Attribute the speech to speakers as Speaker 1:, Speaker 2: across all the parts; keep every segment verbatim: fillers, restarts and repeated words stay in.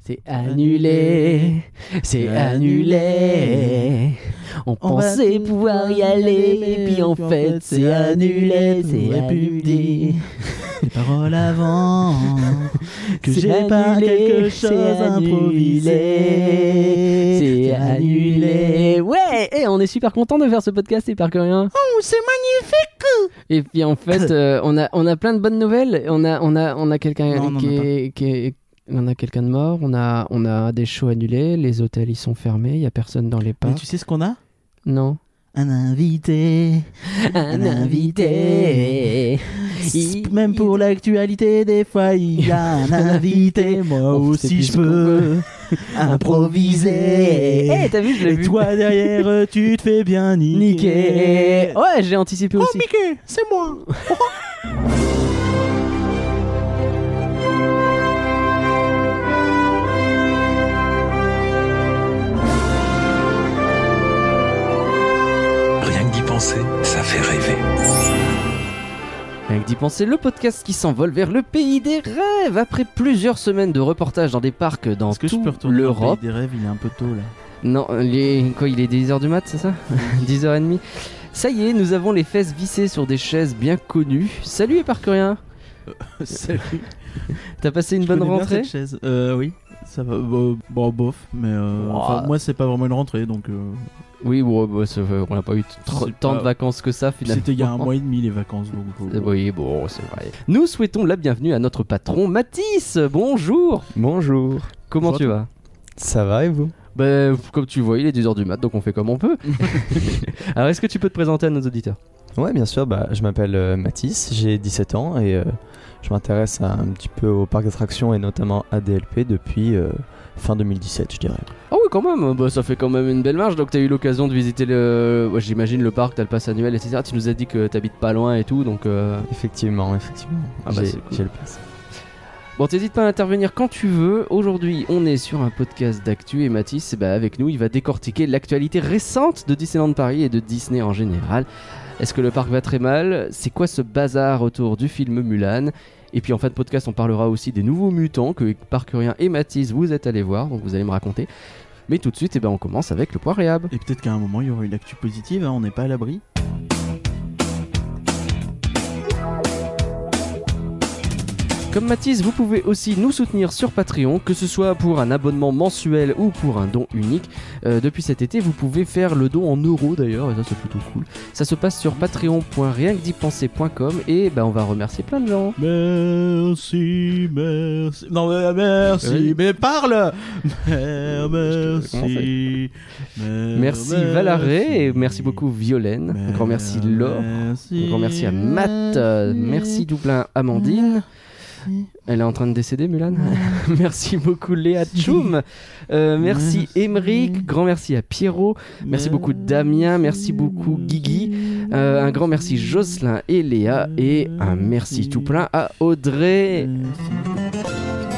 Speaker 1: C'est annulé, c'est annulé. On, On pensait pouvoir y aller, et puis en fait c'est annulé, c'est annulé.
Speaker 2: Les paroles avant, que j'ai annulé, pas quelque chose improvisé.
Speaker 1: C'est annulé. Ouais, et on est super content de faire ce podcast, Hypercurien.
Speaker 2: Oh, c'est magnifique.
Speaker 1: Et puis en fait, euh, on a on a plein de bonnes nouvelles. On a on a on a quelqu'un
Speaker 2: non,
Speaker 1: qui,
Speaker 2: non,
Speaker 1: est, qui est On a quelqu'un de mort, on a, on a des shows annulés, les hôtels ils sont fermés, il n'y a personne dans les parcs.
Speaker 2: Mais tu sais ce qu'on a ?
Speaker 1: Non.
Speaker 2: Un invité,
Speaker 1: un, un invité.
Speaker 2: Il... Même pour l'actualité, des fois il y a un invité. Moi oh, aussi je peux improviser.
Speaker 1: Eh, hey, t'as vu, je l'ai
Speaker 2: Et
Speaker 1: vu.
Speaker 2: toi derrière, tu te fais bien niquer.
Speaker 1: Niquer. Ouais, j'ai anticipé
Speaker 2: oh,
Speaker 1: aussi.
Speaker 2: Oh, Mickey, c'est moi.
Speaker 3: Ça fait rêver.
Speaker 1: Rien que d'y penser, le podcast qui s'envole vers le pays des rêves. Après plusieurs semaines de reportages dans des parcs dans
Speaker 2: Est-ce que
Speaker 1: toute
Speaker 2: je peux retourner
Speaker 1: l'Europe.
Speaker 2: Au pays des rêves, il est un peu tôt là.
Speaker 1: Non, les... quoi, il est dix heures du mat, c'est ça dix heures trente. Ça y est, nous avons les fesses vissées sur des chaises bien connues. Salut Hypercurien.
Speaker 2: euh, Salut.
Speaker 1: T'as passé une
Speaker 2: je
Speaker 1: bonne
Speaker 2: connais bien
Speaker 1: rentrée
Speaker 2: cette chaise. Euh, oui, ça va. Bon, bon bof, mais euh, wow. Moi c'est pas vraiment une rentrée donc. Euh...
Speaker 1: Oui, bon, bon, on n'a pas eu trop, tant
Speaker 2: pas...
Speaker 1: de vacances que ça finalement.
Speaker 2: C'était il y a un mois et demi les vacances donc.
Speaker 1: Euh... Oui, bon, c'est vrai. Nous souhaitons la bienvenue à notre patron Mathis. Bonjour.
Speaker 4: Bonjour.
Speaker 1: Comment
Speaker 2: Bonjour
Speaker 1: tu vas ?
Speaker 4: Ça va et vous ?
Speaker 1: Bah, comme tu vois, il est dix heures du mat, donc on fait comme on peut. Alors, est-ce que tu peux te présenter à nos auditeurs ?
Speaker 4: Ouais, bien sûr. Bah, je m'appelle euh, Mathis, j'ai dix-sept ans et euh, je m'intéresse à, un petit peu au parc d'attractions et notamment à D L P depuis euh, fin deux mille dix-sept, je dirais.
Speaker 1: Ah oui, quand même. Bah, ça fait quand même une belle marge. Donc, t'as eu l'occasion de visiter le, ouais, j'imagine le parc, t'as le pass annuel, et cetera. Tu nous as dit que t'habites pas loin et tout, donc. Euh...
Speaker 4: Effectivement, effectivement.
Speaker 1: Ah bah,
Speaker 4: j'ai,
Speaker 1: c'est cool.
Speaker 4: j'ai le pass.
Speaker 1: Bon, t'hésites pas à intervenir quand tu veux. Aujourd'hui, on est sur un podcast d'actu et Mathis, bah, avec nous, il va décortiquer l'actualité récente de Disneyland Paris et de Disney en général. Est-ce que le parc va très mal ? C'est quoi ce bazar autour du film Mulan ? Et puis en fin de podcast, on parlera aussi des nouveaux mutants que Hypercurien et Mathis vous êtes allés voir, donc vous allez me raconter. Mais tout de suite, eh ben, on commence avec le point réhab.
Speaker 2: Et peut-être qu'à un moment, il y aura une actu positive, hein, on n'est pas à l'abri.
Speaker 1: Comme Mathis, vous pouvez aussi nous soutenir sur Patreon, que ce soit pour un abonnement mensuel ou pour un don unique. Euh, depuis cet été, vous pouvez faire le don en euros d'ailleurs, et ça c'est plutôt cool. Ça se passe sur patreon point rien que d'y penser point com et bah, on va remercier plein de gens.
Speaker 2: Merci, merci. Non, mais merci, oui. Mais parle. Merci.
Speaker 1: Merci Valaré, et merci beaucoup Violaine. Un grand merci Laure.
Speaker 2: Merci.
Speaker 1: Un grand merci à Matt. Euh, merci Doublin Amandine. Elle est en train de décéder, Mulan. Merci beaucoup, Léa Tchoum. Euh, merci, merci Émeric. Grand merci à Pierrot. Merci, merci beaucoup, Damien. Merci beaucoup, Guigui. Euh, un grand merci, Jocelyn et Léa. Et un merci tout plein à Audrey. Merci.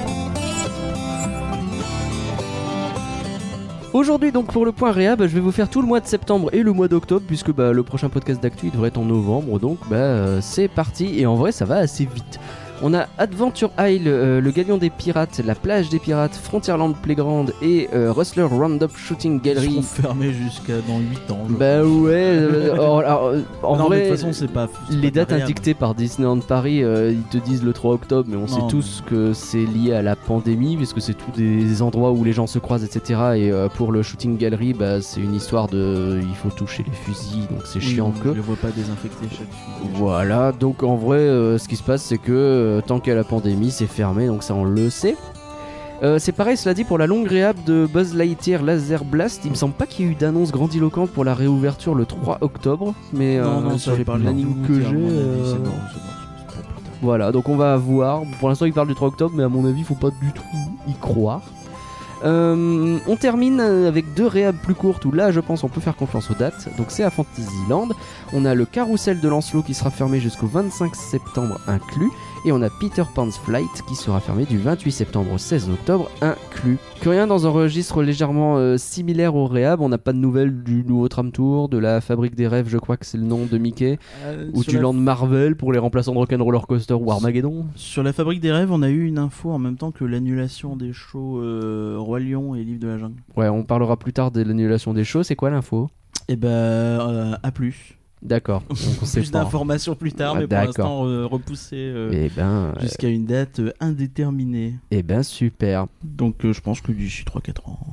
Speaker 1: Aujourd'hui donc pour le point réhab, je vais vous faire tout le mois de septembre et le mois d'octobre puisque bah, le prochain podcast d'actu il devrait être en novembre, donc bah, euh, c'est parti et en vrai ça va assez vite. On a Adventure Isle, euh, le Galion des Pirates, la Plage des Pirates, Frontierland Playground et euh, Rustler Roundup Shooting Gallery.
Speaker 2: Ils seront fermés jusqu'à dans huit ans.
Speaker 1: Bah ouais, euh, alors, alors, en
Speaker 2: non,
Speaker 1: vrai,
Speaker 2: de toute façon, c'est pas, c'est
Speaker 1: les
Speaker 2: pas
Speaker 1: dates indictées par Disneyland Paris, euh, ils te disent le trois octobre, mais on non, sait tous mais... que c'est lié à la pandémie, puisque c'est tous des endroits où les gens se croisent, et cetera. Et euh, pour le Shooting Gallery, bah, c'est une histoire de... il faut toucher les fusils, donc c'est oui, chiant que...
Speaker 2: Je les vois pas désinfecter chaque fusil.
Speaker 1: Voilà, donc en vrai, euh, ce qui se passe, c'est que euh, tant qu'il y a la pandémie, c'est fermé, donc ça on le sait. Euh, c'est pareil, cela dit, pour la longue réhab de Buzz Lightyear Laser Blast, il me semble pas qu'il y ait eu d'annonce grandiloquente pour la réouverture le trois octobre, mais
Speaker 2: non,
Speaker 1: euh,
Speaker 2: non,
Speaker 1: sur les plannings que j'ai... Euh...
Speaker 2: C'est bon, c'est bon.
Speaker 1: Voilà, donc on va voir. Pour l'instant, il parle du trois octobre, mais à mon avis, faut pas du tout y croire. Euh, on termine avec deux réhab plus courtes où là je pense on peut faire confiance aux dates. Donc c'est à Fantasyland. On a le carrousel de Lancelot qui sera fermé jusqu'au vingt-cinq septembre inclus. Et on a Peter Pan's Flight qui sera fermé du vingt-huit septembre au seize octobre inclus. Que rien dans un registre légèrement euh, similaire au Réhab, on n'a pas de nouvelles du nouveau tram tour, de la Fabrique des Rêves, je crois que c'est le nom de Mickey,
Speaker 2: Euh,
Speaker 1: ou
Speaker 2: sur
Speaker 1: du
Speaker 2: la-
Speaker 1: Land Marvel pour les remplaçants de Rock'n'Roller Coaster ou Armageddon.
Speaker 2: Sur la Fabrique des Rêves, on a eu une info en même temps que l'annulation des shows euh, Roi Lion et Livre de la Jungle.
Speaker 1: Ouais, on parlera plus tard de l'annulation des shows, c'est quoi l'info?
Speaker 2: Et ben, euh, à plus.
Speaker 1: D'accord, donc on sait
Speaker 2: Plus
Speaker 1: pas.
Speaker 2: d'informations plus tard,
Speaker 1: Ah,
Speaker 2: mais pour
Speaker 1: d'accord.
Speaker 2: l'instant euh, repoussé euh,
Speaker 1: Eh ben, euh,
Speaker 2: jusqu'à une date euh, indéterminée.
Speaker 1: eh ben super.
Speaker 2: Donc euh, je pense que d'ici trois quatre ans.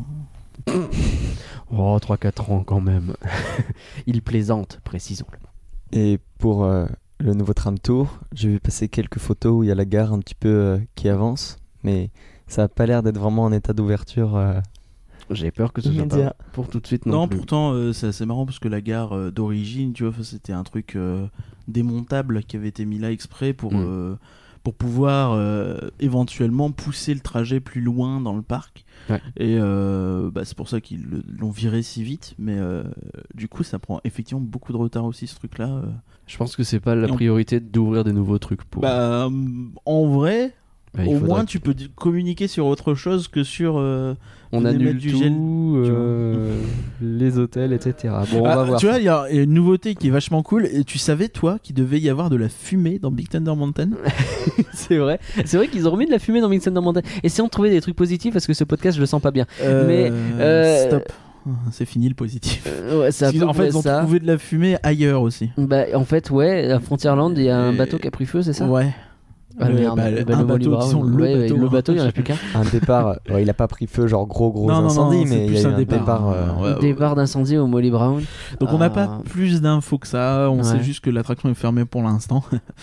Speaker 1: Oh, trois quatre ans quand même. Il plaisante, précisons-le.
Speaker 4: Et pour euh, le nouveau tram tour, j'ai vu passer quelques photos où il y a la gare un petit peu euh, qui avance, mais ça a pas l'air d'être vraiment en état d'ouverture. euh,
Speaker 1: J'ai peur que ce soit
Speaker 4: Immédiat.
Speaker 1: pas pour tout de suite non,
Speaker 2: Non,
Speaker 1: plus.
Speaker 2: pourtant euh, c'est assez marrant parce que la gare euh, d'origine, tu vois, enfin, c'était un truc euh, démontable qui avait été mis là exprès pour,
Speaker 1: Mm.
Speaker 2: euh, pour pouvoir euh, éventuellement pousser le trajet plus loin dans le parc.
Speaker 1: Ouais.
Speaker 2: Et euh, bah, c'est pour ça qu'ils le- l'ont viré si vite. Mais euh, du coup, ça prend effectivement beaucoup de retard aussi, ce truc-là. euh.
Speaker 1: Je pense que c'est pas la
Speaker 2: Et on-
Speaker 1: priorité d'ouvrir des nouveaux trucs pour.
Speaker 2: Bah, hum, en vrai,
Speaker 1: Bah, il
Speaker 2: au
Speaker 1: faudrait
Speaker 2: moins
Speaker 1: que-
Speaker 2: tu peux di- communiquer sur autre chose que sur. euh,
Speaker 1: on
Speaker 2: de
Speaker 1: annule
Speaker 2: mettre du
Speaker 1: tout,
Speaker 2: gel,
Speaker 1: euh, les hôtels, et cetera. Bon, on
Speaker 2: Ah,
Speaker 1: va voir.
Speaker 2: tu vois, il y a une nouveauté qui est vachement cool. Et tu savais, toi, qu'il devait y avoir de la fumée dans Big Thunder Mountain?
Speaker 1: C'est vrai. C'est vrai qu'ils ont remis de la fumée dans Big Thunder Mountain. Essayons de trouver des trucs positifs parce que ce podcast, je le sens pas bien. Mais, euh,
Speaker 2: Stop. C'est fini le positif.
Speaker 1: Euh, ouais, c'est à
Speaker 2: Parce qu'ils-
Speaker 1: peu
Speaker 2: en fait,
Speaker 1: près
Speaker 2: ils ont
Speaker 1: ça.
Speaker 2: trouvé de la fumée ailleurs aussi.
Speaker 1: Bah, en fait, ouais, à Frontierland, il y a un
Speaker 2: Et-
Speaker 1: bateau qui a pris feu, c'est ça?
Speaker 2: Ouais.
Speaker 1: Ah,
Speaker 2: Le-
Speaker 1: merde.
Speaker 2: bah,
Speaker 1: Bah,
Speaker 2: un
Speaker 1: le Molly
Speaker 2: bateau,
Speaker 1: Brown.
Speaker 2: disons, le
Speaker 1: Ouais, ouais,
Speaker 2: bateau.
Speaker 1: le bateau, il y en a plus qu'un.
Speaker 4: Un départ, euh, ouais, il a pas pris feu, genre gros gros
Speaker 2: Non, non,
Speaker 4: incendie,
Speaker 2: non, c'est
Speaker 4: mais il y
Speaker 2: plus
Speaker 4: a eu
Speaker 2: un
Speaker 4: un
Speaker 2: départ.
Speaker 4: départ. euh,
Speaker 2: Ouais, ouais.
Speaker 1: Départ d'incendie au Molly Brown.
Speaker 2: Donc on n'a
Speaker 1: Ah.
Speaker 2: pas plus d'infos que ça. On
Speaker 1: Ouais.
Speaker 2: sait juste que l'attraction est fermée pour l'instant.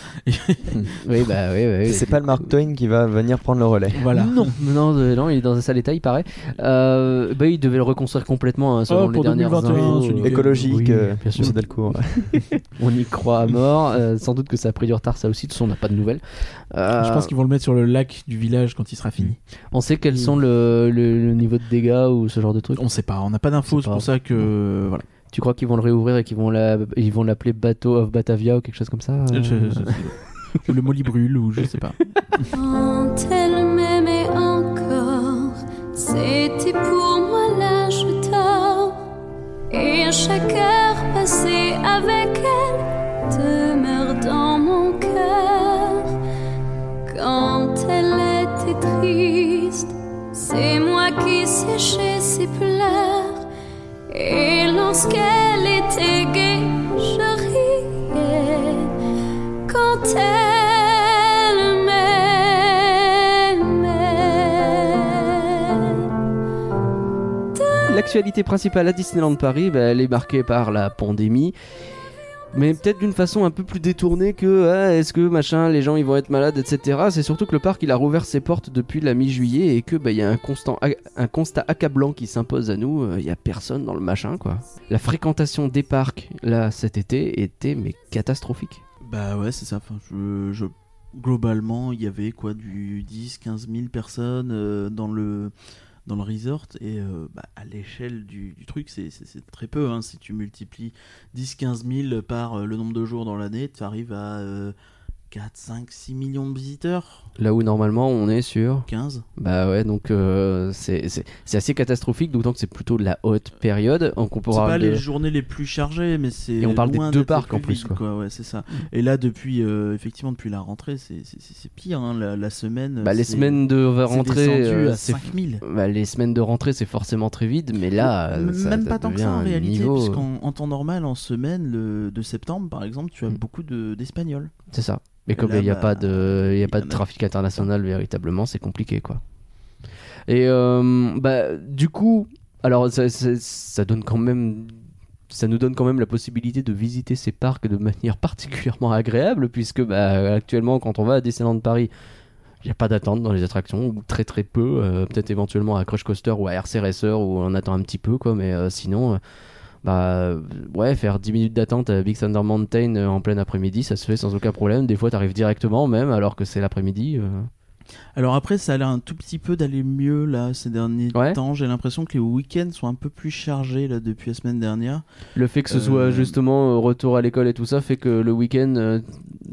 Speaker 1: Oui, bah oui, oui.
Speaker 4: c'est pas le Mark Twain qui va venir prendre le relais.
Speaker 2: Voilà.
Speaker 1: Non, non, euh, non, il est dans un sale état, il paraît. Euh, bah, il devait le reconstruire complètement hein, selon
Speaker 2: Oh,
Speaker 1: les
Speaker 2: pour
Speaker 1: dernières
Speaker 2: deux mille vingt et un,
Speaker 1: infos.
Speaker 2: celui-là.
Speaker 4: Écologique,
Speaker 1: Oui,
Speaker 4: euh,
Speaker 1: bien sûr.
Speaker 4: Monsieur Delcourt.
Speaker 1: On y croit à mort. Euh, sans doute que ça a pris du retard, ça aussi. De toute façon, on n'a pas de nouvelles. Euh,
Speaker 2: Je pense qu'ils vont le mettre sur le lac du village quand il sera fini.
Speaker 1: On sait quels sont le, le- le niveau de dégâts ou ce genre de trucs.
Speaker 2: On sait pas, on n'a pas d'infos,
Speaker 1: On sait
Speaker 2: c'est
Speaker 1: pas.
Speaker 2: pour ça que voilà.
Speaker 1: Tu crois qu'ils vont le réouvrir et qu'ils vont la- ils vont l'appeler Bateau of Batavia ou quelque chose comme ça euh,
Speaker 2: Je- je- ou le Molly brûle ou je sais pas.
Speaker 5: Quand elle m'aimait encore, c'était pour moi l'âge d'or. Et chaque heure passée avec elle demeure dans mon cœur. Quand elle était triste, c'est moi qui séchais ses pleurs. Et lorsqu'elle était gaie, je riais. Quand elle m'aimait.
Speaker 1: L'actualité principale à Disneyland Paris, bah, elle est marquée par la pandémie. Mais peut-être d'une façon un peu plus détournée que ah, est-ce que machin, les gens ils vont être malades, et cetera. C'est surtout que le parc il a rouvert ses portes depuis la mi-juillet et que bah il y a un constant un constat accablant qui s'impose à nous. Il y a personne dans le machin quoi. La fréquentation des parcs là cet été était mais catastrophique.
Speaker 2: Bah ouais, c'est ça. Enfin, je, je- globalement, il y avait quoi du dix quinze mille personnes euh, dans le dans le resort et euh, bah, à l'échelle du, du truc, c'est, c'est, c'est très peu. Hein. Si tu multiplies dix quinze mille par euh, le nombre de jours dans l'année, tu arrives à euh, quatre, cinq, six millions de visiteurs.
Speaker 1: Là où normalement on est sur
Speaker 2: quinze.
Speaker 1: bah ouais donc euh, c'est, c'est, c'est assez catastrophique d'autant que c'est plutôt de la haute période. On
Speaker 2: C'est
Speaker 1: pourra
Speaker 2: pas
Speaker 1: de...
Speaker 2: les journées les plus chargées, mais c'est
Speaker 1: Et on parle des
Speaker 2: loin
Speaker 1: deux
Speaker 2: d'être
Speaker 1: parcs
Speaker 2: les
Speaker 1: en plus,
Speaker 2: vides,
Speaker 1: quoi.
Speaker 2: Ouais, c'est ça. Et là, depuis euh, effectivement depuis la rentrée, c'est, c'est, c'est, c'est pire. Hein. La, la semaine.
Speaker 1: Bah, les
Speaker 2: c'est-
Speaker 1: semaines de
Speaker 2: c'est
Speaker 1: rentrée,
Speaker 2: descendu
Speaker 1: euh,
Speaker 2: à
Speaker 1: c'est
Speaker 2: cinq mille.
Speaker 1: bah, les semaines de rentrée c'est forcément très vide, mais là
Speaker 2: M-
Speaker 1: ça,
Speaker 2: même
Speaker 1: ça
Speaker 2: pas tant que
Speaker 1: devient
Speaker 2: ça en
Speaker 1: un
Speaker 2: réalité,
Speaker 1: niveau,
Speaker 2: puisqu'en en temps normal, en semaine le- de septembre par exemple, tu as
Speaker 1: Mm.
Speaker 2: beaucoup de, d'Espagnols.
Speaker 1: c'est ça. Mais
Speaker 2: Et
Speaker 1: comme
Speaker 2: là,
Speaker 1: il n'y a
Speaker 2: bah,
Speaker 1: pas de, il y a
Speaker 2: il
Speaker 1: pas
Speaker 2: y
Speaker 1: de
Speaker 2: en a-
Speaker 1: trafic international véritablement, c'est compliqué quoi. Et euh, bah du coup, alors ça, ça- ça donne quand même, ça nous donne quand même la possibilité de visiter ces parcs de manière particulièrement agréable, puisque bah, actuellement quand on va à Disneyland Paris, il n'y a pas d'attente dans les attractions, ou très très peu, euh, peut-être éventuellement à Crush Coaster ou à R C Racer où on attend un petit peu quoi, mais euh, sinon. euh, Bah euh, ouais, faire dix minutes d'attente à Big Thunder Mountain euh, en plein après-midi, ça se fait sans aucun problème. Des fois, t'arrives directement même alors que c'est l'après-midi. euh.
Speaker 2: Alors après, ça a l'air un tout petit peu d'aller mieux là ces derniers
Speaker 1: Ouais.
Speaker 2: temps. J'ai l'impression que les week-ends sont un peu plus chargés là depuis la semaine dernière.
Speaker 1: Le fait que ce
Speaker 2: Euh,
Speaker 1: soit justement euh, retour à l'école et tout ça fait que le week-end, euh,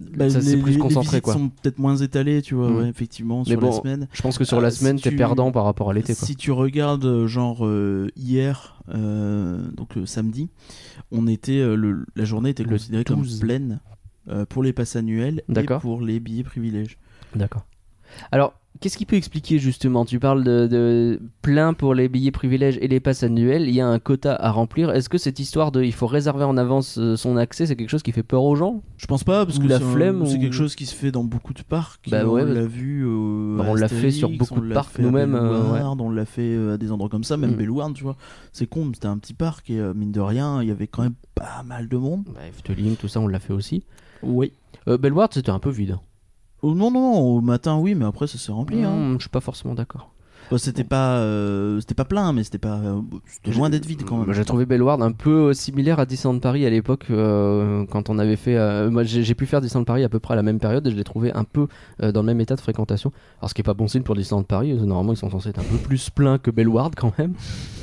Speaker 2: Bah,
Speaker 1: ça,
Speaker 2: les,
Speaker 1: c'est plus
Speaker 2: les-
Speaker 1: concentré,
Speaker 2: les visites
Speaker 1: quoi.
Speaker 2: sont peut-être moins étalées, tu vois,
Speaker 1: Mm.
Speaker 2: ouais, effectivement,
Speaker 1: Mais
Speaker 2: sur
Speaker 1: bon,
Speaker 2: la semaine.
Speaker 1: Je pense que sur
Speaker 2: Ah,
Speaker 1: la
Speaker 2: si
Speaker 1: semaine, t'es
Speaker 2: tu-
Speaker 1: perdant par rapport à l'été, quoi.
Speaker 2: Si tu regardes, euh, genre euh, hier, euh, donc euh, samedi, on était, euh, le, la journée était
Speaker 1: Le
Speaker 2: considérée
Speaker 1: douze.
Speaker 2: comme pleine euh, pour les passes annuelles et
Speaker 1: D'accord.
Speaker 2: pour les billets privilèges.
Speaker 1: D'accord. Alors, qu'est-ce qui peut expliquer justement? Tu parles de, de plein pour les billets privilèges et les passes annuelles. Il y a un quota à remplir. Est-ce que cette histoire de il faut réserver en avance euh, son accès, c'est quelque chose qui fait peur aux gens?
Speaker 2: Je pense pas, parce
Speaker 1: Ou
Speaker 2: que
Speaker 1: la
Speaker 2: c'est un-
Speaker 1: flemme,
Speaker 2: c'est
Speaker 1: ou-
Speaker 2: quelque chose qui se fait dans beaucoup de parcs.
Speaker 1: Bah
Speaker 2: on
Speaker 1: ouais,
Speaker 2: l'a vu euh,
Speaker 1: bah,
Speaker 2: à
Speaker 1: on l'a fait
Speaker 2: Astérix,
Speaker 1: sur beaucoup
Speaker 2: on
Speaker 1: de
Speaker 2: l'a
Speaker 1: parcs
Speaker 2: fait à
Speaker 1: nous-mêmes, euh,
Speaker 2: Bellouard, on l'a fait euh, à des endroits comme ça, même
Speaker 1: Mm.
Speaker 2: Bellouard, tu vois. C'est con, mais c'était un petit parc et euh, mine de rien, il y avait quand même pas mal de monde.
Speaker 1: Bah, Efteling, tout ça, on l'a fait aussi.
Speaker 2: Oui.
Speaker 1: Euh, Bellewaerde, c'était un peu vide.
Speaker 2: Oh, non, non, au matin, oui, mais après, ça s'est rempli. Hein.
Speaker 1: Mmh, je suis pas forcément d'accord.
Speaker 2: Bah, c'était pas, euh, c'était pas plein, mais c'était pas, euh, c'était loin d'être vide quand même.
Speaker 1: Moi, j'ai trouvé Bellewaerde un peu similaire à Disneyland Paris à l'époque euh, quand on avait fait. euh, moi, j'ai, j'ai pu faire Disneyland Paris à peu près à la même période et je l'ai trouvé un peu euh, dans le même état de fréquentation. Alors, ce qui est pas bon signe pour Disneyland Paris. euh, Normalement, ils sont censés être un peu plus pleins que Bellewaerde quand même.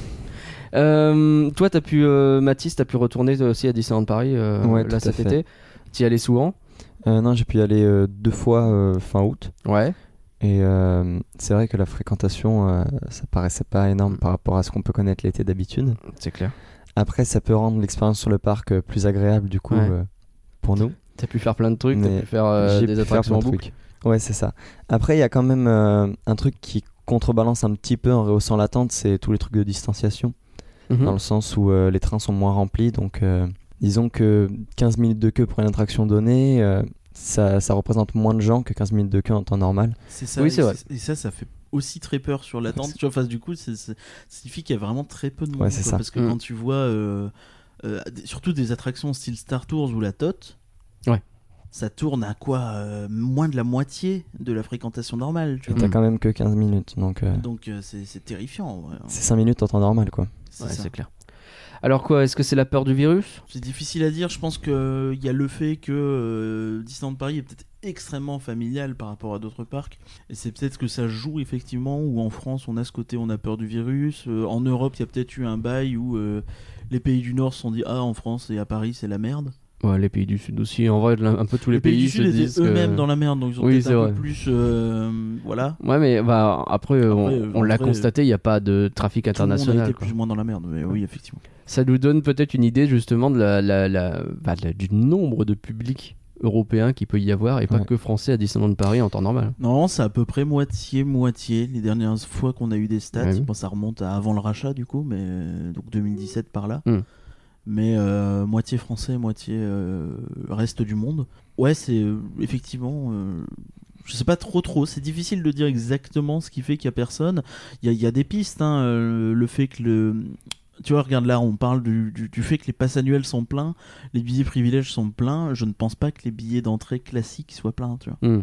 Speaker 1: Euh, toi, t'as pu, euh, Mathis, t'as pu retourner aussi à Disneyland Paris euh,
Speaker 4: Ouais,
Speaker 1: là
Speaker 4: tout à
Speaker 1: cet
Speaker 4: fait.
Speaker 1: été. T'y allais souvent?
Speaker 4: Euh, non, j'ai pu y aller euh, deux fois euh, fin août.
Speaker 1: Ouais.
Speaker 4: Et euh, c'est vrai que la fréquentation, euh, ça paraissait pas énorme
Speaker 1: Mm.
Speaker 4: par rapport à ce qu'on peut connaître l'été d'habitude.
Speaker 1: C'est clair.
Speaker 4: Après, ça peut rendre l'expérience sur le parc euh, plus agréable du coup
Speaker 1: Ouais.
Speaker 4: euh, pour nous.
Speaker 1: T'as pu faire plein de trucs,
Speaker 4: Mais
Speaker 1: t'as pu faire euh,
Speaker 4: J'ai
Speaker 1: des
Speaker 4: pu faire
Speaker 1: attractions en
Speaker 4: plein de
Speaker 1: boucle.
Speaker 4: trucs. Ouais, c'est ça. Après, il y a quand même euh, un truc qui contrebalance un petit peu en rehaussant l'attente, c'est tous les trucs de distanciation.
Speaker 1: Mhm.
Speaker 4: Dans le sens où euh, les trains sont moins remplis. Donc, euh, disons que quinze minutes de queue pour une attraction donnée, euh, ça, ça représente moins de gens que quinze minutes de queue en temps normal.
Speaker 2: C'est ça.
Speaker 1: Oui, c'est
Speaker 2: et
Speaker 1: vrai.
Speaker 2: Et ça, ça fait aussi très peur sur l'attente. Tu vois, face du coup, c'est, c'est- ça signifie qu'il y a vraiment très peu de monde.
Speaker 4: Ouais, c'est
Speaker 2: quoi,
Speaker 4: ça.
Speaker 2: Parce que
Speaker 1: Mm.
Speaker 2: quand tu vois, euh, euh, des- surtout des attractions style Star Tours ou la T O T,
Speaker 1: Ouais.
Speaker 2: ça tourne à quoi euh, moins de la moitié de la fréquentation normale. Tu
Speaker 4: Et
Speaker 2: vois.
Speaker 4: t'as
Speaker 1: Mm.
Speaker 4: quand même que quinze minutes. Donc, euh,
Speaker 2: Donc euh, c'est, c'est terrifiant. en vrai, hein.
Speaker 4: c'est cinq minutes en temps normal, quoi.
Speaker 2: C'est
Speaker 1: Ouais,
Speaker 2: ça.
Speaker 1: c'est clair. Alors quoi, est-ce que c'est la peur du virus?
Speaker 2: C'est difficile à dire. Je pense qu'il y a le fait que euh, Disneyland Paris est peut-être extrêmement familial par rapport à d'autres parcs. Et c'est peut-être que ça joue effectivement, où en France on a ce côté, on a peur du virus. Euh, en Europe, il y a peut-être eu un bail où euh, les pays du Nord se sont dit ah, en France et à Paris c'est la merde.
Speaker 1: Ouais, les pays du Sud aussi. En vrai, un peu tous les,
Speaker 2: Les pays, du
Speaker 1: se
Speaker 2: Sud étaient
Speaker 1: disent que-
Speaker 2: eux-mêmes dans la merde, donc ils ont
Speaker 1: Oui,
Speaker 2: peut-être
Speaker 1: c'est
Speaker 2: un
Speaker 1: vrai.
Speaker 2: peu plus. euh, voilà.
Speaker 1: Ouais, mais bah, après, on,
Speaker 2: Après, euh,
Speaker 1: on
Speaker 2: en
Speaker 1: l'a
Speaker 2: vrai,
Speaker 1: constaté, il n'y a pas de trafic
Speaker 2: Tout le monde a
Speaker 1: international.
Speaker 2: été
Speaker 1: quoi.
Speaker 2: plus ou moins dans la merde, mais oui, effectivement.
Speaker 1: Ça nous donne peut-être une idée justement de la, la, la- bah, de la- du nombre de publics européens qu'il peut y avoir et pas
Speaker 4: Ouais.
Speaker 1: que français à Disneyland Paris en temps normal.
Speaker 2: Non, c'est à peu près moitié-moitié. Les dernières fois qu'on a eu des stats,
Speaker 1: Ouais.
Speaker 2: bon, ça remonte à avant le rachat du coup, mais euh, donc deux mille dix-sept par là.
Speaker 1: Mm.
Speaker 2: Mais euh, moitié français, moitié euh, reste du monde. Ouais, c'est euh, effectivement. euh, je sais pas trop trop, c'est difficile de dire exactement ce qui fait qu'il y a personne. Il y a, il y a des pistes, hein, euh, le fait que le. Tu vois, regarde là, on parle du, du, du fait que les passes annuelles sont pleins, les billets privilèges sont pleins. Je ne pense pas que les billets d'entrée classiques soient pleins, tu vois.
Speaker 1: Hmm.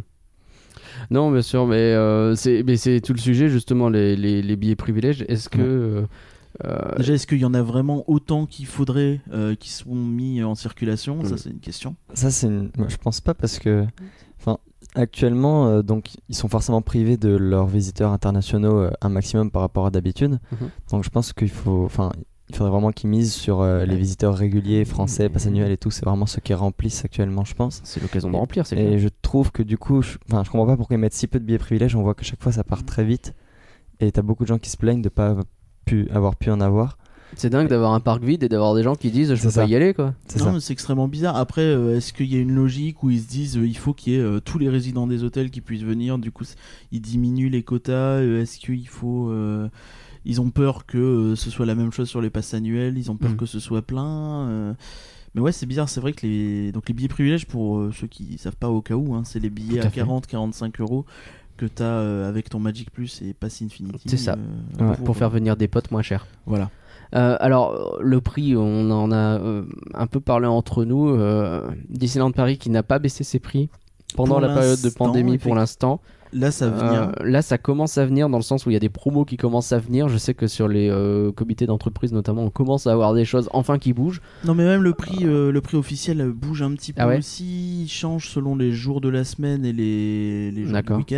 Speaker 1: Non, bien sûr, mais, euh, c'est, mais c'est tout le sujet justement, les, les, les billets privilèges. Est-ce que. euh, euh,
Speaker 2: Déjà, est-ce qu'il y en a vraiment autant qu'il faudrait euh, qui sont mis en circulation? Ça,
Speaker 1: Mm.
Speaker 2: c'est une question.
Speaker 4: Ça, c'est une... moi, je pense pas parce que, enfin, actuellement, euh, donc, ils sont forcément privés de leurs visiteurs internationaux euh, un maximum par rapport à d'habitude.
Speaker 1: Mhm.
Speaker 4: Donc, je pense qu'il faut, enfin, il faudrait vraiment qu'ils misent sur euh, les visiteurs réguliers, français, pass annuel et tout. C'est vraiment ceux qui remplissent actuellement, je pense.
Speaker 1: c'est l'occasion de remplir, c'est
Speaker 4: Et
Speaker 1: clair.
Speaker 4: je trouve que du coup, je, enfin, je comprends pas pourquoi ils mettent si peu de billets privilèges. On voit que chaque fois, ça part très vite. Et t'as beaucoup de gens qui se plaignent de pas pu, avoir pu en avoir.
Speaker 1: C'est dingue d'avoir un parc vide et d'avoir des gens qui disent je
Speaker 4: C'est
Speaker 1: peux
Speaker 4: ça.
Speaker 1: pas y aller quoi.
Speaker 4: C'est
Speaker 2: Non,
Speaker 4: ça.
Speaker 2: mais c'est extrêmement bizarre. Après, euh, est-ce qu'il y a une logique où ils se disent euh, il faut qu'il y ait euh, tous les résidents des hôtels qui puissent venir? Du coup, c'est- ils diminuent les quotas. euh, Est-ce qu'il faut. euh, Ils ont peur que euh, ce soit la même chose sur les passes annuelles. Ils ont peur
Speaker 1: Mm.
Speaker 2: que ce soit plein. euh. Mais ouais, c'est bizarre. C'est vrai que les, donc les billets privilèges, pour euh, ceux qui savent pas au cas où, hein, c'est les billets
Speaker 1: Tout à
Speaker 2: à
Speaker 1: fait.
Speaker 2: quarante à quarante-cinq euros que tu as avec ton Magic Plus et Pass Infinity.
Speaker 1: C'est ça.
Speaker 2: euh,
Speaker 4: Ouais.
Speaker 1: Pour faire venir des potes moins chers.
Speaker 2: Voilà.
Speaker 1: Euh, alors, le prix, on en a euh, un peu parlé entre nous. Euh, Disneyland Paris qui n'a pas baissé ses prix pendant
Speaker 2: Pour
Speaker 1: la période de
Speaker 2: l'instant,
Speaker 1: pandémie pour
Speaker 2: effectivement.
Speaker 1: l'instant.
Speaker 2: Là, ça vient.
Speaker 1: Euh, là, ça commence à venir dans le sens où il y a des promos qui commencent à venir. Je sais que sur les euh, comités d'entreprise, notamment, on commence à avoir des choses enfin qui bougent.
Speaker 2: Non, mais même le prix, euh, le prix officiel euh, bouge un petit peu
Speaker 1: Ah ouais
Speaker 2: aussi. Il change selon les jours de la semaine et les, les jours du
Speaker 1: D'accord.
Speaker 2: week-end.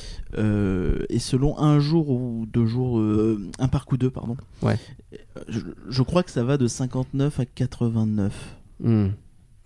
Speaker 2: Euh, et selon un jour ou deux jours, euh, un parc ou deux, pardon.
Speaker 1: Ouais.
Speaker 2: Je, je crois que ça va de cinquante-neuf à quatre-vingt-neuf.
Speaker 1: Hmm.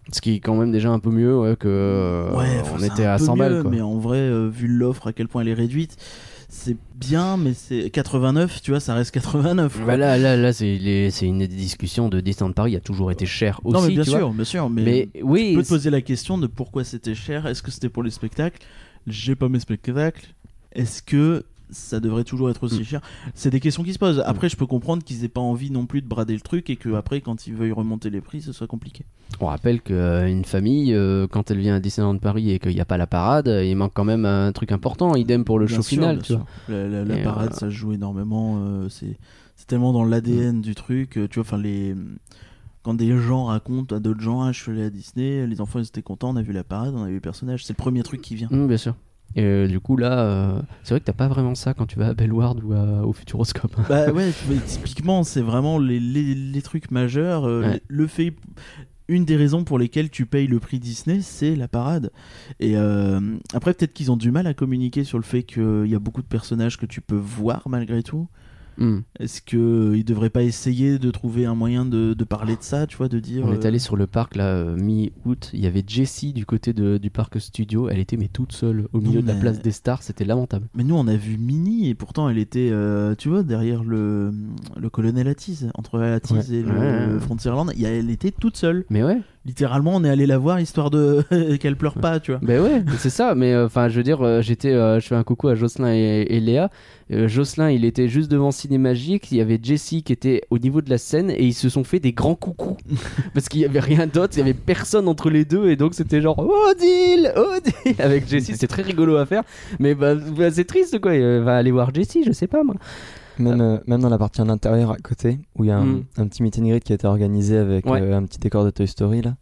Speaker 1: Ce qui est quand même déjà un peu mieux ouais, que euh,
Speaker 2: Ouais,
Speaker 1: on
Speaker 2: enfin, c'est
Speaker 1: était
Speaker 2: un
Speaker 1: à
Speaker 2: peu
Speaker 1: cent
Speaker 2: mieux,
Speaker 1: balles. Quoi.
Speaker 2: Mais en vrai, euh, vu l'offre, à quel point elle est réduite, c'est bien, mais c'est quatre-vingt-neuf, tu vois, ça reste quatre-vingt-neuf. quoi.
Speaker 1: Bah là, là, là c'est, les- c'est une discussion de Disneyland Paris a toujours été cher aussi.
Speaker 2: non, mais bien
Speaker 1: tu
Speaker 2: sûr,
Speaker 1: vois.
Speaker 2: bien sûr, mais,
Speaker 1: Mais oui,
Speaker 2: tu peux te
Speaker 1: c'est-
Speaker 2: poser la question de pourquoi c'était cher. Est-ce que c'était pour les spectacles? J'ai pas mes spectacles. Est-ce que ça devrait toujours être aussi
Speaker 1: Mm.
Speaker 2: cher? C'est des questions qui se posent. Après, je peux comprendre qu'ils aient pas envie non plus de brader le truc et que après, quand ils veuillent remonter les prix, ce soit compliqué.
Speaker 1: on rappelle qu'une famille, euh, quand elle vient à Disneyland Paris et qu'il n'y a pas la parade, euh, il manque quand même un truc important. Idem pour le
Speaker 2: Bien
Speaker 1: show
Speaker 2: sûr,
Speaker 1: final.
Speaker 2: bien
Speaker 1: Tu vois.
Speaker 2: sûr. La, la- la
Speaker 1: Et,
Speaker 2: parade,
Speaker 1: euh,
Speaker 2: ça se joue énormément. euh, c'est, c'est tellement dans l'A D N du truc. euh, Tu vois, enfin les. Quand des gens racontent à d'autres gens, ah, je suis allé à Disney, les enfants ils étaient contents, on a vu la parade, on a vu les personnages. C'est le premier truc qui vient.
Speaker 1: Mm, bien sûr. Et euh, du coup, là, euh, c'est vrai que t'as pas vraiment ça quand tu vas à Bellward ou à- au Futuroscope.
Speaker 2: Bah ouais, tu vois, typiquement, c'est vraiment les, les, les trucs majeurs. euh,
Speaker 1: Ouais.
Speaker 2: Le fait. Une des raisons pour lesquelles tu payes le prix Disney, c'est la parade. Et euh, après, peut-être qu'ils ont du mal à communiquer sur le fait qu'il y a beaucoup de personnages que tu peux voir malgré tout.
Speaker 1: Mm.
Speaker 2: Est-ce qu'ils devraient pas essayer de trouver un moyen de, de parler de ça, tu vois, de dire.
Speaker 1: On est
Speaker 2: euh,
Speaker 1: allé sur le parc là euh, mi-août. Il y avait Jessie du côté de- du parc studio. Elle était mais toute seule au milieu
Speaker 2: Non,
Speaker 1: de la
Speaker 2: mais-
Speaker 1: place des stars. C'était lamentable.
Speaker 2: Mais nous, on a vu Minnie et pourtant, elle était, euh, tu vois, derrière le, le colonel Attise, entre Attise
Speaker 1: Ouais.
Speaker 2: et le,
Speaker 1: Ouais.
Speaker 2: le Frontierland. Il y a- Elle était toute seule.
Speaker 1: Mais ouais.
Speaker 2: Littéralement, on est allé la voir histoire de qu'elle pleure pas, tu vois.
Speaker 1: Ben ouais, c'est ça. Mais enfin, je veux dire, euh, j'étais, euh, je fais un coucou à Jocelyn et, et Léa. Euh, Jocelyn, il était juste devant Cinémagique. Il y avait Jessie qui était au niveau de la scène et ils se sont fait des grands coucous parce qu'il y avait rien d'autre. Il y avait personne entre les deux et donc c'était genre Odile, Odile avec Jessie. C'était très rigolo à faire. Mais bah, bah, c'est triste quoi. Euh, va aller voir Jessie, je sais pas moi.
Speaker 4: Même, euh, même dans la partie en intérieur à côté, où il y a un,
Speaker 1: Mm.
Speaker 4: un petit meet and greet qui a été organisé avec
Speaker 1: Ouais.
Speaker 4: euh, un petit décor de Toy Story là.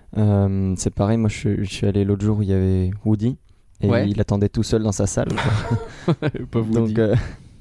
Speaker 4: Euh, c'est pareil, moi je, suis- je suis allé l'autre jour où il y avait Woody et
Speaker 1: Ouais.
Speaker 4: il attendait tout seul dans sa salle. quoi.
Speaker 1: Pauvre
Speaker 4: Donc
Speaker 1: Woody.
Speaker 4: euh,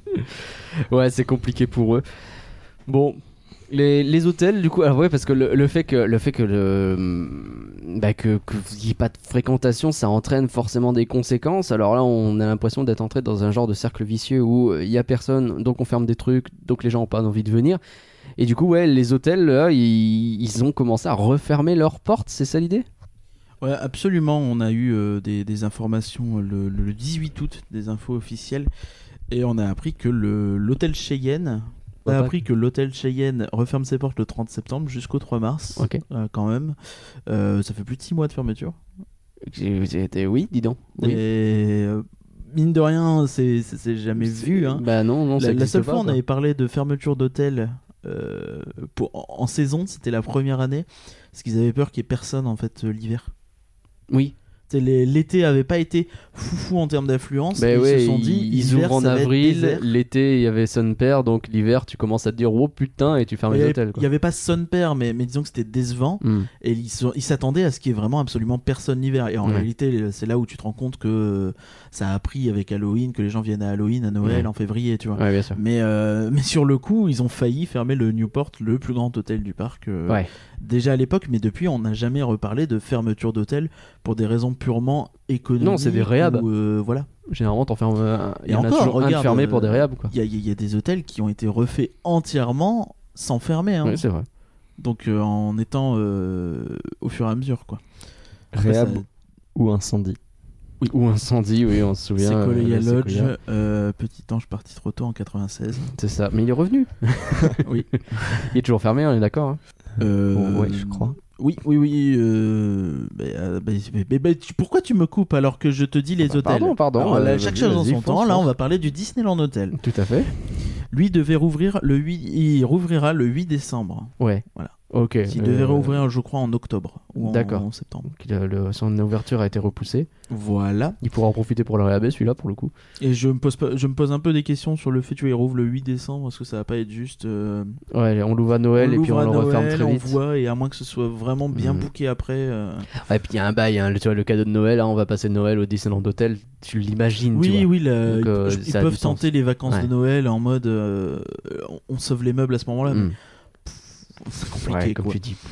Speaker 1: Ouais, c'est compliqué pour eux. Bon, les, les hôtels, du coup, alors ouais, parce que le, le fait que le fait que le bah, que qu'il n'y ait pas de fréquentation, ça entraîne forcément des conséquences. Alors là, on a l'impression d'être entré dans un genre de cercle vicieux où il y a personne, donc on ferme des trucs, donc les gens ont pas envie de venir. Et du coup, ouais, les hôtels, là, ils, ils ont commencé à refermer leurs portes. C'est ça l'idée?
Speaker 2: Ouais, absolument. On a eu euh, des, des informations le, le dix-huit août, des infos officielles, et on a appris que le, l'hôtel Cheyenne. On a
Speaker 1: Ouais,
Speaker 2: appris que l'hôtel Cheyenne referme ses portes le trente septembre jusqu'au trois mars.
Speaker 1: Ok.
Speaker 2: Euh, quand même. Euh, ça fait plus de six mois de fermeture.
Speaker 1: J'ai- j'ai été- Oui, dis donc. Oui.
Speaker 2: Et euh, mine de rien, c'est, c'est, c'est jamais vu. Hein.
Speaker 1: Bah non, non. ça
Speaker 2: La, la
Speaker 1: existe
Speaker 2: seule
Speaker 1: pas,
Speaker 2: fois, on
Speaker 1: quoi.
Speaker 2: avait parlé de fermeture d'hôtel euh, pour, en, en saison, c'était la première année, parce qu'ils avaient peur qu'il n'y ait personne en fait euh, l'hiver.
Speaker 1: Oui.
Speaker 2: C'est les- L'été avait pas été foufou en termes d'affluence.
Speaker 1: Ben
Speaker 2: et
Speaker 1: ouais,
Speaker 2: ils se sont dit,
Speaker 1: ils, ils
Speaker 2: hiver,
Speaker 1: ouvrent en
Speaker 2: ça va être
Speaker 1: avril,
Speaker 2: désert.
Speaker 1: l'été il y avait Son Père, donc l'hiver tu commences à te dire oh putain et tu fermes
Speaker 2: Il y
Speaker 1: les
Speaker 2: avait-
Speaker 1: hôtels.
Speaker 2: il
Speaker 1: Quoi.
Speaker 2: y avait pas Son Père, mais, mais disons que c'était décevant.
Speaker 1: Hmm.
Speaker 2: Et ils sont- ils s'attendaient à ce qu'il y ait vraiment absolument personne l'hiver. Et en
Speaker 1: Ouais.
Speaker 2: réalité, c'est là où tu te rends compte que euh, ça a pris avec Halloween, que les gens viennent à Halloween, à Noël,
Speaker 1: Ouais.
Speaker 2: en février, tu vois.
Speaker 1: Ouais, bien sûr.
Speaker 2: Mais, euh, mais sur le coup, ils ont failli fermer le Newport, le plus grand hôtel du parc. euh,
Speaker 1: Ouais.
Speaker 2: Déjà à l'époque, mais depuis, on n'a jamais reparlé de fermeture d'hôtel pour des raisons purement économiques.
Speaker 1: Non, c'est des réhab.
Speaker 2: ou, euh, voilà.
Speaker 1: Généralement t'en fermes un. Il y
Speaker 2: Et
Speaker 1: en a
Speaker 2: encore,
Speaker 1: toujours un de
Speaker 2: regarde,
Speaker 1: fermé pour des
Speaker 2: euh,
Speaker 1: réhab quoi.
Speaker 2: Il y, a- il y a des hôtels qui ont été refaits entièrement sans fermer. Hein.
Speaker 1: Ouais, c'est vrai.
Speaker 2: Donc euh, en étant euh, au fur et à mesure, quoi. Après,
Speaker 4: réhab
Speaker 2: ça-
Speaker 4: ou incendie.
Speaker 1: Ou incendie, oui, on se souvient.
Speaker 2: Sequoia
Speaker 1: euh,
Speaker 2: Lodge,
Speaker 1: Sequoia.
Speaker 2: euh, Petit Ange parti trop tôt en quatre-vingt-seize.
Speaker 1: C'est ça. Mais il est revenu.
Speaker 2: Oui.
Speaker 1: Il est toujours fermé, on est d'accord. Hein.
Speaker 2: Euh,
Speaker 4: Oh, ouais, je crois.
Speaker 2: Oui, oui, oui. euh, bah, euh, bah, mais- mais- mais tu- pourquoi tu me coupes alors que je te dis les
Speaker 1: bah,
Speaker 2: hôtels
Speaker 1: pardon, pardon,
Speaker 2: Alors,
Speaker 1: euh,
Speaker 2: là, chaque
Speaker 1: vas-y,
Speaker 2: chose en
Speaker 1: vas-y,
Speaker 2: son
Speaker 1: fonce,
Speaker 2: temps. Là,
Speaker 1: fonce.
Speaker 2: on va parler du Disneyland Hotel.
Speaker 1: Tout à fait.
Speaker 2: Lui devait rouvrir le huit. Il rouvrira le huit décembre.
Speaker 1: Ouais.
Speaker 2: Voilà.
Speaker 1: Ok.
Speaker 2: Il devait
Speaker 1: euh,
Speaker 2: rouvrir, je crois, en octobre ou en,
Speaker 1: D'accord.
Speaker 2: en septembre.
Speaker 1: qu'il a- le- son ouverture a été repoussée.
Speaker 2: Voilà.
Speaker 1: Il pourra en profiter pour le réhaber celui-là pour le coup.
Speaker 2: Et je me pose pas, je me pose un peu des questions sur le fait qu'il rouvre le huit décembre. Est-ce que ça va pas être juste euh,
Speaker 1: Ouais, on l'ouvre à Noël
Speaker 2: on
Speaker 1: et puis on
Speaker 2: l'ouvre
Speaker 1: le
Speaker 2: à
Speaker 1: referme
Speaker 2: Noël,
Speaker 1: très
Speaker 2: on
Speaker 1: vite.
Speaker 2: voit, et à moins que ce soit vraiment bien
Speaker 1: Mhm.
Speaker 2: booké après. euh,
Speaker 1: Ouais, puis il y a un bail, hein, le, tu vois, le cadeau de Noël, hein, on va passer Noël au Disneyland Hotel, tu l'imagines. tu
Speaker 2: Oui,
Speaker 1: vois.
Speaker 2: oui, la-
Speaker 1: Donc, euh,
Speaker 2: ils, ils
Speaker 1: ça a
Speaker 2: peuvent
Speaker 1: du sens.
Speaker 2: tenter les vacances
Speaker 1: Ouais.
Speaker 2: de Noël en mode euh, on, on sauve les meubles à ce moment-là.
Speaker 1: Mm.
Speaker 2: Mais c'est compliqué,
Speaker 1: Ouais, comme
Speaker 2: quoi.
Speaker 1: tu dis.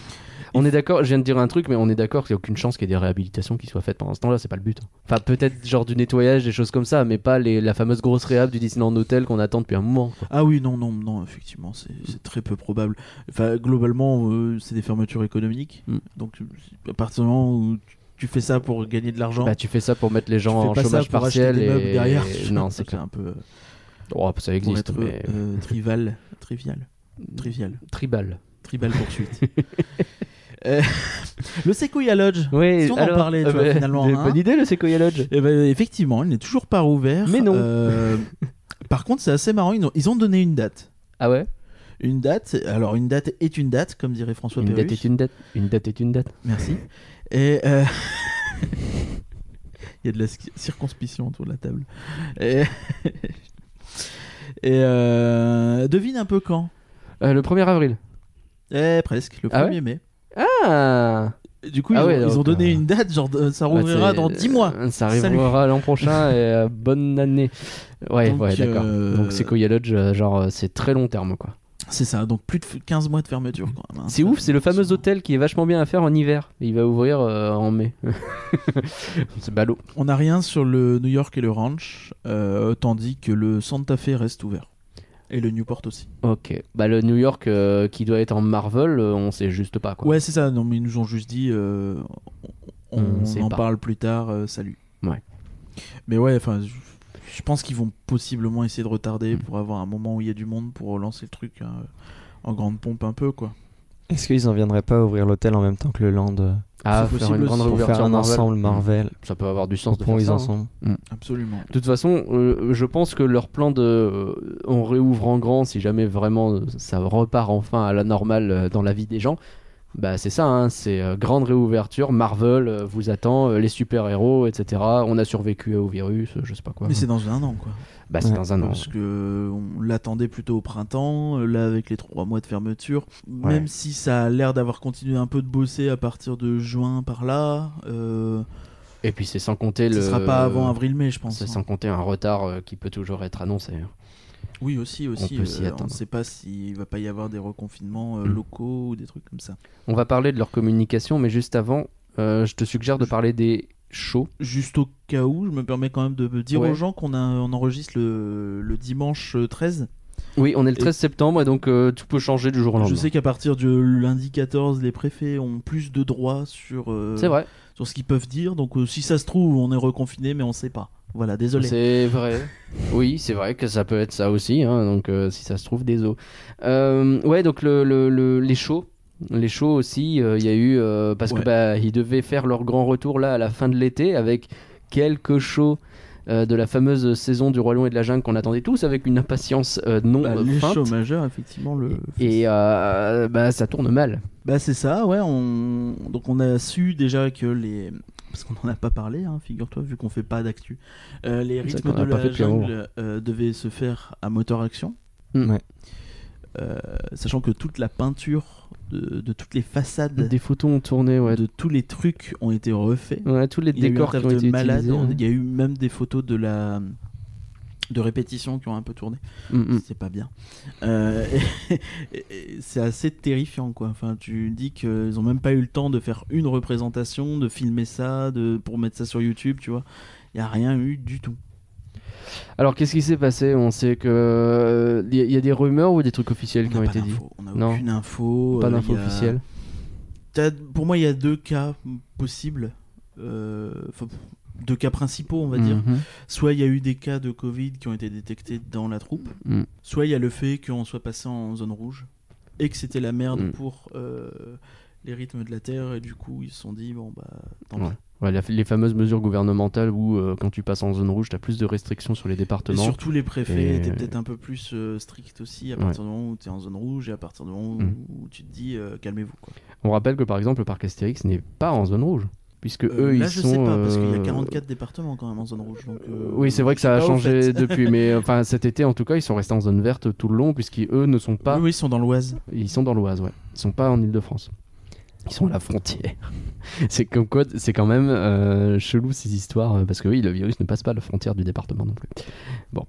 Speaker 1: On est d'accord, je viens de dire un truc, mais on est d'accord qu'il n'y a aucune chance qu'il y ait des réhabilitations qui soient faites pendant ce temps-là, c'est pas le but. Enfin, peut-être genre du nettoyage, des choses comme ça, mais pas les, la fameuse grosse réhab du Disneyland Hotel qu'on attend depuis un moment. Quoi.
Speaker 2: Ah oui, non, non, non, effectivement, c'est, c'est très peu probable. Enfin, globalement, euh, c'est des fermetures économiques.
Speaker 1: Mm.
Speaker 2: Donc, à partir du moment où tu, tu fais ça pour gagner de l'argent,
Speaker 1: Bah, tu fais ça pour mettre les
Speaker 2: tu
Speaker 1: gens
Speaker 2: fais
Speaker 1: en
Speaker 2: pas ça
Speaker 1: chômage
Speaker 2: pour acheter
Speaker 1: partiel
Speaker 2: des
Speaker 1: et.
Speaker 2: meubles derrière.
Speaker 1: Non, c'est
Speaker 2: c'est
Speaker 1: clair.
Speaker 2: un peu. euh,
Speaker 1: Oh, ça
Speaker 2: pour
Speaker 1: existe,
Speaker 2: être
Speaker 1: mais.
Speaker 2: euh, trivial, trivial, trivial,
Speaker 1: Tribal.
Speaker 2: tribal poursuite. Euh, le Sequoia Lodge.
Speaker 1: Oui,
Speaker 2: si on
Speaker 1: alors,
Speaker 2: en parlait, tu
Speaker 1: euh,
Speaker 2: vois,
Speaker 1: bah,
Speaker 2: finalement.
Speaker 1: j'ai
Speaker 2: hein.
Speaker 1: bonne idée le Sequoia Lodge.
Speaker 2: Eh ben, effectivement, il n'est toujours pas rouvert.
Speaker 1: Mais non.
Speaker 2: Euh, par contre, c'est assez marrant. Ils ont, ils ont donné une date.
Speaker 1: Ah ouais.
Speaker 2: Une date. Alors, une date est une date, comme dirait François
Speaker 1: Une
Speaker 2: Pérus.
Speaker 1: date est une date. Une date est une date.
Speaker 2: Merci. Et euh, il y a de la ski- circonspiction autour de la table. Et, Et euh... devine un peu quand.
Speaker 1: Euh, le premier avril.
Speaker 2: Eh, presque. Le
Speaker 1: Ah
Speaker 2: premier mai.
Speaker 1: Ah.
Speaker 2: Du coup,
Speaker 1: Ah
Speaker 2: ils,
Speaker 1: ouais,
Speaker 2: ont, ils
Speaker 1: donc,
Speaker 2: ont donné
Speaker 1: euh,
Speaker 2: une date, genre de- ça rouvrira
Speaker 1: Ouais, c'est-
Speaker 2: dans dix mois.
Speaker 1: euh, Ça arrivera l'an prochain et euh, bonne année. Ouais,
Speaker 2: Donc,
Speaker 1: ouais, d'accord.
Speaker 2: euh,
Speaker 1: Donc Sequoia Lodge, euh, genre euh, c'est très long terme quoi.
Speaker 2: C'est ça, donc plus de f- quinze mois de fermeture quand même. hein.
Speaker 1: C'est ouf, c'est le fameux hôtel qui est vachement bien à faire en hiver. Et il va ouvrir euh, en mai. C'est ballot.
Speaker 2: On n'a rien sur le New York et le Ranch, euh, tandis que le Santa Fe reste ouvert. Et le Newport aussi.
Speaker 1: Ok. Bah le New York euh, qui doit être en Marvel, euh, on sait juste pas quoi.
Speaker 2: Ouais, c'est ça. Non, mais ils nous ont juste dit, euh, on,
Speaker 1: On
Speaker 2: on
Speaker 1: sait
Speaker 2: en
Speaker 1: pas.
Speaker 2: parle plus tard. euh, salut.
Speaker 1: Ouais.
Speaker 2: Mais ouais, enfin, je, je pense qu'ils vont possiblement essayer de retarder
Speaker 1: Mm.
Speaker 2: pour avoir un moment où il y a du monde pour relancer le truc hein, en grande pompe un peu quoi.
Speaker 4: Est-ce qu'ils en viendraient pas à ouvrir l'hôtel en même temps que le land euh,
Speaker 1: Ah,
Speaker 2: C'est
Speaker 1: faire
Speaker 2: possible
Speaker 1: une grande
Speaker 2: aussi.
Speaker 4: pour
Speaker 1: réouverture
Speaker 4: faire un
Speaker 1: Marvel.
Speaker 4: ensemble Marvel
Speaker 1: Ça peut avoir du sens de
Speaker 4: pour
Speaker 1: faire
Speaker 4: ils
Speaker 1: ça. hein.
Speaker 4: ensemble.
Speaker 2: Absolument.
Speaker 1: De toute façon, euh, je pense que leur plan de euh, on réouvre en grand si jamais vraiment euh, ça repart enfin à la normale euh, dans la vie des gens, bah c'est ça, hein, c'est euh, grande réouverture, Marvel euh, vous attend, euh, les super-héros, et cetera. On a survécu au virus, euh, je sais pas quoi.
Speaker 2: Mais c'est dans un an quoi.
Speaker 1: Bah c'est
Speaker 4: Ouais.
Speaker 1: dans un an.
Speaker 2: Parce que on l'attendait plutôt au printemps, euh, là avec les trois mois de fermeture, même si ça a l'air d'avoir continué un peu de bosser à partir de juin par là, euh,
Speaker 1: Et puis c'est sans compter
Speaker 2: ce
Speaker 1: le.
Speaker 2: sera pas avant avril-mai je pense.
Speaker 1: C'est
Speaker 2: hein.
Speaker 1: sans compter un retard euh, qui peut toujours être annoncé. hein.
Speaker 2: Oui aussi, aussi.
Speaker 1: peut s'y
Speaker 2: euh, on
Speaker 1: attendre.
Speaker 2: ne sait pas s'il va pas y avoir des reconfinements euh,
Speaker 1: Mm.
Speaker 2: locaux ou des trucs comme ça.
Speaker 1: On va parler de leur communication, mais juste avant, euh, je te suggère de parler des shows.
Speaker 2: Juste au cas où, je me permets quand même de dire
Speaker 1: Ouais.
Speaker 2: aux gens qu'on a, on enregistre le, le dimanche euh, treize.
Speaker 1: Oui, on est le
Speaker 2: Et-
Speaker 1: treize septembre et donc euh, tout peut changer du jour au lendemain.
Speaker 2: Je sais qu'à partir du lundi quatorze, les préfets ont plus de droits sur, euh,
Speaker 1: C'est vrai.
Speaker 2: sur ce qu'ils peuvent dire. Donc euh, si ça se trouve, on est reconfiné, mais on sait pas. Voilà, désolé.
Speaker 1: C'est vrai. Oui, c'est vrai que ça peut être ça aussi. hein, donc, euh, si ça se trouve, des os. Euh, ouais, donc le, le- le- les shows. Les shows aussi, euh, il y a eu. euh, parce
Speaker 2: Ouais.
Speaker 1: que bah, ils devaient faire leur grand retour là à la fin de l'été avec quelques shows euh, de la fameuse saison du Roi Lion et de la Jungle qu'on attendait tous avec une impatience euh, non
Speaker 2: Bah,
Speaker 1: euh,
Speaker 2: les
Speaker 1: feinte.
Speaker 2: shows majeurs, effectivement. Le...
Speaker 1: Et euh, bah, ça tourne mal.
Speaker 2: Bah c'est ça, ouais. On... Donc on a su déjà que les... Parce qu'on n'en a pas parlé, hein, figure-toi, vu qu'on fait pas d'actu. Euh, les
Speaker 1: C'est vrai
Speaker 2: rythmes
Speaker 1: qu'on
Speaker 2: de
Speaker 1: a pas
Speaker 2: la
Speaker 1: fait depuis un moment.
Speaker 2: jungle euh, devaient se faire à moteur action.
Speaker 1: Mm.
Speaker 4: Ouais.
Speaker 2: Euh, sachant que toute la peinture de, de toutes les façades,
Speaker 1: Des photos ont tourné, ouais.
Speaker 2: de tous les trucs ont été refaits.
Speaker 1: Ouais, tous les
Speaker 2: Il y a eu un
Speaker 1: décors qui
Speaker 2: taf
Speaker 1: ont
Speaker 2: de
Speaker 1: été
Speaker 2: malade.
Speaker 1: utilisés.
Speaker 2: On-
Speaker 1: ouais.
Speaker 2: Il y a eu même des photos de la de répétition qui ont un peu tourné.
Speaker 1: Mm, mm.
Speaker 2: C'est pas bien. Euh, et- et- et c'est assez terrifiant, quoi. Enfin, tu dis qu'ils ont même pas eu le temps de faire une représentation, de filmer ça, de pour mettre ça sur YouTube, tu vois. Il y a rien eu du tout.
Speaker 1: Alors, qu'est-ce qui s'est passé? On sait que. Il y, a- y a des rumeurs ou des trucs officiels
Speaker 2: On
Speaker 1: qui
Speaker 2: n'a
Speaker 1: ont
Speaker 2: pas
Speaker 1: été dit?
Speaker 2: d'infos. On n'a
Speaker 1: Non.
Speaker 2: aucune info.
Speaker 1: Pas
Speaker 2: euh,
Speaker 1: d'infos
Speaker 2: il y a-
Speaker 1: officielles.
Speaker 2: T'as- Pour moi, il y a deux cas possibles. Euh, enfin, deux cas principaux, on va dire.
Speaker 1: Mhm.
Speaker 2: Soit il y a eu des cas de Covid qui ont été détectés dans la troupe,
Speaker 1: Mm.
Speaker 2: soit il y a le fait qu'on soit passé en zone rouge et que c'était la merde
Speaker 1: Mm.
Speaker 2: pour euh, les rythmes de la Terre, et du coup ils se sont dit, bon bah tant pis.
Speaker 1: Ouais. Ouais, la- les fameuses mesures gouvernementales où euh, quand tu passes en zone rouge, tu as plus de restrictions sur les
Speaker 2: Et
Speaker 1: départements.
Speaker 2: surtout les préfets
Speaker 1: Et-
Speaker 2: étaient peut-être un peu plus euh, stricts aussi à partir du moment où tu es en zone rouge et à partir du moment où,
Speaker 1: Mm.
Speaker 2: où tu te dis euh, calmez-vous quoi.
Speaker 1: On rappelle que par exemple, le parc Astérix n'est pas en zone rouge. Puisque
Speaker 2: Euh,
Speaker 1: eux,
Speaker 2: là
Speaker 1: ils
Speaker 2: je
Speaker 1: sont.
Speaker 2: sais pas parce qu'il y a
Speaker 1: euh,
Speaker 2: quarante-quatre départements quand même en zone rouge. Donc, euh,
Speaker 1: Oui, c'est vrai que
Speaker 2: je
Speaker 1: ça a
Speaker 2: suis pas au
Speaker 1: changé
Speaker 2: fait.
Speaker 1: depuis, mais enfin cet été en tout cas, ils sont restés en zone verte tout le long, puisqu'eux ne sont pas.
Speaker 2: Oui, oui, ils sont dans l'Oise.
Speaker 1: Ils sont dans l'Oise, ouais. Ils sont pas en Île-de-France. Ils sont à la frontière. C'est comme quoi, c'est quand même euh, chelou ces histoires, euh, parce que oui, le virus ne passe pas la frontière du département non plus. Bon.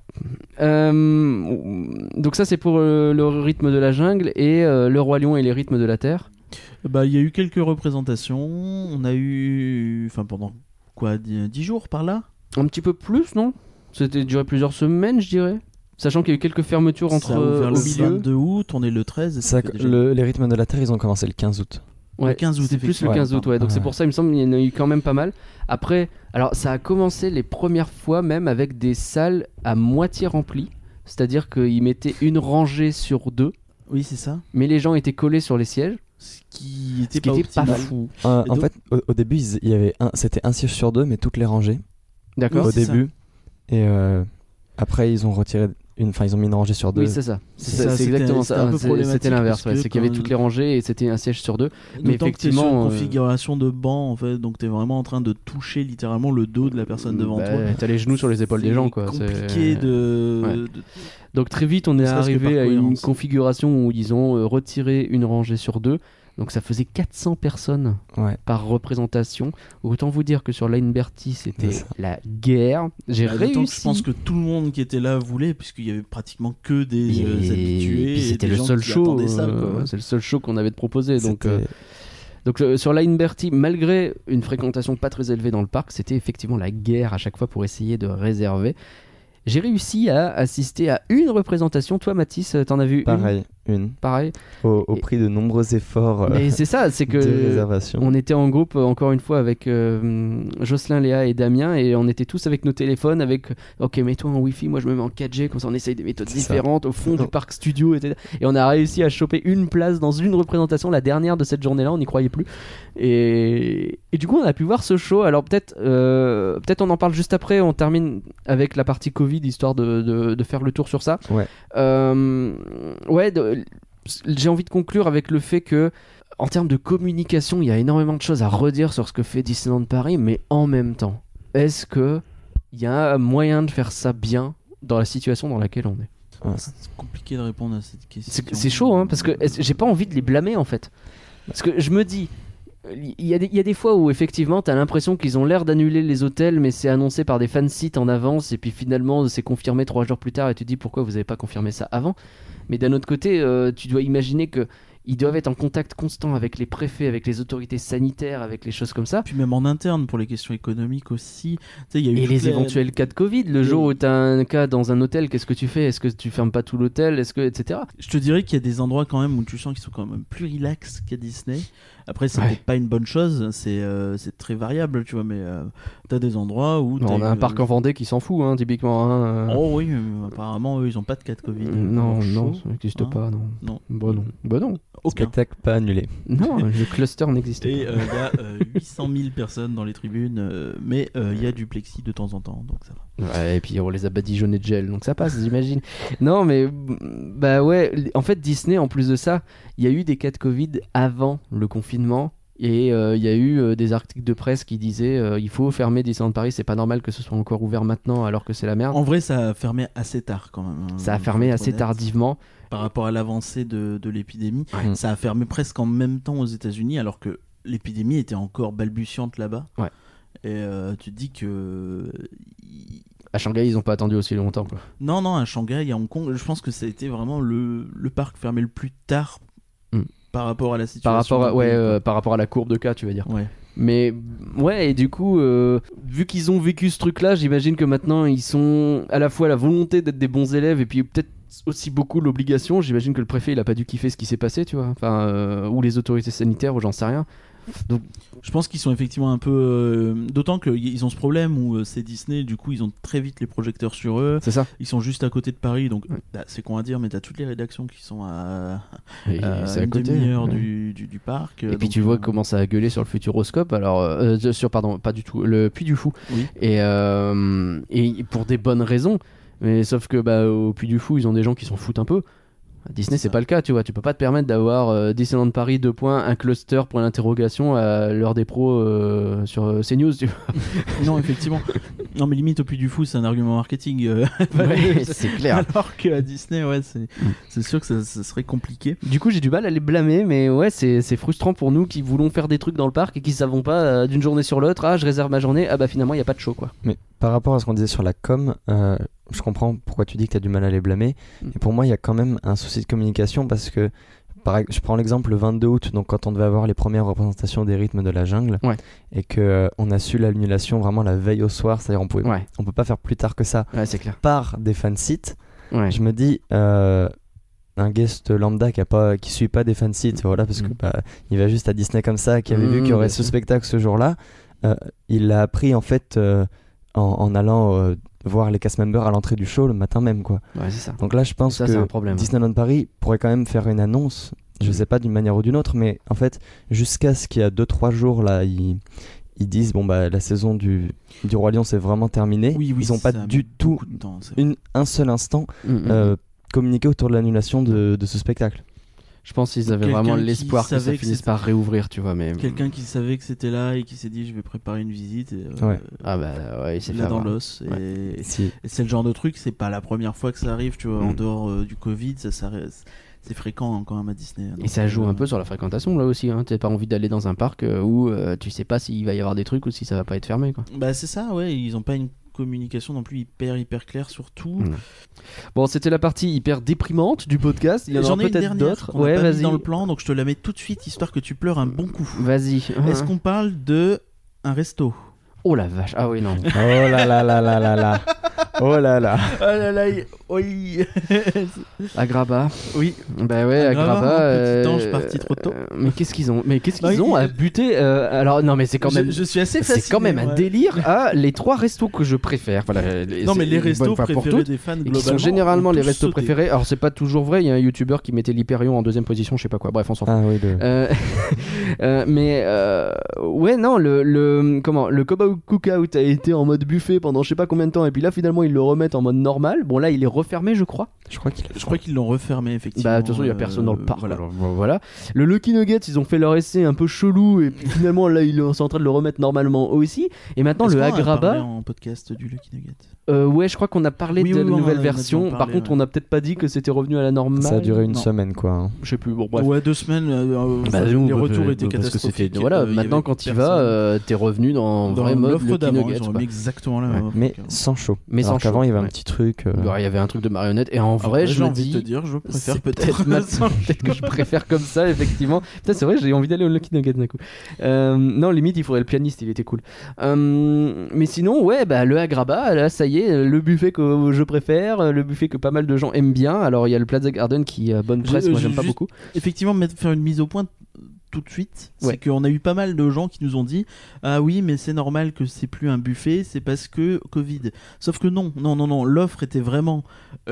Speaker 1: Euh, donc ça, c'est pour euh, le rythme de la jungle et euh, le Roi Lion et les rythmes de la Terre.
Speaker 2: Bah, il y a eu quelques représentations. On a eu, enfin pendant quoi, dix jours par là.
Speaker 1: Un petit peu plus, non? C'était duré plusieurs semaines, je dirais. Sachant qu'il y a eu quelques fermetures entre
Speaker 2: Ça a ouvert
Speaker 1: au
Speaker 2: le
Speaker 1: milieu.
Speaker 2: vingt-deux août, on est le treize. et ça
Speaker 4: Ça,
Speaker 2: fait déjà-
Speaker 4: le- les rythmes de la Terre, ils ont commencé le quinze août.
Speaker 1: Ouais,
Speaker 2: Le quinze août,
Speaker 1: c'est plus le
Speaker 2: effectivement.
Speaker 1: quinze août, ouais. Donc
Speaker 4: Ouais.
Speaker 1: c'est pour ça, il me semble, qu'il y en a eu quand même pas mal. Après, alors ça a commencé les premières fois même avec des salles à moitié remplies. C'est-à-dire qu'ils mettaient une rangée sur deux,
Speaker 2: Oui, c'est ça.
Speaker 1: mais les gens étaient collés sur les sièges.
Speaker 2: Ce qui était
Speaker 1: Ce qui
Speaker 2: pas
Speaker 1: était pas
Speaker 2: optimal.
Speaker 1: fou.
Speaker 4: Euh,
Speaker 2: Et
Speaker 4: en
Speaker 2: donc-
Speaker 4: fait, au, au début, ils- il y avait un, c'était un siège sur deux, mais toutes les rangées
Speaker 1: D'accord?
Speaker 4: au
Speaker 2: c'est ça.
Speaker 4: début. Et euh, après, ils ont retiré une, enfin, ils ont mis une rangée sur deux.
Speaker 1: Oui, c'est ça. C'est,
Speaker 2: C'est
Speaker 1: ça,
Speaker 2: ça,
Speaker 1: c'est
Speaker 2: c'était-
Speaker 1: exactement
Speaker 2: c'était
Speaker 1: ça.
Speaker 2: un peu
Speaker 1: C'est-
Speaker 2: problématique
Speaker 1: C'était l'inverse,
Speaker 2: parce
Speaker 1: ouais.
Speaker 2: que
Speaker 1: C'est qu'il y avait
Speaker 2: quand-
Speaker 1: toutes les rangées et c'était un siège sur deux. Mais
Speaker 2: D'autant que t'es sur
Speaker 1: effectivement,
Speaker 2: une
Speaker 1: euh,
Speaker 2: configuration de banc en fait, donc t'es vraiment en train de toucher littéralement le dos de la personne devant
Speaker 1: Bah,
Speaker 2: toi.
Speaker 1: T'as les genoux sur les épaules des
Speaker 2: C'est
Speaker 1: gens, quoi.
Speaker 2: compliqué
Speaker 1: C'est
Speaker 2: de...
Speaker 1: Ouais.
Speaker 2: de-
Speaker 1: Donc très vite, on est
Speaker 2: Ne serait-ce que
Speaker 1: arrivé
Speaker 2: par
Speaker 1: à une
Speaker 2: cohérence.
Speaker 1: configuration où ils ont euh, retiré une rangée sur deux. Donc ça faisait quatre cents personnes
Speaker 4: Ouais.
Speaker 1: par représentation. Autant vous dire que sur Line Bertie, c'était
Speaker 4: C'est ça.
Speaker 1: la guerre. J'ai
Speaker 2: Bah, d'autant
Speaker 1: réussi.
Speaker 2: que je pense que tout le monde qui était là voulait, puisqu'il y avait pratiquement que des
Speaker 1: Et-
Speaker 2: euh, habitués.
Speaker 1: et puis
Speaker 2: et
Speaker 1: c'était
Speaker 2: des
Speaker 1: le
Speaker 2: gens
Speaker 1: seul
Speaker 2: qui
Speaker 1: show.
Speaker 2: attendaient ça,
Speaker 1: euh,
Speaker 2: quoi.
Speaker 1: c'est le seul show qu'on avait de proposer. Donc,
Speaker 4: C'était-
Speaker 1: euh, donc euh, sur Line Bertie, malgré une fréquentation pas très élevée dans le parc, c'était effectivement la guerre à chaque fois pour essayer de réserver. J'ai réussi à assister à une représentation. Toi, Mathis, t'en as vu une
Speaker 4: Pareil, une.
Speaker 1: Pareil.
Speaker 4: Au, au
Speaker 1: Et-
Speaker 4: prix de nombreux efforts euh,
Speaker 1: Mais c'est ça, c'est
Speaker 4: de
Speaker 1: que
Speaker 4: réservation.
Speaker 1: on était en groupe euh, encore une fois avec euh, Jocelyn, Léa et Damien et on était tous avec nos téléphones avec ok mets-toi en Wi-Fi, moi je me mets en quatre G, comme ça on essaye des méthodes
Speaker 4: C'est ça.
Speaker 1: différentes au fond du parc studio et, cetera. Et on a réussi à choper une place dans une représentation, la dernière de cette journée-là, on n'y croyait plus. Et, et du coup on a pu voir ce show. Alors peut-être euh, peut-être on en parle juste après, on termine avec la partie Covid histoire de, de, de faire le tour sur ça.
Speaker 4: Ouais.
Speaker 1: Euh, ouais, de- j'ai envie de conclure avec le fait que, en termes de communication, il y a énormément de choses à redire sur ce que fait Disneyland Paris, mais en même temps, est-ce que il y a moyen de faire ça bien dans la situation dans laquelle on est?
Speaker 4: Ouais.
Speaker 2: C'est compliqué de répondre à cette question.
Speaker 1: C'est, c'est chaud, hein, parce que est-ce- j'ai pas envie de les blâmer en fait. Parce que je me dis, il y, a des- il y a des fois où effectivement t'as l'impression qu'ils ont l'air d'annuler les hôtels, mais c'est annoncé par des fansites en avance, et puis finalement c'est confirmé trois jours plus tard, et tu te dis pourquoi vous avez pas confirmé ça avant. Mais d'un autre côté, euh, tu dois imaginer que ils doivent être en contact constant avec les préfets, avec les autorités sanitaires, avec les choses comme ça.
Speaker 2: Puis même en interne, pour les questions économiques aussi. Tu sais, il y a eu
Speaker 1: Et
Speaker 2: toutes
Speaker 1: les éventuels cas de Covid, le
Speaker 2: les-
Speaker 1: jour où tu as un cas dans un hôtel, qu'est-ce que tu fais? Est-ce que tu fermes pas tout l'hôtel? Est-ce que, et cetera.
Speaker 2: Je te dirais qu'il y a des endroits quand même où tu sens qu'ils sont quand même plus relax qu'à Disney. Après, c'est
Speaker 1: Ouais.
Speaker 2: peut-être pas une bonne chose, c'est euh, c'est très variable, tu vois, mais euh, t'as des endroits où.
Speaker 1: Non,
Speaker 2: t'as
Speaker 1: on a un
Speaker 2: eu-
Speaker 1: parc en Vendée qui s'en fout, hein, typiquement. hein, euh.
Speaker 2: Oh oui, mais apparemment, eux, ils ont pas de cas de Covid.
Speaker 1: Euh, non,
Speaker 2: Leur
Speaker 1: non,
Speaker 2: show.
Speaker 1: ça n'existe
Speaker 2: hein.
Speaker 1: pas, non.
Speaker 2: Non.
Speaker 1: Bah non. Bah non.
Speaker 2: Aucun.
Speaker 4: Spectacle pas annulé.
Speaker 1: Non, le cluster n'existe
Speaker 2: Et
Speaker 1: pas.
Speaker 2: euh, il y a euh, huit cent mille personnes dans les tribunes, euh, mais euh, il y a du plexi de temps en temps, donc ça va.
Speaker 1: Ouais, et puis on les a badigeonnés de gel, donc ça passe, j'imagine. Non, mais bah ouais, en fait, Disney, en plus de ça, il y a eu des cas de Covid avant le confinement. Et euh, il y a eu euh, des articles de presse qui disaient euh, il faut fermer Disneyland Paris, c'est pas normal que ce soit encore ouvert maintenant alors que c'est la merde.
Speaker 2: En vrai, ça a fermé assez tard quand même. hein,
Speaker 1: Ça a
Speaker 2: faut
Speaker 1: fermé
Speaker 2: être
Speaker 1: assez
Speaker 2: honnête.
Speaker 1: tardivement.
Speaker 2: Par rapport à l'avancée de, de l'épidémie.
Speaker 1: Ouais.
Speaker 2: Ça a fermé presque en même temps aux États-Unis, alors que l'épidémie était encore balbutiante là-bas.
Speaker 1: Ouais.
Speaker 2: Et euh, tu te dis que.
Speaker 1: À Shanghai, ils ont pas attendu aussi longtemps, quoi.
Speaker 2: Non, non, à Shanghai, à Hong Kong, je pense que ça a été vraiment le, le parc fermé le plus tard
Speaker 1: Mm.
Speaker 2: par rapport à la situation.
Speaker 1: Par rapport, à,
Speaker 2: du
Speaker 1: ouais,
Speaker 2: pays, quoi.
Speaker 1: euh, par rapport à la courbe de cas, tu vas dire.
Speaker 2: Ouais.
Speaker 1: Mais ouais, et du coup, euh, vu qu'ils ont vécu ce truc-là, j'imagine que maintenant ils sont à la fois la volonté d'être des bons élèves et puis peut-être aussi beaucoup l'obligation. J'imagine que le préfet il a pas dû kiffer ce qui s'est passé, tu vois. Enfin, euh, ou les autorités sanitaires, ou j'en sais rien. Donc,
Speaker 2: Je pense qu'ils sont effectivement un peu. euh, D'autant qu'ils ont ce problème où euh, c'est Disney, du coup, ils ont très vite les projecteurs sur eux.
Speaker 1: c'est ça.
Speaker 2: Ils sont juste à côté de Paris, donc
Speaker 1: Ouais.
Speaker 2: bah, c'est con à dire, mais t'as toutes les rédactions qui sont à,
Speaker 1: Et
Speaker 2: à
Speaker 1: c'est à
Speaker 2: une
Speaker 1: côté.
Speaker 2: demi-heure
Speaker 1: ouais.
Speaker 2: du, du, du parc.
Speaker 1: Et
Speaker 2: euh,
Speaker 1: puis
Speaker 2: donc,
Speaker 1: tu vois
Speaker 2: euh,
Speaker 1: comment ça a gueulé sur le Futuroscope, alors euh, euh, sur pardon, pas du tout, le Puy du Fou.
Speaker 2: Oui.
Speaker 1: Et euh, et pour des bonnes raisons. Mais sauf que bah au Puy du Fou, ils ont des gens qui s'en foutent un peu. À Disney,
Speaker 2: C'est
Speaker 1: c'est
Speaker 2: ça.
Speaker 1: pas le cas, tu vois. Tu peux pas te permettre d'avoir euh, Disneyland Paris deux points, un cluster pour l'interrogation à l'heure des pros euh, sur euh, CNews, tu vois.
Speaker 2: Non, effectivement. Non, mais limite, au Puy du Fou, c'est un argument marketing. euh,
Speaker 1: Ouais, c'est clair.
Speaker 2: Alors qu'à Disney, ouais, c'est c'est sûr que ça, ça serait compliqué.
Speaker 1: Du coup, j'ai du mal à les blâmer, mais ouais, c'est c'est frustrant pour nous qui voulons faire des trucs dans le parc et qui savons pas euh, d'une journée sur l'autre. Ah, je réserve ma journée. Ah bah finalement, il y a pas de show, quoi.
Speaker 4: Mais par rapport à ce qu'on disait sur la com, euh, je comprends pourquoi tu dis que tu as du mal à les blâmer.
Speaker 1: Mm.
Speaker 4: Et pour moi, il y a quand même un souci de communication parce que pareil, je prends l'exemple le vingt-deux août, donc quand on devait avoir les premières représentations des rythmes de la jungle,
Speaker 1: Ouais.
Speaker 4: et que euh, on a su l'annulation vraiment la veille au soir, c'est-à-dire on pouvait,
Speaker 1: Ouais.
Speaker 4: on peut pas faire plus tard que ça,
Speaker 1: Ouais, c'est clair.
Speaker 4: par des fansites.
Speaker 1: Ouais.
Speaker 4: Je me dis, euh, un guest lambda qui a pas, qui suit pas des fansites, voilà, parce que
Speaker 1: Mm.
Speaker 4: bah, il va juste à Disney comme ça, qui avait vu
Speaker 1: Mm,
Speaker 4: qu'il y aurait
Speaker 1: bien
Speaker 4: ce
Speaker 1: sûr.
Speaker 4: spectacle ce jour-là, euh, il l'a appris en fait euh, en, en allant euh, voir les cast members à l'entrée du show le matin même, quoi.
Speaker 1: Ouais, c'est ça.
Speaker 4: Donc là, je pense
Speaker 1: Ça, c'est
Speaker 4: que
Speaker 1: un problème.
Speaker 4: Disneyland Paris pourrait quand même faire une annonce, je
Speaker 1: Mm.
Speaker 4: sais pas d'une manière ou d'une autre, mais en fait, jusqu'à ce qu'il y a deux trois jours là, ils, ils disent bon bah la saison du, du Roi Lion c'est vraiment terminé.
Speaker 2: Oui, oui,
Speaker 4: ils ont pas
Speaker 2: ça a
Speaker 4: du
Speaker 2: mis
Speaker 4: tout
Speaker 2: beaucoup de temps, c'est vrai.
Speaker 4: une, un seul instant
Speaker 1: Mm, mm.
Speaker 4: euh, communiqué autour de l'annulation de, de ce spectacle.
Speaker 1: Je pense qu'ils avaient
Speaker 2: Quelqu'un
Speaker 1: vraiment
Speaker 2: qui
Speaker 1: l'espoir que ça
Speaker 2: savait que
Speaker 1: finisse
Speaker 2: c'était-
Speaker 1: par réouvrir, tu vois, mais...
Speaker 2: Quelqu'un qui savait que c'était là et qui s'est dit je vais préparer une visite. Et, euh,
Speaker 4: Ouais.
Speaker 1: Ah bah ouais, il s'est
Speaker 2: il
Speaker 1: fait
Speaker 2: l'a dans
Speaker 1: avoir.
Speaker 2: l'os. Et,
Speaker 4: Si.
Speaker 2: et c'est le genre de truc, c'est pas la première fois que ça arrive, tu vois, en
Speaker 1: Mm.
Speaker 2: dehors euh, du Covid, ça, ça reste- c'est fréquent hein, quand même à Disney.
Speaker 1: Et
Speaker 2: Donc,
Speaker 1: ça joue
Speaker 2: euh,
Speaker 1: un peu sur la fréquentation là aussi, hein. T'as pas envie d'aller dans un parc euh, où euh, tu sais pas s'il va y avoir des trucs ou si ça va pas être fermé, quoi.
Speaker 2: Bah c'est ça, ouais, ils ont pas une communication non plus hyper hyper claire sur tout.
Speaker 1: Mm. Bon, c'était la partie hyper déprimante du podcast. Il y en
Speaker 2: J'en
Speaker 1: aura
Speaker 2: ai une
Speaker 1: peut-être
Speaker 2: dernière
Speaker 1: d'autres.
Speaker 2: qu'on a
Speaker 1: Ouais,
Speaker 2: pas mis
Speaker 1: vas-y.
Speaker 2: dans le plan, donc je te la mets tout de suite histoire que tu pleures un bon coup.
Speaker 1: Vas-y.
Speaker 2: Est-ce qu'on parle de un resto?
Speaker 1: Oh la vache. Ah oui, non.
Speaker 4: Oh là là là là là là. Oh là là.
Speaker 2: Oh là là, il- oui.
Speaker 1: Agrabah.
Speaker 2: Oui.
Speaker 1: Bah ouais,
Speaker 2: Agrabah,
Speaker 1: Agrabah.
Speaker 2: un petit
Speaker 1: euh,
Speaker 2: ange parti trop tôt.
Speaker 1: euh, mais qu'est-ce qu'ils ont Mais qu'est-ce
Speaker 2: Non,
Speaker 1: qu'ils ont
Speaker 2: il-
Speaker 1: à buter euh, Alors non, mais c'est quand
Speaker 2: Je-
Speaker 1: même.
Speaker 2: je, suis assez
Speaker 1: C'est
Speaker 2: fasciné.
Speaker 1: quand même un
Speaker 2: ouais.
Speaker 1: délire à les trois restos que je préfère. Voilà, les-
Speaker 2: Non mais
Speaker 1: c'est
Speaker 2: les
Speaker 1: une
Speaker 2: restos
Speaker 1: bonne fois pour
Speaker 2: préférés
Speaker 1: toutes.
Speaker 2: des fans
Speaker 1: Et
Speaker 2: globalement
Speaker 1: qui sont généralement
Speaker 2: ont
Speaker 1: les
Speaker 2: tous
Speaker 1: restos
Speaker 2: sauté.
Speaker 1: préférés. Alors c'est pas toujours vrai, il y a un youtubeur qui mettait l'Hyperion en deuxième position, je sais pas quoi. Bref, on s'en fout.
Speaker 4: Ah oui, le...
Speaker 1: Euh, euh, mais euh, ouais, non, le, le comment le Cowboy Cookout a été en mode buffet pendant je sais pas combien de temps, et puis là finalement ils le remettent en mode normal. Bon là il est refermé, je crois.
Speaker 4: je crois qu'il
Speaker 2: Je crois qu'ils l'ont refermé effectivement.
Speaker 1: Bah de toute façon il y a
Speaker 2: euh,
Speaker 1: personne dans le parc.
Speaker 2: Voilà.
Speaker 1: alors, voilà. Le Lucky Nuggets, ils ont fait leur essai un peu chelou, et puis finalement là ils sont en train de le remettre normalement aussi. Et maintenant
Speaker 2: Est-ce
Speaker 1: le
Speaker 2: qu'on en a parlé
Speaker 1: Agrabah,
Speaker 2: en podcast du Lucky Nugget.
Speaker 1: euh, ouais, je crois qu'on a parlé
Speaker 2: Oui,
Speaker 1: de
Speaker 2: oui,
Speaker 1: la
Speaker 2: oui, on
Speaker 1: nouvelle
Speaker 2: en a
Speaker 1: version.
Speaker 2: déjà
Speaker 1: Par
Speaker 2: parlé,
Speaker 1: contre
Speaker 2: ouais.
Speaker 1: on a peut-être pas dit que c'était revenu à la normale.
Speaker 4: ça a duré une
Speaker 1: Non.
Speaker 4: semaine quoi. hein.
Speaker 1: Je sais plus. Bon bref.
Speaker 2: Ouais, deux semaines. euh,
Speaker 1: Bah,
Speaker 2: enfin,
Speaker 1: nous,
Speaker 2: les
Speaker 1: bah,
Speaker 2: retours
Speaker 1: bah,
Speaker 2: étaient
Speaker 1: parce que
Speaker 2: catastrophiques.
Speaker 1: c'était voilà,
Speaker 2: euh, il y
Speaker 1: maintenant
Speaker 2: avait
Speaker 1: quand tu
Speaker 2: personne.
Speaker 1: vas, euh, t'es revenu dans,
Speaker 2: dans
Speaker 1: vrai mode
Speaker 2: l'offre
Speaker 1: Lucky
Speaker 2: d'avant,
Speaker 1: Nuggets,
Speaker 2: ils ont
Speaker 1: quoi.
Speaker 2: mis exactement la
Speaker 1: Ouais.
Speaker 2: même offre.
Speaker 4: Mais
Speaker 2: donc, euh,
Speaker 4: sans show.
Speaker 1: Mais
Speaker 4: Alors
Speaker 1: sans
Speaker 4: qu'avant
Speaker 1: show,
Speaker 4: il y avait
Speaker 1: ouais.
Speaker 4: un petit truc. euh,
Speaker 1: Ouais, il y avait un truc de marionnette, et en vrai
Speaker 2: après,
Speaker 1: je
Speaker 2: j'ai
Speaker 1: me
Speaker 2: envie
Speaker 1: dis
Speaker 2: de te dire, je préfère
Speaker 1: c'est
Speaker 2: peut-être.
Speaker 1: maintenant, peut-être que je préfère comme ça, effectivement. Putain, c'est vrai, j'ai envie d'aller au Lucky Nuggets d'un coup. Euh, non, limite, il faudrait le pianiste, il était cool. Euh, mais sinon, ouais, bah, le Agrabah, là, ça y est, le buffet que je préfère, le buffet que pas mal de gens aiment bien. Alors, il y a le Plaza Garden qui a bonne presse,
Speaker 2: J'ai-
Speaker 1: moi
Speaker 2: j'ai
Speaker 1: j'aime pas
Speaker 2: juste-
Speaker 1: beaucoup.
Speaker 2: Effectivement, mettre- faire une mise au point tout de suite,
Speaker 1: Ouais.
Speaker 2: c'est qu'on a eu pas mal de gens qui nous ont dit ah oui mais c'est normal que c'est plus un buffet, c'est parce que Covid. Sauf que non, non, non, non, l'offre était vraiment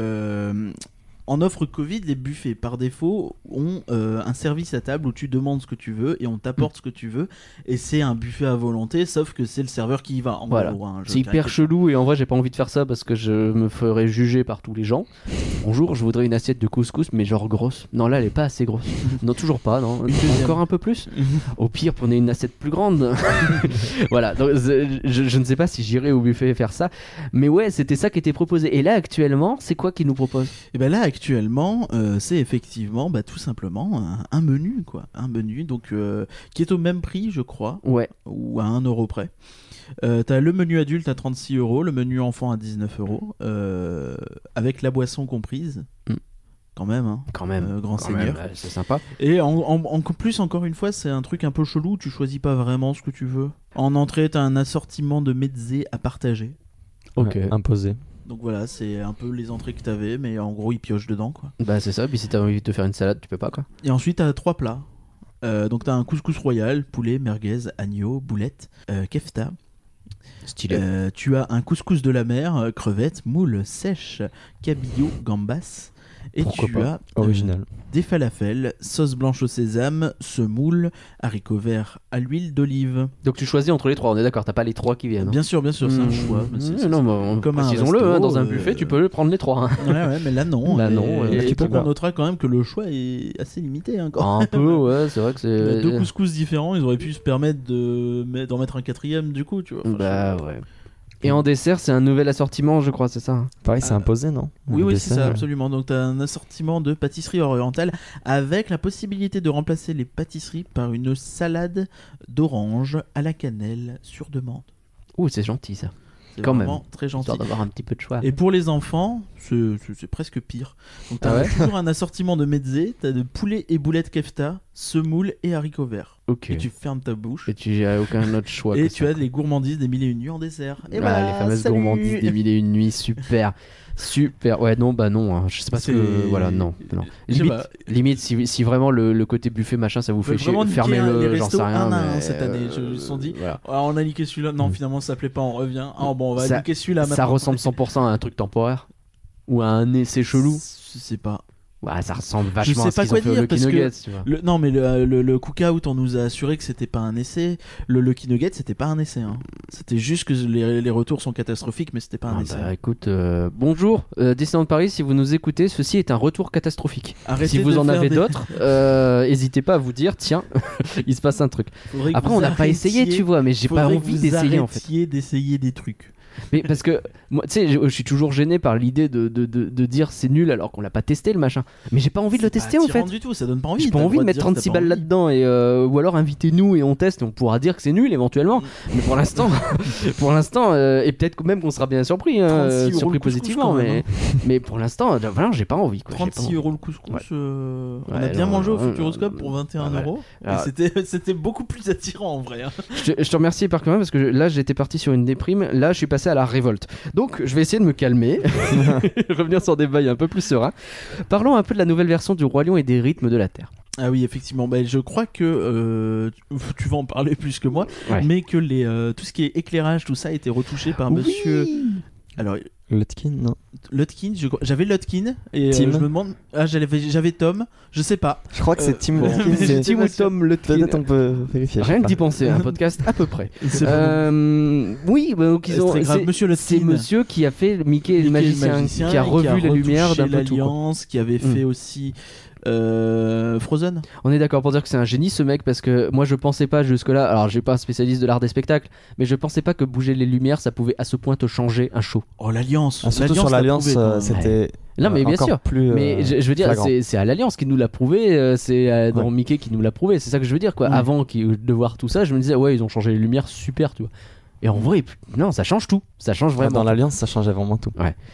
Speaker 2: euh, en offre Covid, les buffets par défaut ont euh, un service à table où tu demandes ce que tu veux et on t'apporte ce que tu veux, et c'est un buffet à volonté, sauf que c'est le serveur qui y va. En
Speaker 1: Voilà.
Speaker 2: gros, hein, je
Speaker 1: C'est hyper
Speaker 2: caricature.
Speaker 1: chelou, et en vrai, j'ai pas envie de faire ça parce que je me ferais juger par tous les gens. Bonjour, je voudrais une assiette de couscous, mais genre grosse. Non, là, elle est pas assez grosse. Non, toujours pas, non. Encore un peu plus. Au pire, prenez une assiette plus grande. Voilà, donc je, je ne sais pas si j'irai au buffet faire ça, mais ouais, c'était ça qui était proposé. Et là, actuellement, c'est quoi qu'ils nous proposent?
Speaker 2: Et ben là actuellement, euh, c'est effectivement bah, tout simplement un, un menu quoi, un menu donc euh, qui est au même prix je crois,
Speaker 1: Ouais,
Speaker 2: ou à un euro près. Euh, t'as le menu adulte à trente-six euros, le menu enfant à dix-neuf euros, euh, avec la boisson comprise.
Speaker 1: Mm.
Speaker 2: Quand même, hein.
Speaker 1: quand même.
Speaker 2: Euh, grand
Speaker 1: Quand
Speaker 2: seigneur.
Speaker 1: même, ouais, c'est sympa.
Speaker 2: Et en, en- en plus, encore une fois, c'est un truc un peu chelou, tu choisis pas vraiment ce que tu veux. En entrée, t'as un assortiment de mezzés à partager.
Speaker 1: Ok.
Speaker 4: ouais, imposé.
Speaker 2: Donc voilà, c'est un peu les entrées que t'avais, mais en gros, ils piochent dedans quoi.
Speaker 1: Bah, c'est ça. Puis si t'as envie de te faire une salade, tu peux pas, quoi.
Speaker 2: Et ensuite, t'as trois plats. Euh, donc t'as un couscous royal, poulet, merguez, agneau, boulette, euh, kefta.
Speaker 1: Stylé.
Speaker 2: Euh, tu as un couscous de la mer, euh, crevettes, moules sèches, cabillaud, gambas. Et
Speaker 4: Pourquoi
Speaker 2: tu
Speaker 4: pas.
Speaker 2: as euh,
Speaker 4: Original.
Speaker 2: des falafels, sauce blanche au sésame, semoule, haricots verts à l'huile d'olive.
Speaker 1: Donc tu choisis entre les trois, on est d'accord, t'as pas les trois qui viennent. hein.
Speaker 2: Bien sûr, bien sûr, c'est un
Speaker 1: Mmh.
Speaker 2: choix. mais c'est-
Speaker 1: Mmh,
Speaker 2: c'est-
Speaker 1: non, mais on-
Speaker 2: comme un
Speaker 1: précisons-le,
Speaker 2: resto,
Speaker 1: hein, dans un
Speaker 2: euh,
Speaker 1: buffet, tu peux prendre les trois. hein.
Speaker 2: Ouais, ouais, mais là non.
Speaker 1: Là,
Speaker 2: et,
Speaker 1: non, euh,
Speaker 2: et
Speaker 4: tu peux
Speaker 2: donc
Speaker 4: pas.
Speaker 2: on notera quand même que le choix est assez limité. Hein, quand
Speaker 1: Un peu, ouais, c'est vrai que
Speaker 2: Il y a
Speaker 1: c'est.
Speaker 2: deux couscous différents, ils auraient pu se permettre de mettre- d'en mettre un quatrième du coup, tu vois. Enfin,
Speaker 1: Bah
Speaker 2: je-
Speaker 1: ouais. Et en dessert, c'est un nouvel assortiment, je crois, c'est ça. hein.
Speaker 4: Pareil, c'est
Speaker 2: Ah,
Speaker 4: imposé, non?
Speaker 2: Oui,
Speaker 4: Le
Speaker 2: oui, c'est
Speaker 4: dessert,
Speaker 2: ça,
Speaker 4: euh,
Speaker 2: absolument. Donc, tu as un assortiment de pâtisserie orientale avec la possibilité de remplacer les pâtisseries par une salade d'orange à la cannelle sur demande.
Speaker 1: Ouh, c'est gentil ça.
Speaker 2: C'est
Speaker 1: Quand
Speaker 2: vraiment très gentil.
Speaker 1: Histoire d'avoir un petit peu de choix.
Speaker 2: Et pour les enfants, c'est, c'est, c'est presque pire. Donc t'as
Speaker 1: Ah ouais
Speaker 2: toujours un assortiment de mezze, t'as de poulet et boulettes kefta, semoule et haricots verts.
Speaker 1: Ok.
Speaker 2: Et tu fermes ta bouche.
Speaker 1: Et tu n'as aucun autre choix.
Speaker 2: Et
Speaker 1: que
Speaker 2: tu
Speaker 1: ça.
Speaker 2: as les gourmandises des mille et une nuits en dessert. Et
Speaker 1: Ah,
Speaker 2: voilà,
Speaker 1: les fameuses
Speaker 2: salut.
Speaker 1: gourmandises des mille et une nuits, super. Super. Ouais, non, bah non. Hein. Je sais pas ce
Speaker 2: C'est-
Speaker 1: que. Voilà, non. non.
Speaker 2: Je sais
Speaker 1: Limite,
Speaker 2: pas.
Speaker 1: limite si, si vraiment le, le côté buffet machin ça vous
Speaker 2: Faut
Speaker 1: fait chier,
Speaker 2: vraiment niquer, hein, les
Speaker 1: fermez-le, j'en
Speaker 2: restos
Speaker 1: sais rien.
Speaker 2: un à un
Speaker 1: mais,
Speaker 2: cette année,
Speaker 1: euh,
Speaker 2: je- ils se sont dit,
Speaker 1: voilà.
Speaker 2: Ah, on a niqué celui-là. Non, finalement, ça plaît pas, on revient. Ah bon, on va
Speaker 1: Ça-
Speaker 2: niquer celui-là
Speaker 1: Ça
Speaker 2: maintenant.
Speaker 1: ressemble cent pour cent à un truc temporaire ou à un essai chelou.
Speaker 2: Je sais pas.
Speaker 1: Ouais, ça ressemble vachement
Speaker 2: sais
Speaker 1: à ce
Speaker 2: pas
Speaker 1: qu'ils
Speaker 2: quoi
Speaker 1: ont fait au
Speaker 2: dire,
Speaker 1: Lucky
Speaker 2: parce que
Speaker 1: Nuggets, tu vois.
Speaker 2: Le, non, mais le, le, le cookout, on nous a assuré que c'était pas un essai. Le Lucky Nugget, c'était pas un essai. Hein. C'était juste que les, les retours sont catastrophiques, mais c'était pas un
Speaker 1: Ah
Speaker 2: essai.
Speaker 1: bah, écoute, euh, bonjour, euh, Disneyland Paris, si vous nous écoutez, ceci est un retour catastrophique.
Speaker 2: Arrêtez
Speaker 1: si vous
Speaker 2: de
Speaker 1: en
Speaker 2: faire
Speaker 1: avez
Speaker 2: des-
Speaker 1: d'autres, euh, n'hésitez pas à vous dire, tiens, il se passe un truc.
Speaker 2: Faudrait que
Speaker 1: Après,
Speaker 2: vous
Speaker 1: on n'a pas essayé,
Speaker 2: arrêtiez-
Speaker 1: tu vois, mais j'ai pas
Speaker 2: faudrait que
Speaker 1: envie
Speaker 2: vous
Speaker 1: d'essayer en fait.
Speaker 2: arrêtiez d'essayer des trucs.
Speaker 1: Mais parce que, moi, tu sais, je, je suis toujours gêné par l'idée de, de, de, de dire c'est nul alors qu'on l'a pas testé le machin. Mais j'ai pas envie de le
Speaker 2: C'est pas
Speaker 1: tester en fait.
Speaker 2: attirant du tout, ça donne pas envie.
Speaker 1: J'ai pas
Speaker 2: t'as le
Speaker 1: envie de
Speaker 2: droit
Speaker 1: mettre
Speaker 2: dire que t'as
Speaker 1: trente-six
Speaker 2: pas
Speaker 1: balles
Speaker 2: envie.
Speaker 1: là-dedans et euh, ou alors invitez-nous et on teste et on pourra dire que c'est nul éventuellement. Mais pour l'instant, pour l'instant euh, et peut-être même qu'on sera bien surpris, hein,
Speaker 2: trente-six euros
Speaker 1: surpris
Speaker 2: le couscous,
Speaker 1: positivement.
Speaker 2: quand même,
Speaker 1: Mais
Speaker 2: hein.
Speaker 1: mais pour l'instant, euh, voilà, j'ai pas envie. Quoi, j'ai pas
Speaker 2: trente-six
Speaker 1: envie.
Speaker 2: euros le couscous.
Speaker 1: Ouais.
Speaker 2: euh, on
Speaker 1: Ouais,
Speaker 2: a bien
Speaker 1: non,
Speaker 2: mangé au
Speaker 1: non,
Speaker 2: Futuroscope
Speaker 1: non,
Speaker 2: pour vingt et un
Speaker 1: ouais.
Speaker 2: euros. Et
Speaker 1: Ah.
Speaker 2: c'était, c'était beaucoup plus attirant en vrai. hein.
Speaker 1: Je te, je te remercie par quand même parce que je- là j'étais parti sur une déprime, là je suis passé à la révolte. Donc je vais essayer de me calmer, revenir sur des bails un peu plus sereins. Parlons un peu de la nouvelle version du Roi Lion et des rythmes de la Terre.
Speaker 2: Ah oui, effectivement. Bah, je crois que euh, tu vas en parler plus que moi,
Speaker 1: Ouais.
Speaker 2: mais que les, euh, tout ce qui est éclairage, tout ça a été retouché par monsieur. Alors,
Speaker 4: Lutkin, non.
Speaker 2: Lutkin, je crois- j'avais Lutkin et euh,
Speaker 4: Tim.
Speaker 2: je me demande. Ah, j'avais, j'avais Tom, je sais pas.
Speaker 4: Je crois que c'est
Speaker 2: Euh,
Speaker 4: Tim
Speaker 2: bon,
Speaker 4: Lutkin.
Speaker 2: mais
Speaker 4: c'est-
Speaker 2: j'étais
Speaker 1: Tim
Speaker 2: pas
Speaker 1: ou
Speaker 2: sûr.
Speaker 1: Tom Lutkin.
Speaker 4: Peut-être on peut vérifier. je sais
Speaker 1: Rien que
Speaker 4: pas.
Speaker 1: d'y penser, un podcast à peu près.
Speaker 2: C'est pas
Speaker 1: Euh, oui, bah, donc ils
Speaker 2: C'est
Speaker 1: ont.
Speaker 2: très grave.
Speaker 1: c'est-
Speaker 2: Monsieur Lutkin.
Speaker 1: C'est monsieur qui a fait Mickey et le
Speaker 2: Mickey
Speaker 1: magicien, qui a revu la
Speaker 2: retouché
Speaker 1: lumière d'un peu tout. quoi.
Speaker 2: l'Alliance, qui avait fait aussi euh, Frozen.
Speaker 1: On est d'accord pour dire que c'est un génie ce mec parce que moi je pensais pas jusque-là, alors je suis pas un spécialiste de l'art des spectacles, mais je pensais pas que bouger les lumières ça pouvait à ce point te changer un show.
Speaker 2: Oh, l'Alliance.
Speaker 4: Ah, surtout sur
Speaker 2: l'a
Speaker 4: l'Alliance,
Speaker 2: prouvé, quand
Speaker 4: euh,
Speaker 2: même.
Speaker 4: c'était.
Speaker 1: Non mais
Speaker 4: euh,
Speaker 1: bien
Speaker 4: encore
Speaker 1: sûr.
Speaker 4: Plus, euh,
Speaker 1: Mais je, je veux dire,
Speaker 4: flagrant.
Speaker 1: c'est, c'est à l'Alliance qui nous l'a prouvé, euh, c'est euh, dans
Speaker 4: Ouais.
Speaker 1: Mickey qui nous l'a prouvé, c'est ça que je veux dire quoi.
Speaker 2: Ouais.
Speaker 1: Avant qu'il- de voir tout ça, je me disais ouais ils ont changé les lumières, super tu vois. Et en vrai, p- non, ça change tout, ça change vraiment.
Speaker 4: Dans l'Alliance, ça changeait vraiment tout.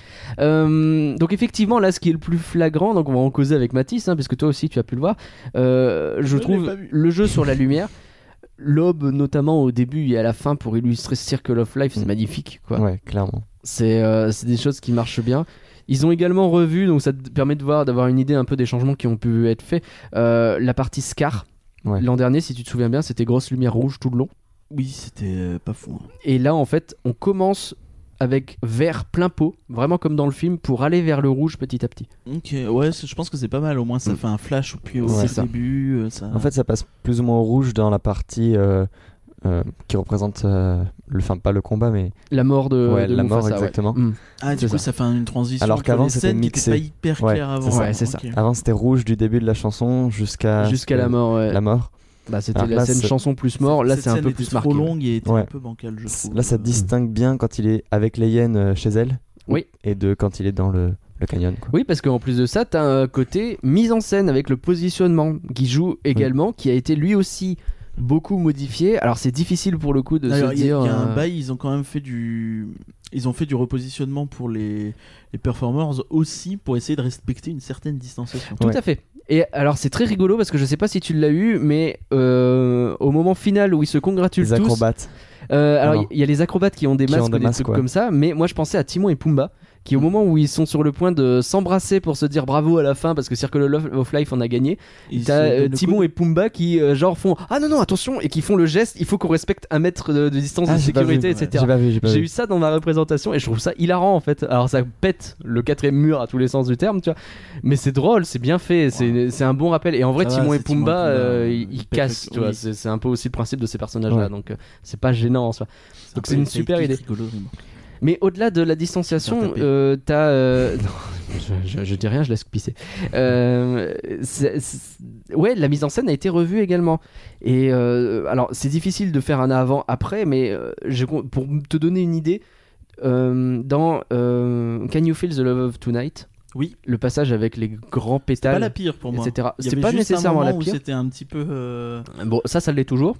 Speaker 1: Euh, donc effectivement là ce qui est le plus flagrant, donc on va en causer avec Mathis hein, parce que toi aussi tu as pu le voir, euh, je
Speaker 2: Je l'ai
Speaker 1: trouve
Speaker 2: pas vu.
Speaker 1: le jeu sur la lumière, l'aube notamment au début et à la fin pour illustrer Circle of Life, c'est
Speaker 4: Mm.
Speaker 1: magnifique quoi.
Speaker 4: Ouais, clairement.
Speaker 1: C'est euh, c'est des choses qui marchent bien. Ils ont également revu, donc ça te permet de voir, d'avoir une idée un peu des changements qui ont pu être faits, euh, la partie Scar.
Speaker 4: Ouais.
Speaker 1: L'an dernier si tu te souviens bien c'était grosse lumière rouge tout le long.
Speaker 2: Oui, c'était euh, pas fou. hein.
Speaker 1: Et là, en fait, on commence avec vert plein pot, vraiment comme dans le film, pour aller vers le rouge petit à petit.
Speaker 2: Ok, ouais, c'est- je pense que c'est pas mal. Au moins, ça
Speaker 1: Mm.
Speaker 2: fait un flash puis au
Speaker 4: Ouais.
Speaker 1: C'est ça.
Speaker 2: début. euh, Ça...
Speaker 4: En fait, ça passe plus ou moins au rouge dans la partie euh, euh, qui représente euh, le, enfin pas le combat, mais
Speaker 1: La mort de,
Speaker 4: Ouais,
Speaker 1: de
Speaker 4: la mort,
Speaker 1: Mufasa, ouais.
Speaker 4: exactement.
Speaker 1: Mm.
Speaker 2: ah, du
Speaker 1: c'est
Speaker 2: coup,
Speaker 1: ça.
Speaker 2: ça. fait une transition.
Speaker 4: Alors
Speaker 2: entre
Speaker 4: qu'avant,
Speaker 2: les
Speaker 4: c'était
Speaker 2: scènes qui
Speaker 4: mixé.
Speaker 2: étaient pas hyper
Speaker 4: Ouais,
Speaker 2: claires avant.
Speaker 1: c'est ça. Ouais, c'est ça.
Speaker 2: Ok.
Speaker 4: avant c'était rouge du début de la chanson jusqu'à
Speaker 1: Jusqu'à la mort, ouais.
Speaker 4: La mort.
Speaker 1: Bah, c'était
Speaker 4: Alors
Speaker 1: la
Speaker 4: là,
Speaker 1: scène
Speaker 4: c'est-
Speaker 1: chanson plus mort. Là,
Speaker 2: Cette
Speaker 1: c'est un
Speaker 2: scène
Speaker 1: peu
Speaker 2: était
Speaker 1: plus
Speaker 2: trop
Speaker 1: marqué.
Speaker 2: longue et était
Speaker 4: Ouais.
Speaker 2: un peu bancale, je trouve.
Speaker 4: Là, ça distingue bien quand il est avec les hyènes euh, chez elle.
Speaker 1: Oui.
Speaker 4: Et de quand il est dans le, le canyon. Quoi.
Speaker 1: Oui, parce qu'en plus de ça, t'as un côté mise en scène avec le positionnement qui joue également, qui a été lui aussi beaucoup modifié. Alors, c'est difficile pour le coup de
Speaker 2: D'ailleurs,
Speaker 1: se
Speaker 2: il y, a-
Speaker 1: dire.
Speaker 2: il y a un
Speaker 1: euh,
Speaker 2: bail, ils ont quand même fait du, ils ont fait du repositionnement pour les, les performers aussi pour essayer de respecter une certaine distanciation.
Speaker 1: Tout
Speaker 4: Ouais.
Speaker 1: à fait. Et alors c'est très rigolo parce que je sais pas si tu l'as eu, mais euh, au moment final où ils se congratulent
Speaker 4: Les
Speaker 1: tous,
Speaker 4: acrobates.
Speaker 1: euh, alors
Speaker 4: Non.
Speaker 1: il y, y a les acrobates qui ont des
Speaker 4: Qui
Speaker 1: masques
Speaker 4: ont
Speaker 1: ou
Speaker 4: des
Speaker 1: des
Speaker 4: masques,
Speaker 1: trucs
Speaker 4: ouais.
Speaker 1: comme ça, mais moi je pensais à Timon et Pumba qui au moment où ils sont sur le point de s'embrasser pour se dire bravo à la fin parce que Circle of Life on a gagné,
Speaker 2: Ils
Speaker 1: t'as
Speaker 2: se
Speaker 1: euh,
Speaker 2: donnent le
Speaker 1: Timon
Speaker 2: coup
Speaker 1: et Pumba qui euh, genre font ah non non attention et qui font le geste, il faut qu'on respecte un mètre de, de distance
Speaker 4: Ah,
Speaker 1: de
Speaker 4: j'ai pas
Speaker 1: sécurité,
Speaker 4: vu,
Speaker 1: et cetera.
Speaker 4: J'ai pas vu, j'ai pas
Speaker 1: J'ai
Speaker 4: vu.
Speaker 1: eu ça dans ma représentation et je trouve ça hilarant en fait. Alors ça pète le quatrième mur à tous les sens du terme, tu vois. Mais c'est drôle, c'est bien fait, c'est, c'est un bon rappel. Et en vrai,
Speaker 2: Ça va,
Speaker 1: Timon et
Speaker 2: c'est Timon et
Speaker 1: Pumba,
Speaker 2: Pumba,
Speaker 1: euh,
Speaker 2: euh,
Speaker 1: ils, ils
Speaker 2: ils
Speaker 1: cassent,
Speaker 2: pètent,
Speaker 1: tu vois.
Speaker 2: oui.
Speaker 1: C'est, c'est un peu aussi le principe de ces personnages-là,
Speaker 4: Ouais.
Speaker 1: donc euh, c'est pas gênant en soi.
Speaker 2: un
Speaker 1: Donc
Speaker 2: peu
Speaker 1: c'est une
Speaker 2: les
Speaker 1: super
Speaker 2: sidekicks
Speaker 1: idée.
Speaker 2: rigolos, vraiment.
Speaker 1: Mais au-delà de la
Speaker 2: Faire
Speaker 1: distanciation,
Speaker 2: taper.
Speaker 1: euh, t'as. euh, non, je, je- je dis rien, je laisse pisser. Euh, c'est- c'est- ouais, la mise en scène a été revue également. Et euh, alors, c'est difficile de faire un avant-après, mais euh, je- pour te donner une idée, euh, dans euh, Can You Feel the Love of Tonight,
Speaker 2: Oui.
Speaker 1: Le passage avec les grands
Speaker 2: C'est
Speaker 1: pétales,
Speaker 2: pas la pire pour moi.
Speaker 1: et cetera.
Speaker 2: Il y
Speaker 1: C'est
Speaker 2: avait
Speaker 1: pas
Speaker 2: juste un
Speaker 1: nécessairement
Speaker 2: moment
Speaker 1: la
Speaker 2: où
Speaker 1: pire.
Speaker 2: C'était un petit peu. euh,
Speaker 1: Bon, ça, ça l'est toujours.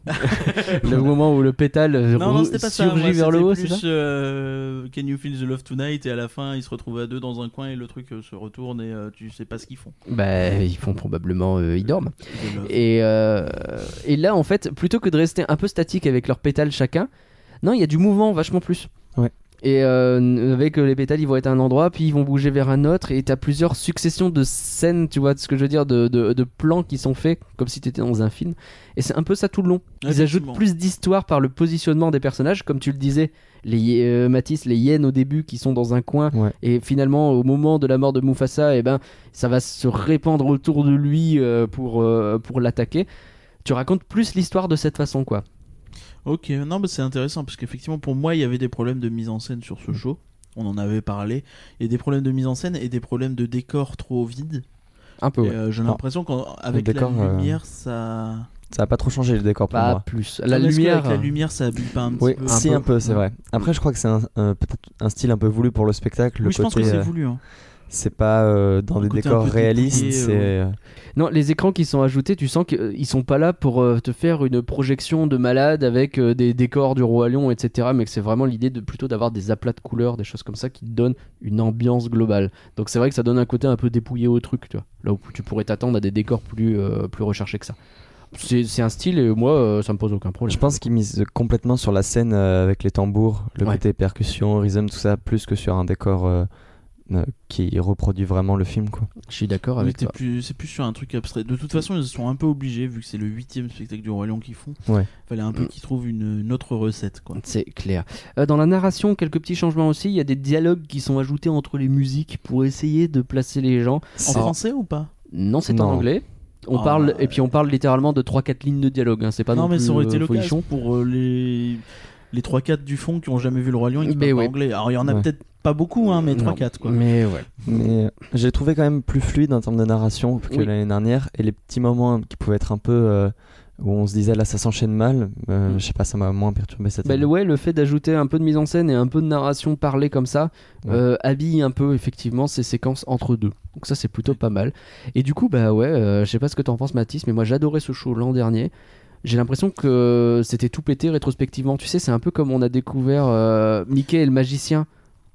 Speaker 1: Le moment où le pétale
Speaker 2: Non, non,
Speaker 1: rou-
Speaker 2: c'était pas ça.
Speaker 1: surgit
Speaker 2: Moi,
Speaker 1: vers le
Speaker 2: c'était
Speaker 1: haut, c'est
Speaker 2: plus,
Speaker 1: ça
Speaker 2: euh, Can you feel the love tonight? Et à la fin, ils se retrouvent à deux dans un coin et le truc euh, se retourne et euh, tu sais pas ce qu'ils font.
Speaker 1: Bah, ils font probablement, euh, ils dorment.
Speaker 2: The love.
Speaker 1: Et, euh, et là, en fait, plutôt que de rester un peu statique avec leurs pétales chacun, non, il y a du mouvement vachement plus.
Speaker 4: Ouais.
Speaker 1: Et euh, avec les pétales, ils vont être à un endroit, puis ils vont bouger vers un autre, et t'as plusieurs successions de scènes, tu vois ce que je veux dire, de, de, de plans qui sont faits comme si t'étais dans un film. Et c'est un peu ça tout le long. Ils
Speaker 2: Effectivement.
Speaker 1: ajoutent plus d'histoire par le positionnement des personnages, comme tu le disais, les euh, Matisse, les hyènes au début qui sont dans un coin,
Speaker 4: Ouais.
Speaker 1: et finalement au moment de la mort de Mufasa, eh ben, ça va se répandre autour de lui euh, pour, euh, pour l'attaquer. Tu racontes plus l'histoire de cette façon, quoi.
Speaker 2: Ok, non, mais c'est intéressant parce qu'effectivement, pour moi, il y avait des problèmes de mise en scène sur ce show. On en avait parlé. Il y a des problèmes de mise en scène et des problèmes de décor trop vide.
Speaker 1: Un peu,
Speaker 2: Et,
Speaker 1: ouais.
Speaker 2: euh, J'ai
Speaker 4: Ah.
Speaker 2: l'impression qu'avec
Speaker 4: Le décor,
Speaker 2: la
Speaker 4: euh,
Speaker 2: lumière, ça.
Speaker 4: Ça a pas trop changé le décor pour
Speaker 1: Pas
Speaker 4: moi.
Speaker 1: plus.
Speaker 2: Ah,
Speaker 1: La
Speaker 2: mais est-ce que
Speaker 1: lumière.
Speaker 2: avec la lumière, ça abîme pas un petit
Speaker 4: Oui,
Speaker 2: peu.
Speaker 4: si
Speaker 1: peu.
Speaker 4: un peu, c'est
Speaker 2: Ouais.
Speaker 4: vrai. Après, je crois que c'est un, euh, peut-être un style un peu voulu pour le spectacle.
Speaker 2: Oui,
Speaker 4: le
Speaker 2: je pense que
Speaker 4: côté,
Speaker 2: c'est
Speaker 4: euh,
Speaker 2: voulu. Hein.
Speaker 4: c'est pas euh, dans
Speaker 2: Le
Speaker 4: des
Speaker 2: côté un
Speaker 4: décors
Speaker 2: peu
Speaker 4: réalistes.
Speaker 2: dépouillé,
Speaker 4: C'est
Speaker 2: euh,
Speaker 4: euh,
Speaker 1: Non, les écrans qui sont ajoutés, tu sens qu'ils sont pas là pour euh, te faire une projection de malade avec euh, des décors du Roi Lion, et cetera. Mais que c'est vraiment l'idée de plutôt d'avoir des aplats de couleurs, des choses comme ça qui donnent une ambiance globale. Donc c'est vrai que ça donne un côté un peu dépouillé au truc, tu vois. Là où tu pourrais t'attendre à des décors plus, euh, plus recherchés que ça. C'est c'est un style et moi, euh, ça me pose aucun problème.
Speaker 4: Je pense qu'ils misent complètement sur la scène euh, avec les tambours, le
Speaker 1: Ouais.
Speaker 4: côté percussion, rhythm, tout ça, plus que sur un décor euh, euh, qui reproduit vraiment le film, quoi.
Speaker 1: Je suis d'accord
Speaker 2: Oui,
Speaker 1: avec
Speaker 2: t'es
Speaker 1: toi.
Speaker 2: plus- c'est plus sur un truc abstrait. De toute façon, ils sont un peu obligés, vu que c'est le huitième spectacle du Roi Lion qu'ils font.
Speaker 4: Ouais.
Speaker 2: Fallait un peu qu'ils trouvent une, une autre recette, quoi.
Speaker 1: C'est clair. Euh, dans la narration, quelques petits changements aussi. Il y a des dialogues qui sont ajoutés entre les musiques pour essayer de placer les gens.
Speaker 2: En
Speaker 4: C'est-
Speaker 2: français ou pas?
Speaker 1: Non, c'est en
Speaker 4: Non.
Speaker 1: anglais. On
Speaker 2: Ah,
Speaker 1: parle
Speaker 2: ouais.
Speaker 1: et puis on parle littéralement de trois quatre lignes de dialogue. Hein. C'est pas non,
Speaker 2: Non, mais
Speaker 1: plus
Speaker 2: ça aurait
Speaker 1: euh,
Speaker 2: été le cas
Speaker 1: folichon.
Speaker 2: pour euh, les les trois quatre du fond qui ont jamais vu le Roi Lion et qui
Speaker 1: Mais
Speaker 2: parlent
Speaker 1: oui.
Speaker 2: pas anglais. Alors il y en a
Speaker 4: Ouais.
Speaker 2: peut-être pas beaucoup, hein, mais
Speaker 1: Non.
Speaker 2: trois quatre quoi.
Speaker 1: Mais ouais.
Speaker 4: Mais euh, j'ai trouvé quand même plus fluide en termes de narration que
Speaker 1: Oui.
Speaker 4: l'année dernière. Et les petits moments qui pouvaient être un peu euh, où on se disait là ça s'enchaîne mal, euh,
Speaker 1: Mm.
Speaker 4: je sais pas, ça m'a moins perturbé cette
Speaker 1: Bah,
Speaker 4: année.
Speaker 1: le, ouais, le fait d'ajouter un peu de mise en scène et un peu de narration parlée comme ça
Speaker 4: Ouais.
Speaker 1: euh, habille un peu effectivement ces séquences entre deux. Donc ça c'est plutôt pas mal. Et du coup bah ouais, euh, je sais pas ce que t'en penses Mathis, mais moi j'adorais ce show l'an dernier. J'ai l'impression que c'était tout pété rétrospectivement. Tu sais, c'est un peu comme on a découvert euh, Mickey et le magicien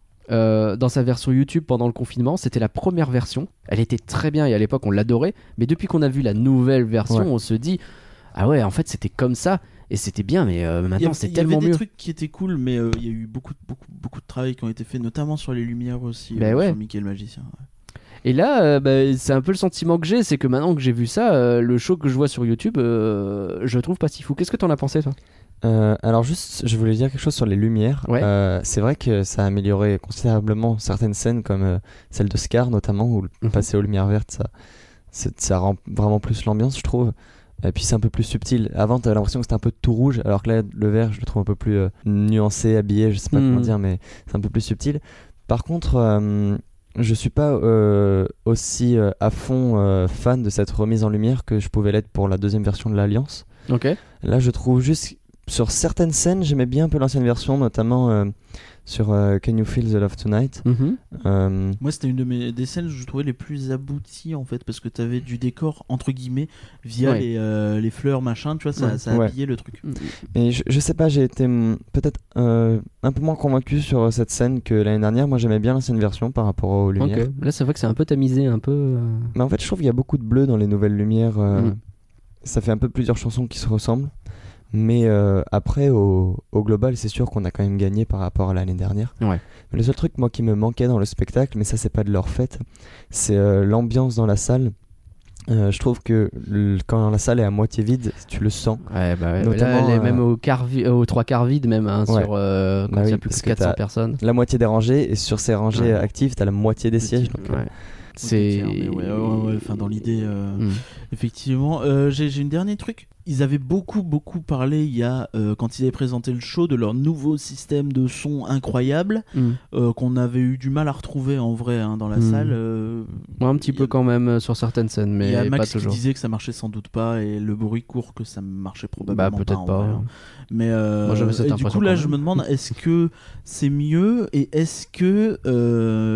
Speaker 1: euh, dans sa version YouTube pendant le confinement. C'était la première version. Elle était très bien et à l'époque on l'adorait. Mais depuis qu'on a vu la nouvelle version,
Speaker 4: Ouais.
Speaker 1: on se dit ah ouais, en fait c'était comme ça et c'était bien, mais euh,
Speaker 2: Il y,
Speaker 1: maintenant
Speaker 2: a-
Speaker 1: c'est
Speaker 2: il y avait
Speaker 1: tellement
Speaker 2: des
Speaker 1: mieux.
Speaker 2: trucs qui étaient cool, mais euh, il y a eu beaucoup, beaucoup, beaucoup de travail qui ont été faits, notamment sur les lumières aussi,
Speaker 1: Bah
Speaker 2: euh,
Speaker 1: ouais.
Speaker 2: sur Mickey le magicien. ouais.
Speaker 1: Et là, euh, bah, c'est un peu le sentiment que j'ai, c'est que maintenant que j'ai vu ça, euh, le show que je vois sur YouTube, euh, je le trouve pas si fou. Qu'est-ce que t'en as pensé, toi?
Speaker 4: Euh, alors juste, je voulais dire quelque chose sur les lumières.
Speaker 1: Ouais.
Speaker 4: Euh, c'est vrai que ça a amélioré considérablement certaines scènes, comme euh, celle de Scar notamment, où le
Speaker 1: Mhm.
Speaker 4: passer aux lumières vertes, ça, c'est- ça rend vraiment plus l'ambiance, je trouve. Et puis c'est un peu plus subtil. Avant, t'avais l'impression que c'était un peu tout rouge, alors que là, le vert, je le trouve un peu plus euh, nuancé, habillé, je sais pas
Speaker 1: Mhm.
Speaker 4: comment dire, mais c'est un peu plus subtil. Par contre, euh, je suis pas euh, aussi euh, à fond euh, fan de cette remise en lumière que je pouvais l'être pour la deuxième version de l'Alliance.
Speaker 1: Ok.
Speaker 4: Là, je trouve juste sur certaines scènes, j'aimais bien un peu l'ancienne version, notamment euh, sur euh, Can You Feel the Love Tonight.
Speaker 1: Mhm.
Speaker 4: Euh,
Speaker 2: Moi, c'était une de mes des scènes que je trouvais les plus abouties en fait, parce que t'avais du décor entre guillemets via
Speaker 1: Ouais.
Speaker 2: les, euh, les fleurs machin, tu vois, ça,
Speaker 1: Ouais.
Speaker 2: ça
Speaker 4: Ouais.
Speaker 2: habillait le truc.
Speaker 4: et je, je sais pas, j'ai été hum, peut-être euh, un peu moins convaincu sur euh, cette scène que l'année dernière. Moi, j'aimais bien l'ancienne version par rapport aux lumières.
Speaker 1: Ok. Là, c'est vrai que c'est un peu tamisé, un peu. euh,
Speaker 4: Mais en fait, je trouve qu'il y a beaucoup de bleu dans les nouvelles lumières. euh,
Speaker 1: Mm.
Speaker 4: Ça fait un peu plusieurs chansons qui se ressemblent. Mais euh, après, au, au global, c'est sûr qu'on a quand même gagné par rapport à l'année dernière.
Speaker 1: Ouais.
Speaker 4: Le seul truc, moi, qui me manquait dans le spectacle, mais ça, c'est pas de leur fait, c'est euh, l'ambiance dans la salle. Euh, je trouve que le- quand la salle est à moitié vide, tu le sens.
Speaker 1: Ouais, bah ouais.
Speaker 4: Notamment,
Speaker 1: Là, elle est
Speaker 4: euh,
Speaker 1: même au quart vi- euh, aux trois quarts vide, même, hein,
Speaker 4: Ouais.
Speaker 1: sur, euh, quand
Speaker 4: Bah
Speaker 1: il y a
Speaker 4: oui,
Speaker 1: plus
Speaker 4: parce
Speaker 1: que
Speaker 4: que
Speaker 1: quatre cents
Speaker 4: t'as-
Speaker 1: personnes.
Speaker 4: La moitié des rangées, et sur ces rangées
Speaker 1: Ouais.
Speaker 4: actives, t'as la moitié des sièges. Donc, euh,
Speaker 1: Ouais. C'est.
Speaker 2: Ok, mais ouais, ouais, ouais, enfin, dans l'idée. euh,
Speaker 1: Mm.
Speaker 2: Effectivement, euh, j'ai j'ai une dernier truc. Ils avaient beaucoup beaucoup parlé il y a euh, quand ils avaient présenté le show de leur nouveau système de son incroyable
Speaker 1: Mm.
Speaker 2: euh, qu'on avait eu du mal à retrouver en vrai hein, dans la
Speaker 1: Mm.
Speaker 2: salle. euh,
Speaker 1: Ouais, un petit
Speaker 2: il y
Speaker 1: peu
Speaker 2: a-
Speaker 1: quand même euh, sur certaines scènes,
Speaker 2: Il y a
Speaker 1: mais pas
Speaker 2: Max qui
Speaker 1: toujours.
Speaker 2: disait que ça marchait sans doute pas et le bruit court que ça marchait probablement
Speaker 1: Bah, peut-être
Speaker 2: en
Speaker 1: pas.
Speaker 2: vrai, hein. Mais euh,
Speaker 1: Moi, j'avais cette
Speaker 2: et du
Speaker 1: impression
Speaker 2: coup là
Speaker 1: quand
Speaker 2: je
Speaker 1: même.
Speaker 2: me demande est-ce que c'est mieux et est-ce que euh, les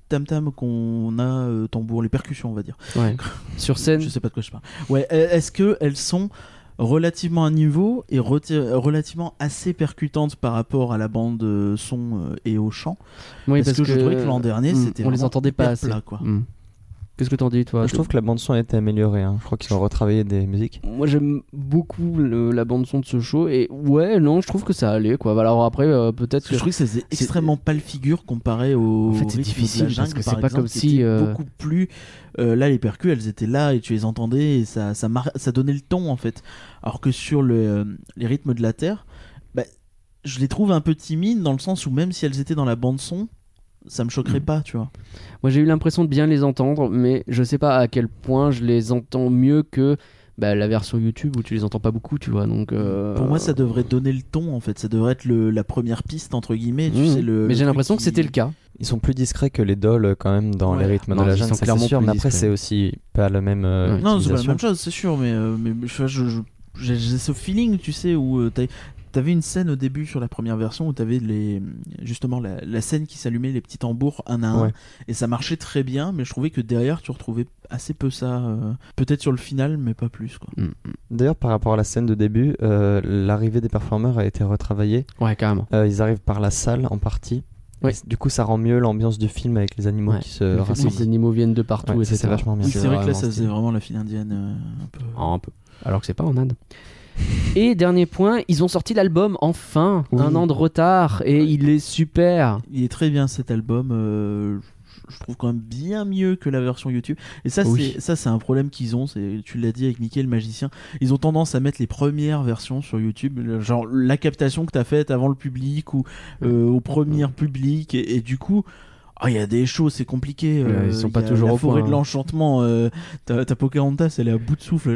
Speaker 2: tam-tam qu'on a, euh, tambour, les percussions, on va dire.
Speaker 1: Ouais. Sur scène.
Speaker 2: Je sais pas de quoi je parle. Ouais, est-ce que elles sont relativement à niveau et re- relativement assez percutantes par rapport à la bande euh, son euh, et au chant?
Speaker 1: Oui,
Speaker 2: parce, parce que, que je trouvais que l'an dernier, mmh, c'était
Speaker 1: on les entendait pas assez.
Speaker 2: Plat, quoi.
Speaker 1: Mmh. Qu'est-ce que t'en dis, toi?
Speaker 4: Je trouve que la bande son a été améliorée. Hein. Je crois qu'ils ont retravaillé des musiques.
Speaker 1: Moi, j'aime beaucoup le, la bande son de ce show. Et ouais, non, je trouve que ça allait, quoi. Alors après, euh, peut-être que...
Speaker 2: Je trouve que ça faisait extrêmement pâle figure comparé au.
Speaker 1: En fait, c'est difficile
Speaker 2: jungle,
Speaker 1: parce que c'est
Speaker 2: par
Speaker 1: pas
Speaker 2: exemple,
Speaker 1: comme si. Euh...
Speaker 2: beaucoup plus. Euh, là, les percus, elles étaient là et tu les entendais et ça, ça, mar... ça donnait le ton, en fait. Alors que sur le, euh, les rythmes de la Terre, bah, je les trouve un peu timides dans le sens où même si elles étaient dans la bande son, ça me choquerait mmh. pas, tu vois.
Speaker 1: Moi, j'ai eu l'impression de bien les entendre, mais je sais pas à quel point je les entends mieux que bah, la version YouTube où tu les entends pas beaucoup, tu vois. Donc, euh...
Speaker 2: pour moi, ça devrait donner le ton, en fait. Ça devrait être le, la première piste, entre guillemets. Tu
Speaker 1: mmh.
Speaker 2: sais, le,
Speaker 1: mais
Speaker 2: le
Speaker 1: j'ai l'impression
Speaker 2: qui...
Speaker 1: que c'était le cas.
Speaker 4: Ils sont plus discrets que les dolls quand même dans
Speaker 2: ouais.
Speaker 4: les rythmes
Speaker 1: non,
Speaker 4: de la jungle, ça c'est sûr. Mais après, c'est aussi pas la même. Euh,
Speaker 1: ouais.
Speaker 2: Non, c'est pas la même chose, c'est sûr. Mais, euh, mais je, je, je, j'ai, j'ai ce feeling, tu sais, où euh, t'as. T'avais une scène au début sur la première version où t'avais les, justement la, la scène qui s'allumait, les petits tambours un à un,
Speaker 4: ouais.
Speaker 2: et ça marchait très bien, mais je trouvais que derrière tu retrouvais assez peu ça, euh, peut-être sur le final, mais pas plus, quoi.
Speaker 1: Mm.
Speaker 4: D'ailleurs, par rapport à la scène de début, euh, l'arrivée des performeurs a été retravaillée.
Speaker 1: Ouais, carrément.
Speaker 4: Euh, ils arrivent par la salle en partie.
Speaker 1: Ouais.
Speaker 4: Du coup, ça rend mieux l'ambiance du film avec les animaux
Speaker 1: ouais.
Speaker 4: qui se rassemblent.
Speaker 1: Les animaux viennent de partout,
Speaker 4: ouais,
Speaker 1: et
Speaker 4: c'est vachement bien.
Speaker 2: Oui, c'est, c'est vrai que là, ça
Speaker 1: stylé.
Speaker 2: faisait vraiment la file indienne, euh, un peu.
Speaker 1: Oh, un peu. Alors que c'est pas en Inde. Et dernier point, ils ont sorti l'album enfin, oui. un an de retard, et il est super.
Speaker 2: Il est très bien cet album, euh, je trouve quand même bien mieux que la version YouTube. Et ça,
Speaker 1: oui.
Speaker 2: c'est, ça c'est un problème qu'ils ont, c'est, tu l'as dit avec Mickey le magicien, ils ont tendance à mettre les premières versions sur YouTube, genre la captation que t'as faite avant le public ou euh, au premier public, et, et du coup... Ah, oh, il y a des shows, c'est compliqué.
Speaker 1: Euh, ils sont pas toujours
Speaker 2: la
Speaker 1: au
Speaker 2: forêt
Speaker 1: point,
Speaker 2: de
Speaker 1: hein.
Speaker 2: l'enchantement. Euh, t'as, t'as Pocahontas, elle est à bout de souffle. Et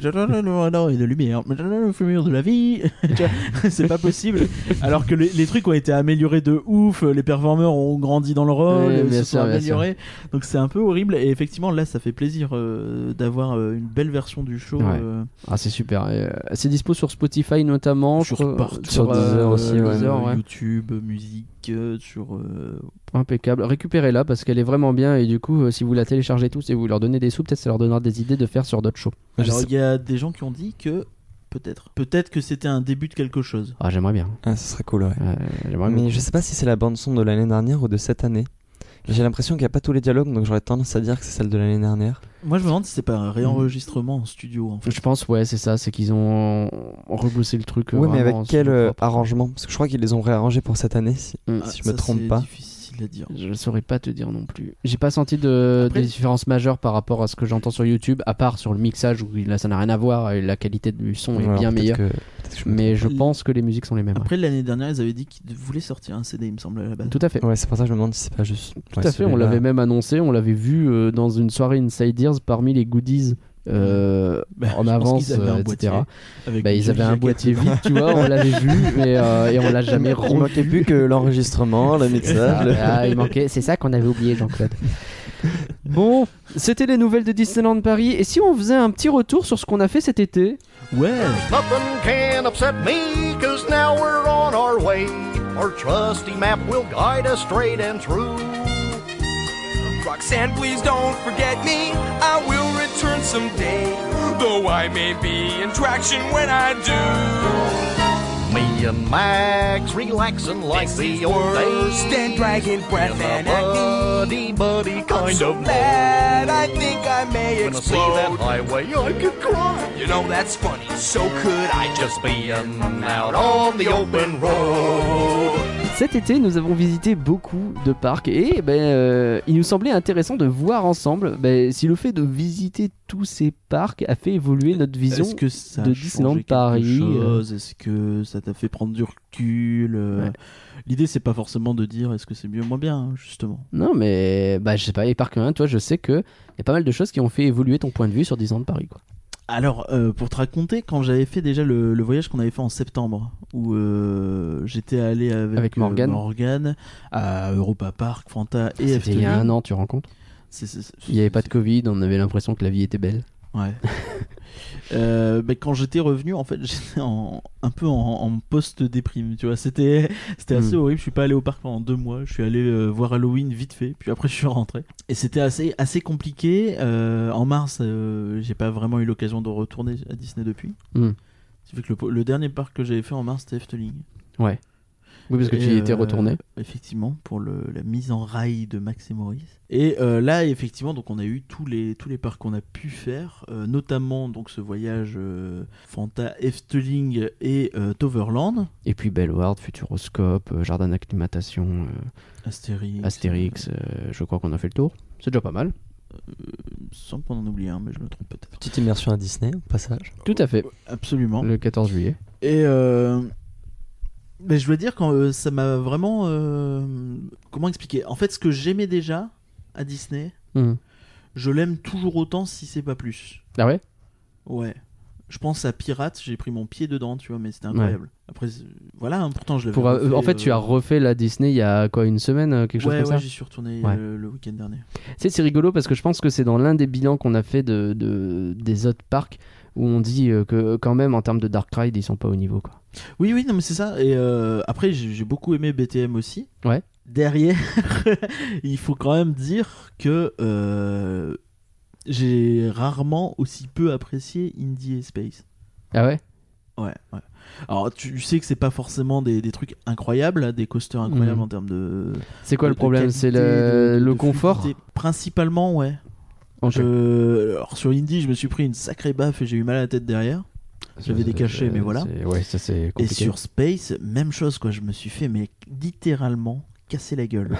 Speaker 2: de lumière. Le fumure de la vie. C'est pas possible. Alors que les, les trucs ont été améliorés de ouf. Les performeurs ont grandi dans le rôle.
Speaker 1: Ouais,
Speaker 2: ils se
Speaker 1: sûr,
Speaker 2: sont améliorés. Donc c'est un peu horrible. Et effectivement, là, ça fait plaisir euh, d'avoir euh, une belle version du show.
Speaker 1: Ouais.
Speaker 2: Euh...
Speaker 1: Ah, c'est super. Euh, c'est dispo sur Spotify notamment.
Speaker 2: Sur,
Speaker 1: sur,
Speaker 2: partout,
Speaker 1: sur
Speaker 4: Deezer
Speaker 1: euh,
Speaker 4: aussi. Ouais.
Speaker 1: Deezer, ouais.
Speaker 2: YouTube, musique, euh, sur. Euh...
Speaker 1: Impeccable. Récupérez-la parce qu'elle est vraiment bien et du coup, euh, si vous la téléchargez tous et vous leur donnez des sous, peut-être ça leur donnera des idées de faire sur d'autres shows.
Speaker 2: Alors il y a des gens qui ont dit que peut-être, peut-être que c'était un début de quelque chose.
Speaker 1: Ah, j'aimerais bien.
Speaker 4: Ah, ça serait cool, ouais.
Speaker 1: Euh, j'aimerais
Speaker 4: Mais
Speaker 1: beaucoup.
Speaker 4: je sais pas si c'est la bande son de l'année dernière ou de cette année. J'ai l'impression qu'il n'y a pas tous les dialogues, donc j'aurais tendance à dire que c'est celle de l'année dernière.
Speaker 2: Moi, je me demande si c'est pas un réenregistrement en studio. En fait.
Speaker 1: Je pense, ouais, c'est ça, c'est qu'ils ont rebossé le truc.
Speaker 4: Ouais, mais avec quel euh,
Speaker 1: propre.
Speaker 4: arrangement? Parce que je crois qu'ils les ont réarrangés pour cette année, si,
Speaker 1: Mm.
Speaker 2: Ah,
Speaker 4: si je me
Speaker 2: ça,
Speaker 4: trompe
Speaker 2: c'est
Speaker 4: pas.
Speaker 2: Difficile à dire.
Speaker 1: Je ne saurais pas te dire non plus. J'ai pas senti de,
Speaker 2: Après,
Speaker 1: de différence majeure par rapport à ce que j'entends sur YouTube, à part sur le mixage où là ça n'a rien à voir et la qualité du son est
Speaker 4: Alors,
Speaker 1: bien
Speaker 4: peut-être
Speaker 1: meilleure.
Speaker 4: que- peut-être que je me
Speaker 1: Mais
Speaker 4: trompe.
Speaker 1: je pense que les musiques sont les mêmes.
Speaker 2: Après, l'année dernière, ils avaient dit qu'ils voulaient sortir un C D, il me semble, à la base.
Speaker 1: ouais. Tout à fait.
Speaker 4: Ouais, c'est pour ça que je me demande si c'est pas juste.
Speaker 1: Tout à fait, on l'avait même annoncé, on l'avait vu euh, dans une soirée Inside Ears parmi les goodies euh,
Speaker 2: Bah,
Speaker 1: en
Speaker 2: je pense
Speaker 1: avance,
Speaker 2: qu'ils avaient un
Speaker 1: euh, et
Speaker 2: boîtier
Speaker 1: cetera.
Speaker 2: avec
Speaker 1: Bah,
Speaker 2: une
Speaker 1: ils avaient
Speaker 2: jolie
Speaker 1: un
Speaker 2: jaquette.
Speaker 1: boîtier vide, tu vois, on l'avait vu, mais, euh, et on l'a jamais
Speaker 4: Il
Speaker 1: revu.
Speaker 4: manquait plus que l'enregistrement, le mixage. le-
Speaker 1: Ah, il manquait, c'est ça qu'on avait oublié, Jean-Claude. Bon, c'était les nouvelles de Disneyland Paris. Et si on faisait un petit retour sur ce qu'on a fait cet été?
Speaker 2: Ouais.
Speaker 6: Nothing can upset me, cause now we're on our way. Our trusty map will guide us straight and true.
Speaker 7: Roxanne, please don't forget me. I will return someday, though I may be in traction when I do.
Speaker 6: Me and Max relaxing like the old days.
Speaker 7: Stand dragon breath and
Speaker 6: In a
Speaker 7: acne.
Speaker 6: buddy buddy kind
Speaker 7: I'm so
Speaker 6: of
Speaker 7: mad, I think I may
Speaker 6: When I see that
Speaker 7: explode.
Speaker 6: highway, I could cry.
Speaker 7: You know that's funny, so could I just
Speaker 6: Just being out on the open road.
Speaker 1: Cet été, nous avons visité beaucoup de parcs et ben, euh, il nous semblait intéressant de voir ensemble ben, si le fait de visiter tous ces parcs a fait évoluer notre vision.
Speaker 2: Est-ce que ça
Speaker 1: de
Speaker 2: a
Speaker 1: Disneyland
Speaker 2: changé quelque
Speaker 1: Paris,
Speaker 2: chose Est-ce que ça t'a fait prendre du recul euh,
Speaker 1: Ouais.
Speaker 2: L'idée, c'est pas forcément de dire est-ce que c'est mieux ou moins bien, hein, justement.
Speaker 1: Non, mais bah, je sais pas, les parcs un, toi, je sais qu'il y a pas mal de choses qui ont fait évoluer ton point de vue sur Disneyland Paris. Quoi.
Speaker 2: Alors, euh, pour te raconter, quand j'avais fait déjà le, le voyage qu'on avait fait en septembre, où euh, j'étais allé avec,
Speaker 1: Avec Morgane.
Speaker 2: euh, Morgane à Europa Park, Fanta et
Speaker 1: C'était il y a
Speaker 2: Efteling.
Speaker 1: un an, tu rends compte?
Speaker 2: C'est- c'est- c'est-
Speaker 1: Il n'y avait pas de Covid, on avait l'impression que la vie était belle.
Speaker 2: Ouais. Euh, bah, quand j'étais revenu, en fait, j'étais en, un peu en, en post-déprime, tu vois. C'était, c'était assez
Speaker 1: Mm.
Speaker 2: horrible. Je suis pas allé au parc pendant deux mois. Je suis allé euh, voir Halloween vite fait, puis après je suis rentré. Et c'était assez, assez compliqué. Euh, en mars, euh, j'ai pas vraiment eu l'occasion de retourner à Disney depuis.
Speaker 1: Mm.
Speaker 2: Ça fait que le, le dernier parc que j'avais fait en mars, c'était Efteling.
Speaker 1: Ouais. Oui, parce que
Speaker 2: Et,
Speaker 1: tu y étais
Speaker 2: euh,
Speaker 1: retourné.
Speaker 2: Effectivement, pour le, la mise en rail de Max et Maurice. Et euh, là, effectivement, donc on a eu tous les, tous les parcs qu'on a pu faire, euh, notamment donc ce voyage euh, Fanta, Efteling et euh, Toverland.
Speaker 1: Et puis Bellward, Futuroscope, euh, Jardin d'acclimatation, euh,
Speaker 2: Astérix.
Speaker 1: Astérix, euh, je crois qu'on a fait le tour. C'est déjà pas mal.
Speaker 2: Il me semble qu'on en oublie un, mais je me trompe peut-être.
Speaker 4: Petite immersion à Disney au passage.
Speaker 1: Tout à fait.
Speaker 2: Absolument.
Speaker 1: Le quatorze juillet.
Speaker 2: Et euh, mais je dois dire que euh, ça m'a vraiment... euh, comment expliquer ? En fait, ce que j'aimais déjà à Disney,
Speaker 1: Mhm.
Speaker 2: je l'aime toujours autant si c'est pas plus.
Speaker 1: Ah ouais.
Speaker 2: Ouais. Je pense à Pirates, j'ai pris mon pied dedans, tu vois, mais c'était incroyable. Après, c'est- voilà, hein, pourtant je l'avais
Speaker 1: Pour, euh,
Speaker 2: refait,
Speaker 1: en fait, tu
Speaker 2: euh,
Speaker 1: as refait la Disney il y a quoi, une semaine, euh, quelque chose
Speaker 2: Ouais,
Speaker 1: comme
Speaker 2: ouais,
Speaker 1: ça.
Speaker 2: j'y suis retourné
Speaker 1: Ouais.
Speaker 2: euh, le week-end dernier.
Speaker 1: Tu sais, c'est rigolo parce que je pense que c'est dans l'un des bilans qu'on a fait de, de- des autres parcs où on dit euh, que quand même en termes de Dark Ride ils sont pas au niveau quoi.
Speaker 2: Oui, oui, non, mais c'est ça. Et euh, après, j'ai j'ai beaucoup aimé B T M aussi.
Speaker 1: Ouais.
Speaker 2: Derrière, il faut quand même dire que euh, j'ai rarement aussi peu apprécié Indie et Space.
Speaker 1: Ah ouais.
Speaker 2: Ouais, ouais. Alors, tu sais que c'est pas forcément des, des trucs incroyables, là, des coasters incroyables
Speaker 1: Mhm.
Speaker 2: en termes de.
Speaker 1: C'est quoi
Speaker 2: de-
Speaker 1: le problème?
Speaker 2: de
Speaker 1: C'est
Speaker 2: qualité,
Speaker 1: le,
Speaker 2: de- de-
Speaker 1: le
Speaker 2: de
Speaker 1: confort.
Speaker 2: fluidité. Principalement, ouais.
Speaker 1: Ok.
Speaker 2: Je... Alors, sur Indie, je me suis pris une sacrée baffe et j'ai eu mal à la tête derrière. J'avais des cachets, mais voilà.
Speaker 1: C'est- Ouais, ça c'est
Speaker 2: Et
Speaker 1: compliqué.
Speaker 2: sur Space, même chose, quoi. Je me suis fait, mais littéralement, casser la gueule.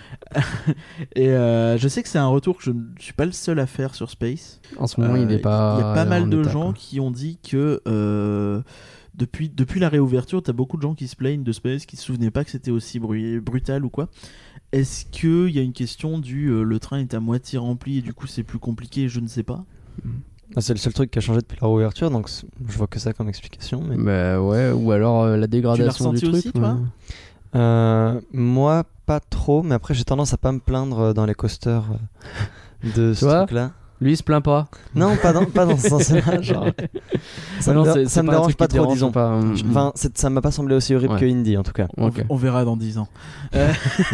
Speaker 2: Et euh, je sais que c'est un retour que je ne suis pas le seul à faire sur Space.
Speaker 1: En ce moment, il
Speaker 2: Euh,
Speaker 1: est pas.
Speaker 2: Il y a pas mal
Speaker 1: en
Speaker 2: de
Speaker 1: état,
Speaker 2: gens
Speaker 1: quoi.
Speaker 2: qui ont dit que euh, depuis, depuis la réouverture, t'as beaucoup de gens qui se plaignent de Space, qui se souvenaient pas que c'était aussi bru- brutal ou quoi. Est-ce qu'il y a une question du euh, le train est à moitié rempli et du coup c'est plus compliqué? Je ne sais pas.
Speaker 4: Ah, c'est le seul truc qui a changé depuis la réouverture, donc c'est- je vois que ça comme explication. Mais...
Speaker 1: Bah ouais, ou alors euh, la dégradation
Speaker 2: ressenti
Speaker 1: du truc.
Speaker 2: aussi, toi
Speaker 1: ouais.
Speaker 4: Euh, moi, pas trop, mais après j'ai tendance à pas me plaindre euh, dans les coasters euh, de ce
Speaker 1: vois
Speaker 4: truc-là.
Speaker 1: Lui, il se plaint pas.
Speaker 4: Non, pas dans, pas dans ce sens-là. Genre, ça
Speaker 1: Ouais, non,
Speaker 4: me,
Speaker 1: c'est-
Speaker 4: ça
Speaker 1: c'est
Speaker 4: me
Speaker 1: pas un
Speaker 4: dérange
Speaker 1: truc
Speaker 4: pas
Speaker 1: qui te
Speaker 4: trop,
Speaker 1: dérange
Speaker 4: disons.
Speaker 1: pas, hum, hum.
Speaker 4: Enfin, c'est- ça m'a pas semblé aussi horrible
Speaker 1: Ouais.
Speaker 4: que Indie en tout cas.
Speaker 2: On-
Speaker 1: Ok.
Speaker 2: On, verra dans dix ans. Euh,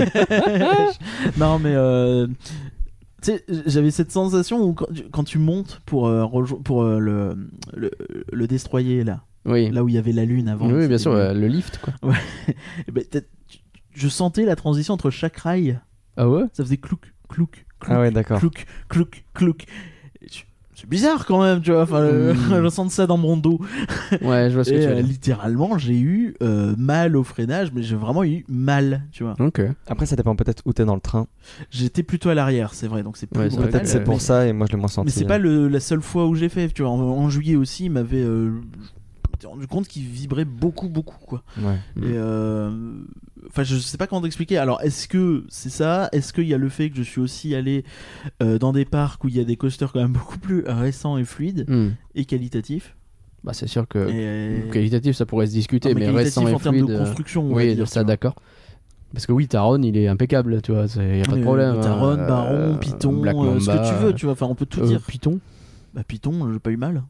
Speaker 2: non, mais euh, tu sais, j'avais cette sensation où quand tu, quand tu montes pour, euh, rejo- pour euh, le, le, le destroyer là,
Speaker 1: Oui.
Speaker 2: là où il y avait la lune avant.
Speaker 1: Oui, bien
Speaker 2: c'était
Speaker 1: sûr,
Speaker 2: le-
Speaker 1: ouais, le lift quoi.
Speaker 2: Eh ben, t'as- tu- je sentais la transition entre chaque rail.
Speaker 1: Ah ouais.
Speaker 2: Ça faisait clouc, clouc, clouc,
Speaker 4: Ah ouais, d'accord.
Speaker 2: clouc, clouc, clouc. Et tu- C'est bizarre quand même, tu vois. Enfin, le-
Speaker 1: Mm.
Speaker 2: je sens ça dans mon dos.
Speaker 1: Ouais, je vois ce que
Speaker 2: Et
Speaker 1: tu veux
Speaker 2: euh,
Speaker 1: dire.
Speaker 2: littéralement, j'ai eu euh, mal au freinage, mais j'ai vraiment eu mal, tu vois.
Speaker 1: Ok.
Speaker 4: Après, ça dépend peut-être où t'es dans le train.
Speaker 2: J'étais plutôt à l'arrière, c'est vrai, donc c'est plus
Speaker 1: Ouais, c'est
Speaker 2: brutal.
Speaker 1: vrai
Speaker 4: Peut-être
Speaker 1: que-
Speaker 4: c'est
Speaker 1: mais-
Speaker 4: pour ça et moi je l'ai moins senti.
Speaker 2: Mais c'est pas le- la seule fois où j'ai fait, tu vois. En, en juillet aussi, il m'avait euh, je m'étais rendu compte qu'il vibrait beaucoup, beaucoup, quoi.
Speaker 4: Ouais.
Speaker 1: Mm.
Speaker 2: Et euh, enfin, je sais pas comment t'expliquer. Alors, est-ce que c'est ça? Est-ce qu'il y a le fait que je suis aussi allé euh, dans des parcs où il y a des coasters quand même beaucoup plus récents et fluides
Speaker 1: Hmm.
Speaker 2: et qualitatifs?
Speaker 1: Bah c'est sûr que
Speaker 2: Et...
Speaker 1: qualitatif ça pourrait se discuter,
Speaker 2: Non,
Speaker 1: mais,
Speaker 2: qualitatif
Speaker 1: récent et
Speaker 2: en termes
Speaker 1: fluide.
Speaker 2: de
Speaker 1: euh,
Speaker 2: construction, on va
Speaker 1: Oui,
Speaker 2: dire,
Speaker 1: ça
Speaker 2: tu vois.
Speaker 1: d'accord. Parce que oui, Taron, il est impeccable, tu vois, il y a pas de
Speaker 2: Mais,
Speaker 1: problème.
Speaker 2: euh, Taron,
Speaker 1: hein.
Speaker 2: Baron,
Speaker 1: Euh,
Speaker 2: Python,
Speaker 1: Black
Speaker 2: euh, ce que
Speaker 1: Mamba,
Speaker 2: tu veux, tu vois. Enfin, on peut tout
Speaker 1: euh,
Speaker 2: dire.
Speaker 1: Python.
Speaker 2: Bah, Python, j'ai pas eu mal.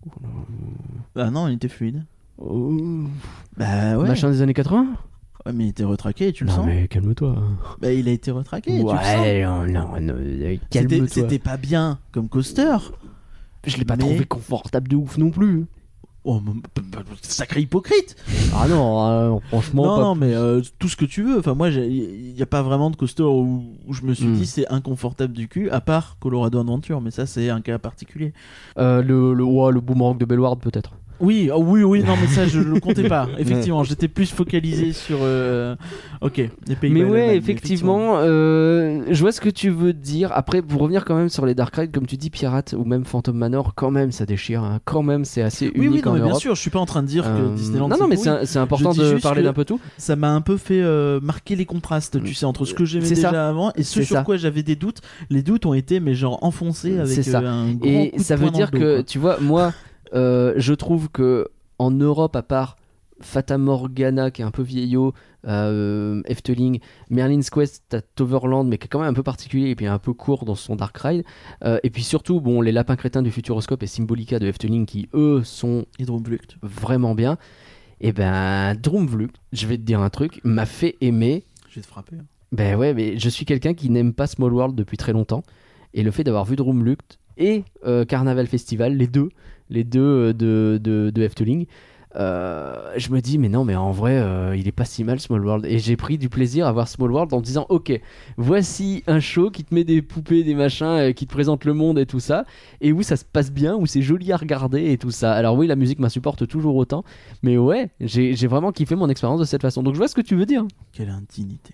Speaker 2: Bah non, il était fluide.
Speaker 1: Oh.
Speaker 2: Bah ouais.
Speaker 1: Machin des années quatre-vingts.
Speaker 2: Ouais, mais il était retraqué, tu le
Speaker 1: Non
Speaker 2: sens?
Speaker 1: mais calme-toi.
Speaker 2: Bah, il a été retraqué, tu le sens?
Speaker 1: Ouais, non, non, non, euh,
Speaker 2: C'était-
Speaker 1: calme-toi.
Speaker 2: C'était pas bien comme coaster.
Speaker 1: Je l'ai pas
Speaker 2: mais-
Speaker 1: trouvé confortable de ouf non plus.
Speaker 2: Oh, m- p- p- sacré hypocrite!
Speaker 1: Ah non, euh, franchement
Speaker 2: Non,
Speaker 1: pas.
Speaker 2: non, mais euh, tout ce que tu veux. Enfin, moi, il n'y a pas vraiment de coaster où, où je me suis
Speaker 1: Hmm.
Speaker 2: dit c'est inconfortable du cul, à part Colorado Adventure, mais ça, c'est un cas particulier.
Speaker 1: Euh, le le ouais, le boomerang de Bellward peut-être.
Speaker 2: Oui, oh, oui, oui, non, mais ça, je le comptais pas. Effectivement, j'étais plus focalisé sur. euh, Ok, les Pays-Bas.
Speaker 1: Mais
Speaker 2: et
Speaker 1: ouais,
Speaker 2: l'Allemagne,
Speaker 1: effectivement, euh, je vois ce que tu veux dire. Après, pour revenir quand même sur les Dark Rides, comme tu dis, Pirate ou même Phantom Manor, quand même, ça déchire. hein. Quand même, c'est assez
Speaker 2: Oui,
Speaker 1: unique
Speaker 2: oui, non,
Speaker 1: en
Speaker 2: mais bien
Speaker 1: Europe.
Speaker 2: sûr, je suis pas en train de dire
Speaker 1: Euh,
Speaker 2: que Disneyland.
Speaker 1: non,
Speaker 2: c'est
Speaker 1: non, mais
Speaker 2: pourri.
Speaker 1: c'est c'est important
Speaker 2: dis
Speaker 1: de
Speaker 2: juste
Speaker 1: parler
Speaker 2: que-
Speaker 1: d'un peu tout.
Speaker 2: Ça m'a un peu fait euh, marquer les contrastes, tu sais, entre ce que j'aimais
Speaker 1: C'est
Speaker 2: déjà
Speaker 1: ça.
Speaker 2: avant et ce
Speaker 1: C'est
Speaker 2: sur
Speaker 1: ça.
Speaker 2: quoi j'avais des doutes. Les doutes ont été, mais genre enfoncés avec
Speaker 1: C'est ça.
Speaker 2: euh, un gros
Speaker 1: Et
Speaker 2: coup de
Speaker 1: ça
Speaker 2: poing
Speaker 1: veut
Speaker 2: dans
Speaker 1: dire
Speaker 2: le dos,
Speaker 1: que,
Speaker 2: quoi.
Speaker 1: tu vois, moi, euh, je trouve que en Europe, à part Fata Morgana qui est un peu vieillot, euh, Efteling, Merlin's Quest, t'as Toverland mais qui est quand même un peu particulier et puis un peu court dans son Dark Ride, euh, et puis surtout bon les lapins crétins du Futuroscope et Symbolica de Efteling qui eux sont
Speaker 2: Et Drumvlucht.
Speaker 1: vraiment bien. Et ben Drumvlucht, je vais te dire un truc, m'a fait aimer.
Speaker 2: Je vais te frapper. hein.
Speaker 1: Ben ouais, mais je suis quelqu'un qui n'aime pas Small World depuis très longtemps, et le fait d'avoir vu Drumvlucht et euh, Carnaval Festival, les deux, les deux euh, de, de, de Efteling, euh, je me dis mais non mais en vrai euh, il est pas si mal Small World, et j'ai pris du plaisir à voir Small World en me disant ok, voici un show qui te met des poupées, des machins, euh, qui te présente le monde et tout ça, et où ça se passe bien, où c'est joli à regarder et tout ça. Alors oui, la musique m'insupporte toujours autant, mais ouais, j'ai, j'ai vraiment kiffé mon expérience de cette façon, donc je vois ce que tu veux dire.
Speaker 2: Quelle indignité.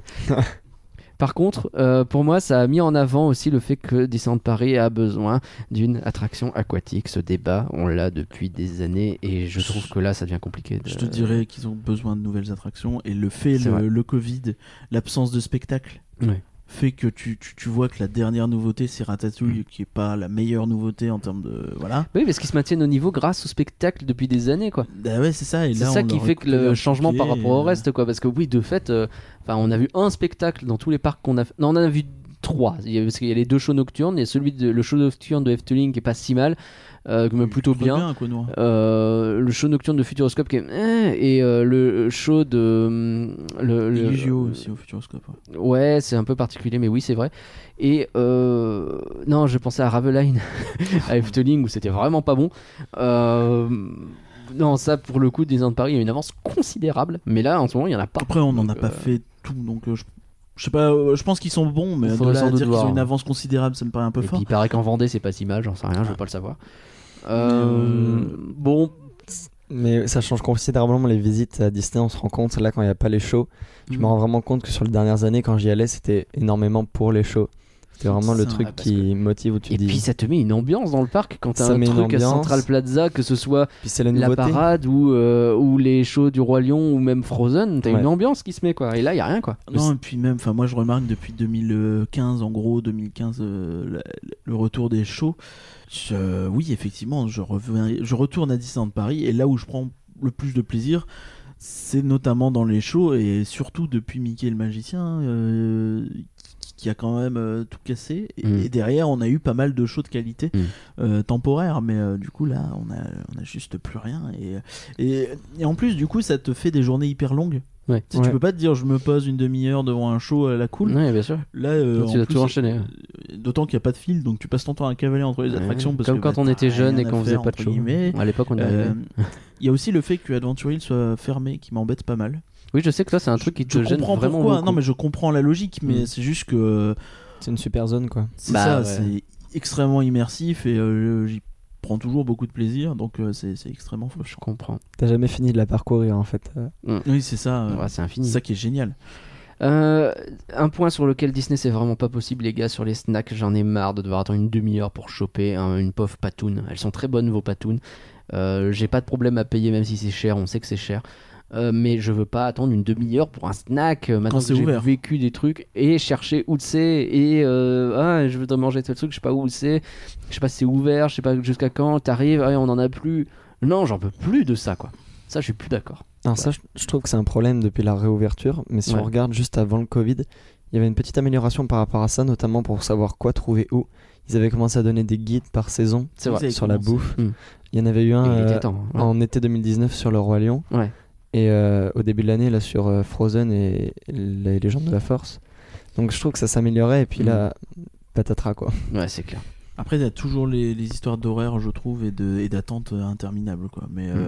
Speaker 1: Par contre, euh, pour moi, ça a mis en avant aussi le fait que Disneyland Paris a besoin d'une attraction aquatique. Ce débat, on l'a depuis des années, et je trouve que là, ça devient compliqué. De...
Speaker 2: Je te dirais qu'ils ont besoin de nouvelles attractions, et le fait,
Speaker 1: C'est vrai.
Speaker 2: le, le Covid, l'absence de spectacle,
Speaker 1: Ouais.
Speaker 2: fait que tu, tu, tu vois que la dernière nouveauté c'est Ratatouille, qui est pas la meilleure nouveauté en termes de voilà.
Speaker 1: Oui, parce qu'ils se maintiennent au niveau grâce au spectacle depuis des années, quoi.
Speaker 2: Bah ouais, c'est ça. Et
Speaker 1: C'est
Speaker 2: là,
Speaker 1: ça
Speaker 2: on
Speaker 1: qui
Speaker 2: leur
Speaker 1: fait
Speaker 2: a
Speaker 1: que
Speaker 2: coupé
Speaker 1: le
Speaker 2: un
Speaker 1: changement
Speaker 2: pied,
Speaker 1: par rapport au
Speaker 2: et,
Speaker 1: reste, quoi. Parce que oui, de fait, euh, enfin, on a vu un spectacle dans tous les parcs qu'on a fait. Non, on en a vu trois. Il y a, parce qu'il y a les deux shows nocturnes. Il y a celui de le show nocturne de Efteling qui est pas si mal, euh, mais plutôt
Speaker 2: très
Speaker 1: bien.
Speaker 2: bien quoi, nous.
Speaker 1: Euh, le show nocturne de Futuroscope qui est eh, et euh, le show de hum, le, le
Speaker 2: Eligio aussi au Futuroscope. Ouais.
Speaker 1: ouais, c'est un peu particulier, mais oui, c'est vrai. Et euh, non, je pensais à Raveline à Efteling où c'était vraiment pas bon. Euh, non, ça pour le coup, Disneyland Paris, il y a une avance considérable, mais là en ce moment, il y en a pas.
Speaker 2: Après, on n'en a
Speaker 1: Donc,
Speaker 2: pas
Speaker 1: euh,
Speaker 2: fait tout, donc euh, je, je sais pas. euh, je pense qu'ils sont bons, mais
Speaker 1: Il
Speaker 2: de
Speaker 1: faudrait
Speaker 2: là
Speaker 1: sans
Speaker 2: à
Speaker 1: doute
Speaker 2: dire qu'ils
Speaker 1: voir.
Speaker 2: ont une avance considérable, ça me paraît un peu
Speaker 1: Et
Speaker 2: fort.
Speaker 1: puis il paraît qu'en Vendée, c'est pas si mal, j'en sais rien, je veux pas le savoir. Euh,
Speaker 4: Euh,
Speaker 1: Bon,
Speaker 4: Mais ça change considérablement les visites à Disney, on se rend compte, là quand il n'y a pas les shows, je
Speaker 2: Mm.
Speaker 4: me rends vraiment compte que sur les dernières années, quand j'y allais, c'était énormément pour les shows. C'était vraiment le
Speaker 2: Ça,
Speaker 4: truc
Speaker 1: ouais, parce
Speaker 4: qui motive où tu
Speaker 1: et
Speaker 4: dis.
Speaker 1: puis ça te met une ambiance dans le parc quand t'as
Speaker 4: Ça
Speaker 1: un
Speaker 4: met une
Speaker 1: truc à
Speaker 4: ambiance.
Speaker 1: Central Plaza, que ce soit
Speaker 4: Puis c'est la
Speaker 1: la
Speaker 4: nouveauté.
Speaker 1: parade ou, euh, ou les shows du Roi Lion ou même Frozen, t'as
Speaker 4: Ouais.
Speaker 1: une ambiance qui se met, quoi. Et là, il y a rien, quoi.
Speaker 2: Non, et puis même, enfin moi je remarque depuis deux mille quinze, en gros, deux mille quinze, euh, la- le retour des shows. Je- oui, effectivement, je, reviens, je retourne à Disneyland Paris, et là où je prends le plus de plaisir, c'est notamment dans les shows, et surtout depuis Mickey le Magicien, euh, qui, qui a quand même euh, tout cassé. Et,
Speaker 1: Mm.
Speaker 2: et derrière, on a eu pas mal de shows de qualité,
Speaker 1: Mm.
Speaker 2: euh, temporaires, mais euh, du coup, là, on a, on a juste plus rien. Et, et, et en plus, du coup, ça te fait des journées hyper longues.
Speaker 1: Ouais.
Speaker 2: Tu sais, tu peux pas te dire je me pose une demi-heure devant un show à la cool.
Speaker 1: Ouais, bien sûr.
Speaker 2: Là, euh,
Speaker 1: Donc, tu
Speaker 2: en
Speaker 1: dois
Speaker 2: plus,
Speaker 1: tout enchaîner.
Speaker 2: euh, d'autant qu'il n'y a pas de fil, donc tu passes ton temps à cavaler entre les
Speaker 1: Ouais.
Speaker 2: attractions. Parce
Speaker 1: Comme
Speaker 2: que,
Speaker 1: quand
Speaker 2: bah,
Speaker 1: on
Speaker 2: t'as
Speaker 1: était jeune et
Speaker 2: rien à
Speaker 1: qu'on faisait
Speaker 2: faire,
Speaker 1: pas de
Speaker 2: entre
Speaker 1: show.
Speaker 2: guillemets.
Speaker 1: À l'époque, on y
Speaker 2: Euh,
Speaker 1: arrivait.
Speaker 2: Il y a aussi le fait que Adventure Hill soit fermé qui m'embête pas mal.
Speaker 1: Oui, je sais que toi, c'est un truc qui te
Speaker 2: je
Speaker 1: gêne
Speaker 2: comprends
Speaker 1: vraiment
Speaker 2: pourquoi.
Speaker 1: beaucoup.
Speaker 2: Non, mais je comprends la logique, mais
Speaker 1: Mm.
Speaker 2: c'est juste que
Speaker 4: C'est une super zone quoi.
Speaker 2: c'est
Speaker 1: Bah,
Speaker 2: ça,
Speaker 1: ouais.
Speaker 2: c'est extrêmement immersif, et euh, j'y prends toujours beaucoup de plaisir, donc euh, c'est c'est extrêmement
Speaker 1: Je
Speaker 2: frustrant.
Speaker 1: comprends.
Speaker 4: T'as jamais fini de la parcourir en fait. euh.
Speaker 2: Oui, c'est ça. euh,
Speaker 1: Ouais, c'est infini.
Speaker 2: c'est ça qui est génial.
Speaker 1: Euh, un point sur lequel Disney c'est vraiment pas possible, les gars, sur les snacks, j'en ai marre de devoir attendre une demi-heure pour choper un- une pauvre patoune. Elles sont très bonnes, vos patounes. Euh, j'ai pas de problème à payer, même si c'est cher, on sait que c'est cher. Euh, mais je veux pas attendre une demi-heure pour un snack. euh, Maintenant
Speaker 2: Quand
Speaker 1: que
Speaker 2: c'est
Speaker 1: j'ai
Speaker 2: ouvert.
Speaker 1: vécu des trucs et chercher où c'est, et euh, ah, je voudrais manger tel truc, je sais pas où c'est, je sais pas si c'est ouvert, je sais pas jusqu'à quand. T'arrives, ah, on en a plus. Non, j'en peux plus de ça, quoi. Ça, je suis plus d'accord.
Speaker 4: Alors ça, je, je trouve que c'est un problème depuis la réouverture, mais si
Speaker 1: Ouais.
Speaker 4: on regarde juste avant le Covid, il y avait une petite amélioration par rapport à ça, notamment pour savoir quoi trouver où. Ils avaient commencé à donner des guides par saison
Speaker 1: C'est vrai.
Speaker 2: Vous avez
Speaker 4: sur la
Speaker 2: commencé.
Speaker 4: bouffe.
Speaker 1: Mm.
Speaker 4: Il y en avait eu un
Speaker 1: Il était
Speaker 4: euh,
Speaker 1: temps. Ouais.
Speaker 4: en été deux mille dix-neuf sur le Roi Lion.
Speaker 1: Ouais.
Speaker 4: Et euh, au début de l'année, là, sur euh, Frozen et les légendes de la Force. Donc je trouve que ça s'améliorait, et puis
Speaker 1: Mm.
Speaker 4: là, patatras quoi.
Speaker 1: Ouais, c'est clair.
Speaker 2: Après, il y a toujours les, les histoires d'horaire, je trouve, et de et d'attente euh, interminables, quoi. Mais euh,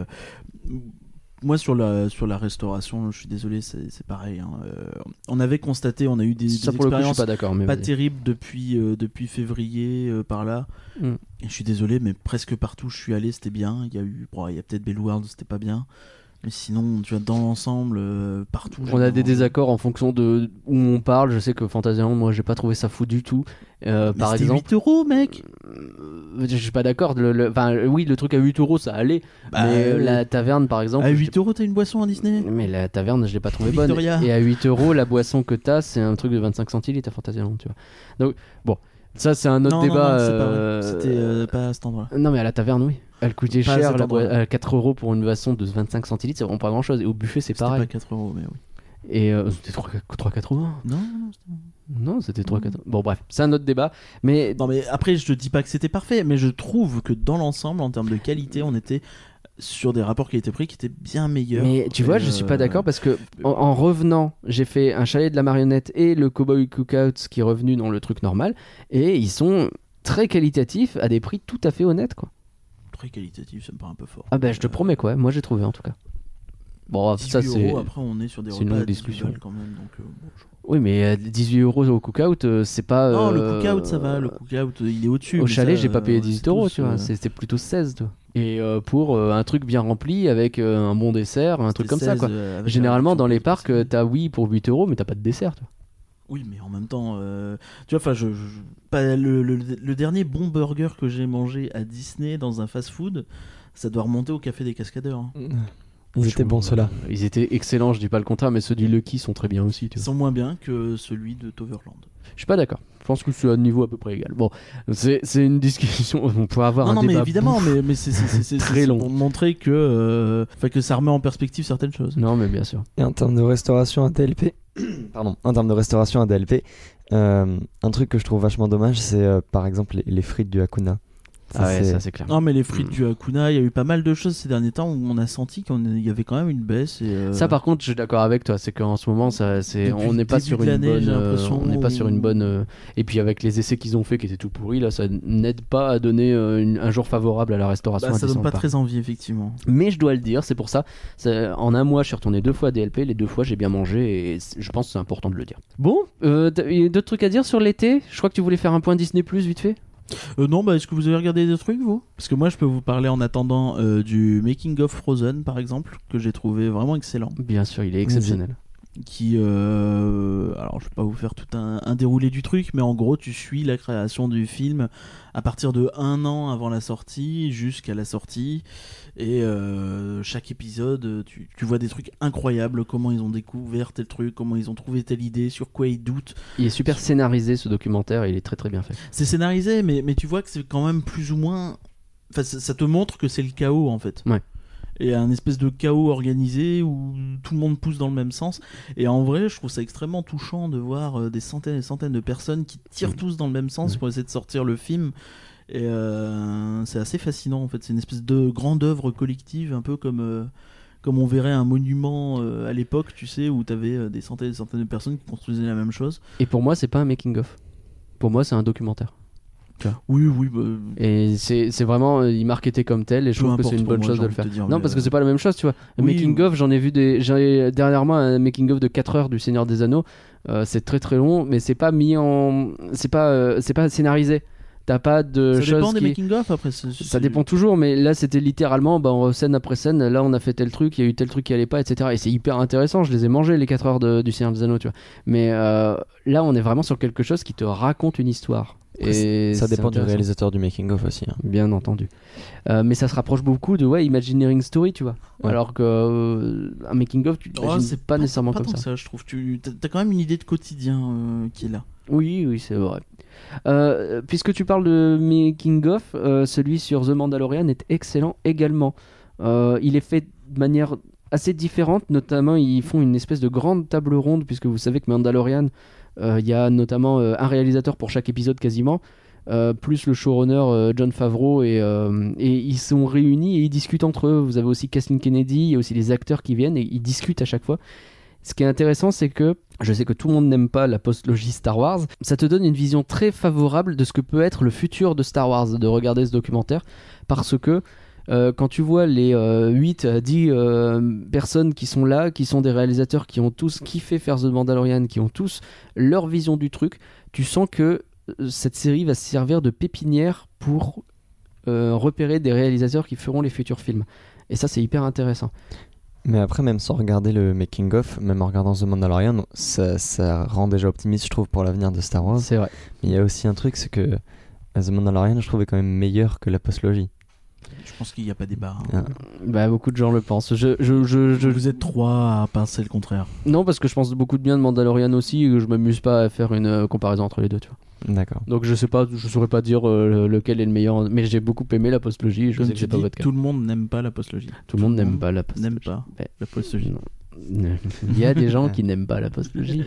Speaker 2: moi, sur la sur la restauration, je suis désolé, c'est c'est pareil. hein. Euh, on avait constaté, on a eu des,
Speaker 1: Ça,
Speaker 2: des
Speaker 1: pour le coup, je suis
Speaker 2: expériences
Speaker 1: pas d'accord. Mais
Speaker 2: pas
Speaker 1: vas-y.
Speaker 2: terribles depuis euh, depuis février euh, par là.
Speaker 1: Mm.
Speaker 2: Et je suis désolé, mais presque partout où je suis allé, c'était bien. Il y a eu, bon, il y a peut-être Bellward, c'était pas bien. Mais sinon, tu vois, dans l'ensemble, euh, partout.
Speaker 1: On a
Speaker 2: j'ai
Speaker 1: des
Speaker 2: mangé.
Speaker 1: désaccords en fonction de où on parle. Je sais que Fantasyland, moi, j'ai pas trouvé ça fou du tout. Euh,
Speaker 2: Mais
Speaker 1: par
Speaker 2: c'était
Speaker 1: exemple,
Speaker 2: huit euros, mec.
Speaker 1: Euh, je suis pas d'accord. Le, le- enfin, oui, le truc à huit euros, ça allait.
Speaker 2: Bah,
Speaker 1: mais euh,
Speaker 2: euh,
Speaker 1: la taverne, par exemple.
Speaker 2: À
Speaker 1: je
Speaker 2: huit euros, t'as une boisson à Disney.
Speaker 1: l'ai- Mais la taverne, je l'ai pas trouvée bonne.
Speaker 2: Victoria.
Speaker 1: Et à huit euros, la boisson que t'as, c'est un truc de vingt-cinq centilitres à Fantasyland, tu vois. Donc, bon, ça, c'est un autre
Speaker 2: non,
Speaker 1: débat.
Speaker 2: non, non, c'est pas
Speaker 1: euh,
Speaker 2: vrai. C'était euh, pas à cet endroit-là.
Speaker 1: Non, mais à la taverne, oui. Elle coûtait
Speaker 2: Pas à
Speaker 1: cher,
Speaker 2: cet
Speaker 1: la
Speaker 2: endroit-là.
Speaker 1: boîte, à quatre euros pour une boisson de vingt-cinq centilitres, c'est vraiment pas grand chose. Et au buffet, c'est
Speaker 2: C'était
Speaker 1: pareil.
Speaker 2: pas quatre euros, mais oui.
Speaker 1: Et euh, c'était trois euros quatre-vingts.
Speaker 2: Non, non, c'était...
Speaker 1: Non, c'était trois euros quatre-vingts. Bon, bref, c'est un autre débat. Mais
Speaker 2: Non, mais après, je te dis pas que c'était parfait, mais je trouve que dans l'ensemble, en termes de qualité, on était sur des rapports qualité-prix qui étaient bien meilleurs.
Speaker 1: Mais tu vois,
Speaker 2: Et,
Speaker 1: je suis
Speaker 2: euh,
Speaker 1: pas d'accord parce que en, en revenant, j'ai fait un chalet de la marionnette et le Cowboy Cookout qui est revenu dans le truc normal et ils sont très qualitatifs à des prix tout à fait honnêtes quoi.
Speaker 2: Très qualitatif, ça me paraît un peu fort.
Speaker 1: Ah bah je te
Speaker 2: Euh,
Speaker 1: promets quoi, moi j'ai trouvé en tout cas. Bon, ça
Speaker 2: dix-huit
Speaker 1: c'est
Speaker 2: euros, après on est sur des
Speaker 1: c'est une
Speaker 2: repas
Speaker 1: longue
Speaker 2: à dix-huit
Speaker 1: discussion.
Speaker 2: balles quand même. Donc, euh, bon, je-
Speaker 1: oui mais euh, dix-huit euros au Cookout euh, c'est pas.
Speaker 2: Non, le
Speaker 1: euh,
Speaker 2: cookout ça va, le cookout il est au-dessus.
Speaker 1: Au
Speaker 2: mais
Speaker 1: chalet,
Speaker 2: ça,
Speaker 1: j'ai pas payé
Speaker 2: euh,
Speaker 1: dix-huit
Speaker 2: c'est
Speaker 1: euros,
Speaker 2: tous,
Speaker 1: tu vois,
Speaker 2: euh,
Speaker 1: c'était plutôt seize, toi. Et euh, pour euh, un truc bien rempli avec euh, un bon dessert, un truc
Speaker 2: c'était
Speaker 1: comme ça,
Speaker 2: seize,
Speaker 1: quoi.
Speaker 2: euh, avec
Speaker 1: Généralement,
Speaker 2: la
Speaker 1: dans les
Speaker 2: réduction
Speaker 1: parcs,
Speaker 2: de
Speaker 1: euh, t'as oui pour huit euros, mais t'as pas de dessert, toi.
Speaker 2: Oui, mais en même temps, euh, tu vois, enfin, je, je- pas le, le- le dernier bon burger que j'ai mangé à Disney dans un fast-food, ça doit remonter au Café des Cascadeurs. hein.
Speaker 4: Ils étaient bons ceux-là.
Speaker 1: Ils étaient excellents, je dis pas le contraire, mais ceux du Lucky sont très bien aussi, tu
Speaker 2: Ils
Speaker 1: vois.
Speaker 2: sont moins bien que celui de Toverland.
Speaker 1: Je suis pas d'accord. Je pense que c'est à un niveau à peu près égal. Bon, c'est c'est une discussion, on pourrait avoir
Speaker 2: Non,
Speaker 1: un
Speaker 2: non,
Speaker 1: débat
Speaker 2: mais évidemment,
Speaker 1: bouffe.
Speaker 2: mais, mais c'est c'est- c'est- c'est-
Speaker 1: Très
Speaker 2: c'est
Speaker 1: long.
Speaker 2: pour montrer que, euh, enfin, que ça remet en perspective certaines choses.
Speaker 1: Non, mais bien sûr.
Speaker 4: Et en termes de restauration à D L P, pardon, en termes de restauration à D L P, euh, un truc que je trouve vachement dommage, c'est euh, par exemple les, les frites du Hakuna. Ça,
Speaker 1: Ah ouais,
Speaker 4: c'est-
Speaker 1: ça c'est clair.
Speaker 2: Non, mais les frites
Speaker 1: Mm.
Speaker 2: du Hakuna, il y a eu pas mal de choses ces derniers temps où on a senti qu'il y avait quand même une baisse. Et, euh,
Speaker 1: Ça par contre, je suis d'accord avec toi, c'est qu'en ce moment, ça, c'est,
Speaker 2: Depuis
Speaker 1: on
Speaker 2: le
Speaker 1: n'est pas
Speaker 2: début
Speaker 1: sur
Speaker 2: de
Speaker 1: une
Speaker 2: l'année,
Speaker 1: bonne,
Speaker 2: j'ai
Speaker 1: euh,
Speaker 2: l'impression,
Speaker 1: on n'est pas sur une
Speaker 2: où-
Speaker 1: bonne. euh, Et puis avec les essais qu'ils ont fait, qui étaient tout pourris, là, ça n'aide pas à donner euh, une- un jour favorable à la restauration.
Speaker 2: bah,
Speaker 1: à
Speaker 2: ça donne
Speaker 1: Disneyland
Speaker 2: pas
Speaker 1: Paris.
Speaker 2: très envie, effectivement.
Speaker 1: Mais je dois le dire, c'est pour ça. ça- En un mois, je suis retourné deux fois à D L P. Les deux fois, j'ai bien mangé et c'est- je pense que c'est important de le dire. Bon, euh, t'as- il y a d'autres trucs à dire sur l'été. Je crois que tu voulais faire un point Disney Plus vite fait.
Speaker 2: Euh, non, bah, est-ce que vous avez regardé des trucs, vous? Parce que moi, je peux vous parler en attendant euh, du Making of Frozen, par exemple, que j'ai trouvé vraiment excellent.
Speaker 1: Bien sûr, il est exceptionnel.
Speaker 2: Qui, euh, alors, je vais pas vous faire tout un, un déroulé du truc, mais en gros, tu suis la création du film à partir de un an avant la sortie jusqu'à la sortie. Et euh, chaque épisode, tu, tu vois des trucs incroyables, comment ils ont découvert tel truc, comment ils ont trouvé telle idée, sur quoi ils doutent.
Speaker 1: Il est super scénarisé ce documentaire. Et il est très très bien fait.
Speaker 2: C'est scénarisé, mais, mais tu vois que c'est quand même plus ou moins. Enfin, ça, ça te montre que c'est le chaos en fait.
Speaker 1: Ouais.
Speaker 2: Et un espèce de chaos organisé où tout le monde pousse dans le même sens. Et en vrai, je trouve ça extrêmement touchant de voir euh, des centaines et des centaines de personnes qui tirent tous dans le même sens
Speaker 1: Ouais.
Speaker 2: pour essayer de sortir le film. Et euh, c'est assez fascinant en fait. C'est une espèce de grande œuvre collective, un peu comme. euh, Comme on verrait un monument euh, à l'époque, tu sais, où t'avais euh, des centaines et des centaines de personnes qui construisaient la même chose.
Speaker 1: Et pour moi, c'est pas un making of. Pour moi, c'est un documentaire.
Speaker 2: Oui, oui. Bah,
Speaker 1: Et c'est c'est vraiment, euh, il marketait comme tel, et je
Speaker 2: Peu
Speaker 1: trouve que
Speaker 2: importe
Speaker 1: c'est une
Speaker 2: pour
Speaker 1: bonne
Speaker 2: moi,
Speaker 1: chose
Speaker 2: j'ai
Speaker 1: de le
Speaker 2: envie
Speaker 1: faire.
Speaker 2: de te dire,
Speaker 1: non,
Speaker 2: mais,
Speaker 1: parce que
Speaker 2: euh,
Speaker 1: c'est pas la même chose, tu vois. Le
Speaker 2: oui,
Speaker 1: making
Speaker 2: oui.
Speaker 1: of, j'en ai vu des. J'ai dernièrement un making of de quatre heures du Seigneur des Anneaux. Euh, c'est très très long, mais c'est pas mis en, c'est pas, euh, c'est pas scénarisé. T'as pas de
Speaker 2: ça
Speaker 1: choses
Speaker 2: dépend des
Speaker 1: qui.
Speaker 2: making-of après. c'est-
Speaker 1: Ça
Speaker 2: c'est-
Speaker 1: dépend toujours, mais là c'était littéralement bah, on- scène après scène. Là on a fait tel truc, il y a eu tel truc qui allait pas, et cetera. Et c'est hyper intéressant. Je les ai mangés les quatre heures de- du Seigneur des Anneaux, tu vois. Mais euh, là on est vraiment sur quelque chose qui te raconte une histoire. Et
Speaker 4: Ça
Speaker 1: c'est
Speaker 4: dépend du
Speaker 1: intéressant.
Speaker 4: réalisateur du making of aussi. hein.
Speaker 1: Bien entendu. Euh, mais ça se rapproche beaucoup de ouais, Imagineering Story, tu vois.
Speaker 4: Ouais.
Speaker 1: Alors que euh, un making of, tu
Speaker 2: Oh,
Speaker 1: t'imagines
Speaker 2: c'est
Speaker 1: pas, nécessairement
Speaker 2: pas
Speaker 1: comme
Speaker 2: tant
Speaker 1: ça.
Speaker 2: que ça, je trouve. Tu as quand même une idée de quotidien euh, qui est là.
Speaker 1: Oui, oui, c'est vrai. Euh, puisque tu parles de making of, euh, celui sur The Mandalorian est excellent également. Euh, il est fait de manière assez différente, notamment ils font une espèce de grande table ronde, puisque vous savez que Mandalorian, euh, il y a notamment euh, un réalisateur pour chaque épisode quasiment. Euh, plus le showrunner euh, Jon Favreau et, euh, et ils sont réunis et ils discutent entre eux. Vous avez aussi Kathleen Kennedy, il y a aussi les acteurs qui viennent et ils discutent à chaque fois. Ce qui est intéressant, c'est que je sais que tout le monde n'aime pas la postlogie Star Wars. Ça te donne une vision très favorable de ce que peut être le futur de Star Wars, de regarder ce documentaire, parce que euh, quand tu vois les euh, huit à dix euh, personnes qui sont là, qui sont des réalisateurs qui ont tous kiffé faire The Mandalorian, qui ont tous leur vision du truc, tu sens que euh, cette série va se servir de pépinière pour euh, repérer des réalisateurs qui feront les futurs films. Et ça, c'est hyper intéressant.
Speaker 4: Mais après, même sans regarder le making of, même en regardant The Mandalorian, ça, ça rend déjà optimiste, je trouve, pour l'avenir de Star Wars.
Speaker 1: C'est vrai.
Speaker 4: Mais il y a aussi un truc, c'est que euh, The Mandalorian, je trouvais quand même meilleur que la postlogie.
Speaker 2: Je pense qu'il n'y a pas débat. hein.
Speaker 4: Ah.
Speaker 1: Bah, beaucoup de gens le pensent. Je, je, je, je-
Speaker 2: Vous êtes trois à penser le contraire.
Speaker 1: Non, parce que je pense beaucoup de bien de Mandalorian aussi, et que je m'amuse pas à faire une euh, comparaison entre les deux, tu vois.
Speaker 4: D'accord.
Speaker 1: Donc je sais pas, je saurais pas dire euh, lequel est le meilleur, mais j'ai beaucoup aimé la postlogie. Je
Speaker 2: Comme
Speaker 1: sais que
Speaker 2: tu
Speaker 1: c'est pas
Speaker 2: dis,
Speaker 1: votre cas.
Speaker 2: tout le monde n'aime pas la postlogie.
Speaker 1: Tout le monde n'aime pas la postlogie.
Speaker 2: N'aime pas
Speaker 1: Ouais.
Speaker 2: la postlogie.
Speaker 1: Non. Il y a des gens qui n'aiment pas la postlogie.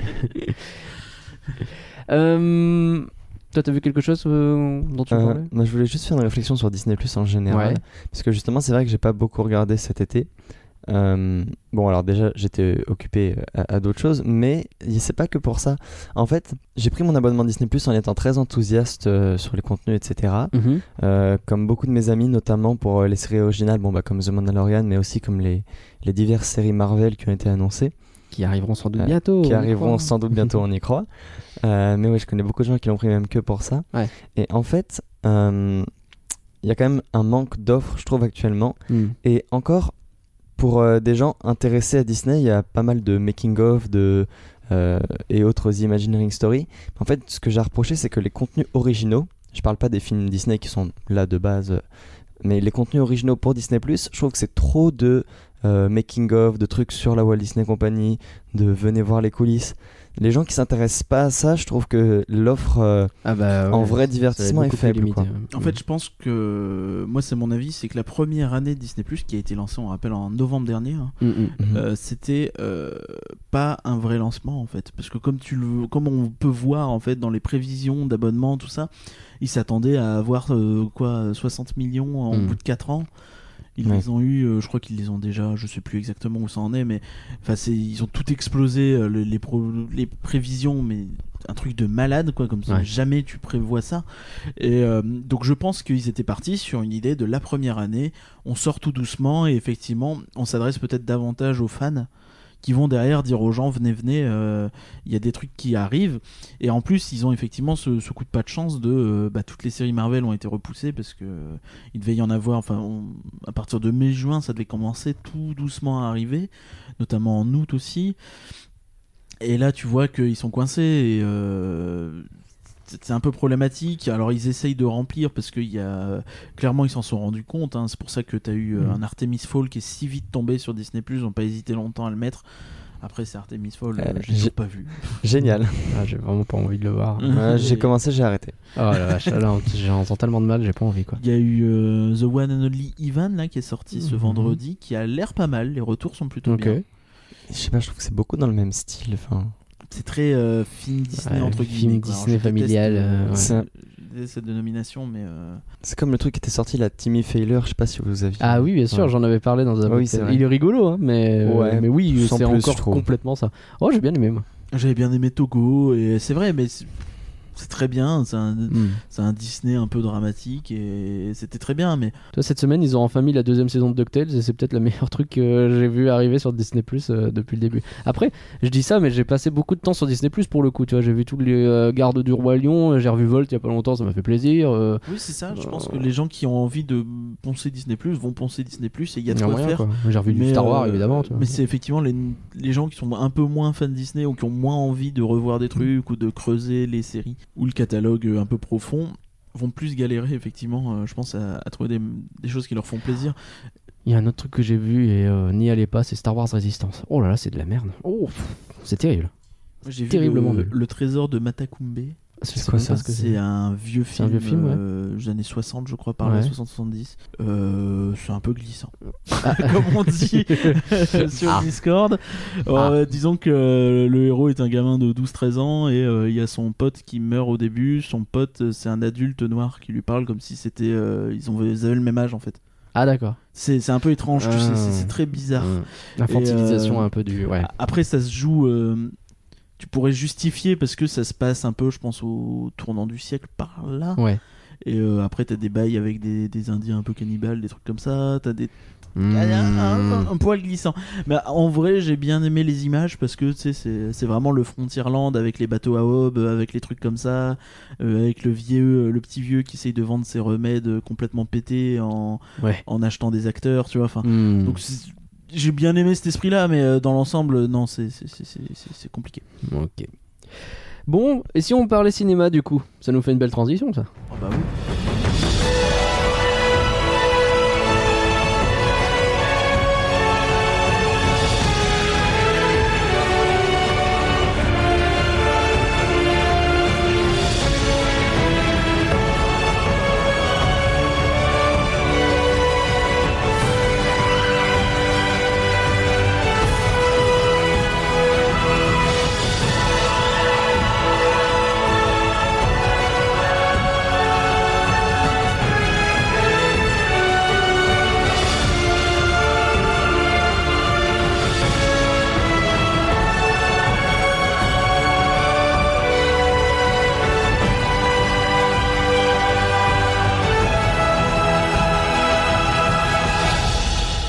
Speaker 1: euh, toi, t'as vu quelque chose euh, dont tu
Speaker 4: Euh,
Speaker 1: parlais?
Speaker 4: moi, je voulais juste faire une réflexion sur Disney Plus en général,
Speaker 1: Ouais.
Speaker 4: parce que justement, c'est vrai que j'ai pas beaucoup regardé cet été. Euh, bon, alors déjà, j'étais occupé à, à d'autres choses, mais c'est pas que pour ça. En fait, j'ai pris mon abonnement Disney Plus en étant très enthousiaste euh, sur les contenus, et cetera.
Speaker 1: Mhm.
Speaker 4: Euh, comme beaucoup de mes amis, notamment pour euh, les séries originales, bon, bah, comme The Mandalorian, mais aussi comme les, les diverses séries Marvel qui ont été annoncées.
Speaker 1: Qui arriveront sans doute
Speaker 4: Euh,
Speaker 1: bientôt.
Speaker 4: qui
Speaker 1: on y
Speaker 4: arriveront
Speaker 1: croit.
Speaker 4: sans doute bientôt, on y croit. Euh, mais oui, je connais beaucoup de gens qui l'ont pris même que pour ça.
Speaker 1: Ouais.
Speaker 4: Et en fait, euh, il y a quand même un manque d'offres, je trouve, actuellement.
Speaker 1: Mm.
Speaker 4: Et encore, pour euh, des gens intéressés à Disney, il y a pas mal de making-of de, euh, et autres Imagineering Story. En fait, ce que j'ai reproché, c'est que les contenus originaux, je parle pas des films Disney qui sont là de base, euh, mais les contenus originaux pour Disney+, je trouve que c'est trop de euh, making-of, de trucs sur la Walt Disney Company, de venez voir les coulisses. Les gens qui s'intéressent pas à ça, je trouve que l'offre euh,
Speaker 1: Ah bah,
Speaker 4: en
Speaker 1: ouais,
Speaker 4: vrai
Speaker 1: ça
Speaker 4: divertissement
Speaker 1: va
Speaker 4: est
Speaker 1: être beaucoup plus
Speaker 4: faible.
Speaker 1: limité,
Speaker 4: Quoi.
Speaker 1: ouais.
Speaker 2: En fait, je pense que moi, c'est mon avis, c'est que la première année de Disney+, qui a été lancée, on rappelle, en novembre dernier, hein,
Speaker 1: Mm, mm.
Speaker 4: Mhm.
Speaker 2: euh, c'était euh, pas un vrai lancement en fait, parce que comme tu le, comme on peut voir en fait dans les prévisions d'abonnement, tout ça, ils s'attendaient à avoir euh, quoi, soixante millions en
Speaker 1: Mm.
Speaker 2: bout de quatre ans. Ils
Speaker 4: Ouais.
Speaker 2: les ont eu, euh, je crois qu'ils les ont déjà, je sais plus exactement où ça en est, mais enfin c'est, ils ont tout explosé euh, les, les, pro- les prévisions, mais un truc de malade quoi, comme ça,
Speaker 1: Ouais.
Speaker 2: jamais tu prévois ça. Et euh, donc je pense qu'ils étaient partis sur une idée de la première année, on sort tout doucement et effectivement on s'adresse peut-être davantage aux fans qui vont derrière dire aux gens venez venez, euh, il y a des trucs qui arrivent. Et en plus ils ont effectivement ce, ce coup de pas de chance de euh, bah, toutes les séries Marvel ont été repoussées parce que euh, il devait y en avoir, enfin on- à partir de mai juin ça devait commencer tout doucement à arriver, notamment en août aussi. Et là tu vois qu'ils sont coincés et euh, c'est c'est un peu problématique. Alors ils essayent de remplir parce qu'il y a clairement ils s'en sont rendus compte, hein. C'est pour ça que tu as eu euh,
Speaker 1: Mm.
Speaker 2: un Artemis Fall qui est si vite tombé sur Disney+, ils n'ont pas hésité longtemps à le mettre. Après c'est Artemis Fall, euh,
Speaker 4: Euh,
Speaker 2: je l'ai
Speaker 4: j'ai-
Speaker 2: toujours pas vu.
Speaker 4: Génial.
Speaker 1: Ah, j'ai vraiment pas envie de le voir.
Speaker 2: Mm.
Speaker 4: Ouais, j'ai commencé, j'ai arrêté.
Speaker 1: Oh la vache, là, j'en entends tellement de mal, j'ai pas envie quoi.
Speaker 2: Il y a eu euh, The One and Only Ivan là, qui est sorti ce
Speaker 1: Mhm.
Speaker 2: vendredi, qui a l'air pas mal, les retours sont plutôt
Speaker 1: Ok.
Speaker 2: bien.
Speaker 4: Je sais pas, je trouve que c'est beaucoup dans le même style. Enfin,
Speaker 2: C'est très euh, film Disney
Speaker 1: Ouais,
Speaker 2: entre
Speaker 1: film
Speaker 2: guillemets. quoi. Alors,
Speaker 1: Disney
Speaker 2: je déteste,
Speaker 1: familial,
Speaker 2: euh,
Speaker 1: euh,
Speaker 4: ouais. C'est-
Speaker 2: je déteste cette dénomination, mais euh,
Speaker 4: c'est comme le truc qui était sorti, la Timmy Failure, je sais pas si vous aviez.
Speaker 1: Ah oui, bien sûr,
Speaker 4: Ouais.
Speaker 1: j'en avais parlé dans un
Speaker 4: Oui,
Speaker 1: podcast.
Speaker 4: c'est vrai.
Speaker 1: Il est rigolo, hein, mais, euh,
Speaker 4: Ouais,
Speaker 1: mais oui,
Speaker 4: sans
Speaker 1: c'est
Speaker 4: plus,
Speaker 1: encore
Speaker 4: je trouve.
Speaker 1: complètement ça. Oh, j'ai bien aimé moi.
Speaker 2: j'avais bien aimé Togo et c'est vrai, mais c'est c'est très bien. C'est un,
Speaker 1: Mm.
Speaker 2: c'est un Disney un peu dramatique et c'était très bien, mais
Speaker 1: Toi, cette semaine, ils ont enfin mis la deuxième saison de DuckTales et c'est peut-être le meilleur truc que j'ai vu arriver sur Disney Plus depuis le début. Après, je dis ça, mais j'ai passé beaucoup de temps sur Disney Plus pour le coup. Tu vois, j'ai vu tous les euh, Gardes du Roi Lion, j'ai revu Volt il y a pas longtemps, ça m'a fait plaisir. euh,
Speaker 2: oui, c'est ça. Je
Speaker 1: Euh,
Speaker 2: pense que les gens qui ont envie de poncer Disney Plus vont poncer Disney Plus et il y a de
Speaker 1: y a
Speaker 2: quoi
Speaker 1: moyen,
Speaker 2: faire.
Speaker 1: quoi. J'ai revu du
Speaker 2: Mais,
Speaker 1: Star Wars
Speaker 2: euh,
Speaker 1: évidemment. Tu vois.
Speaker 2: Mais c'est effectivement les, les gens qui sont un peu moins fans de Disney ou qui ont moins envie de revoir des trucs ou de creuser les séries ou le catalogue euh, un peu profond vont plus galérer effectivement, euh, je pense, à, à trouver des, des choses qui leur font plaisir.
Speaker 1: Il y a un autre truc que j'ai vu et euh, n'y allez pas, c'est Star Wars Resistance. Oh là là, c'est de la merde. Oh, pff, c'est terrible.
Speaker 2: J'ai vu
Speaker 1: Terriblement
Speaker 2: le,
Speaker 1: nul.
Speaker 2: le trésor de Matakumbe.
Speaker 1: Je
Speaker 4: C'est
Speaker 1: sais
Speaker 4: quoi
Speaker 1: même pas
Speaker 4: ça
Speaker 1: ce que
Speaker 2: C'est un vieux
Speaker 1: C'est un
Speaker 2: film,
Speaker 1: vieux film, ouais.
Speaker 2: euh, des années soixante, je crois, par là,
Speaker 1: Ouais.
Speaker 2: soixante soixante-dix. Euh, c'est un peu glissant.
Speaker 1: Ah.
Speaker 2: Comme on dit sur
Speaker 1: Ah.
Speaker 2: Discord. Euh, disons que euh, le héros est un gamin de douze treize ans et euh, il y a son pote qui meurt au début. Son pote, euh, c'est un adulte noir qui lui parle comme si c'était. euh, ils, ont, ils avaient le même âge en fait.
Speaker 1: Ah d'accord.
Speaker 2: C'est c'est un peu étrange, tu
Speaker 1: Ah.
Speaker 2: sais, c'est c'est très bizarre.
Speaker 1: Hum. L'infantilisation
Speaker 2: Et, euh,
Speaker 1: un peu du. Ouais.
Speaker 2: Après, ça se joue. euh, tu pourrais justifier parce que ça se passe un peu, je pense, au tournant du siècle par là.
Speaker 1: Ouais.
Speaker 2: Et euh, après, t'as des bails avec des, des Indiens un peu cannibales, des trucs comme ça. T'as des.
Speaker 1: Mmh.
Speaker 2: Il y a un, un- un poil glissant. Mais en vrai, j'ai bien aimé les images parce que tu sais, c'est c'est vraiment le Frontierland avec les bateaux à aube, avec les trucs comme ça, euh, avec le vieux, le petit vieux qui essaye de vendre ses remèdes complètement pétés en,
Speaker 1: Ouais.
Speaker 2: en achetant des acteurs, tu vois. Enfin,
Speaker 1: Mmh.
Speaker 2: donc c'est- j'ai bien aimé cet esprit-là, mais euh, dans l'ensemble, non, c'est c'est- c'est- c'est- c'est- c'est compliqué.
Speaker 1: Ok. Bon, et si on parlait cinéma du coup, ça nous fait une belle transition ça.
Speaker 2: Oh bah oui.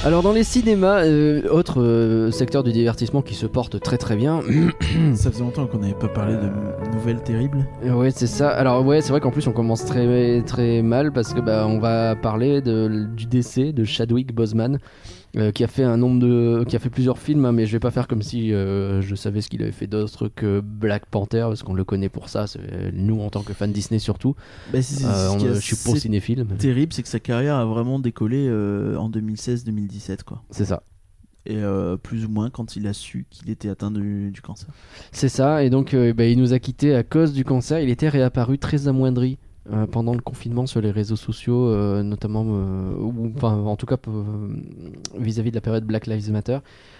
Speaker 1: Alors dans les cinémas, euh, autre euh, secteur du divertissement qui se porte très très bien.
Speaker 2: Ça faisait longtemps qu'on n'avait pas parlé de nouvelles terribles.
Speaker 1: Ouais, c'est ça. Alors ouais, c'est vrai qu'en plus on commence très très mal parce que bah on va parler de, du décès de Chadwick Boseman. Euh, qui a fait un nombre de, qui a fait plusieurs films, hein, mais je vais pas faire comme si euh, je savais ce qu'il avait fait d'autre que Black Panther, parce qu'on le connaît pour ça. C'est, nous, en tant que fans Disney surtout,
Speaker 2: bah, c'est, c'est,
Speaker 1: euh, on,
Speaker 2: c'est
Speaker 1: je suis pro cinéphile. Mais...
Speaker 2: terrible, c'est que sa carrière a vraiment décollé euh, en deux mille seize deux mille dix-sept, quoi.
Speaker 1: C'est ça.
Speaker 2: Et euh, plus ou moins quand il a su qu'il était atteint du, du cancer.
Speaker 1: C'est ça. Et donc, euh, bah, il nous a quittés à cause du cancer. Il était réapparu très amoindri. Euh, pendant le confinement sur les réseaux sociaux, euh, notamment, euh, ou enfin en tout cas euh, vis-à-vis de la période Black Lives Matter,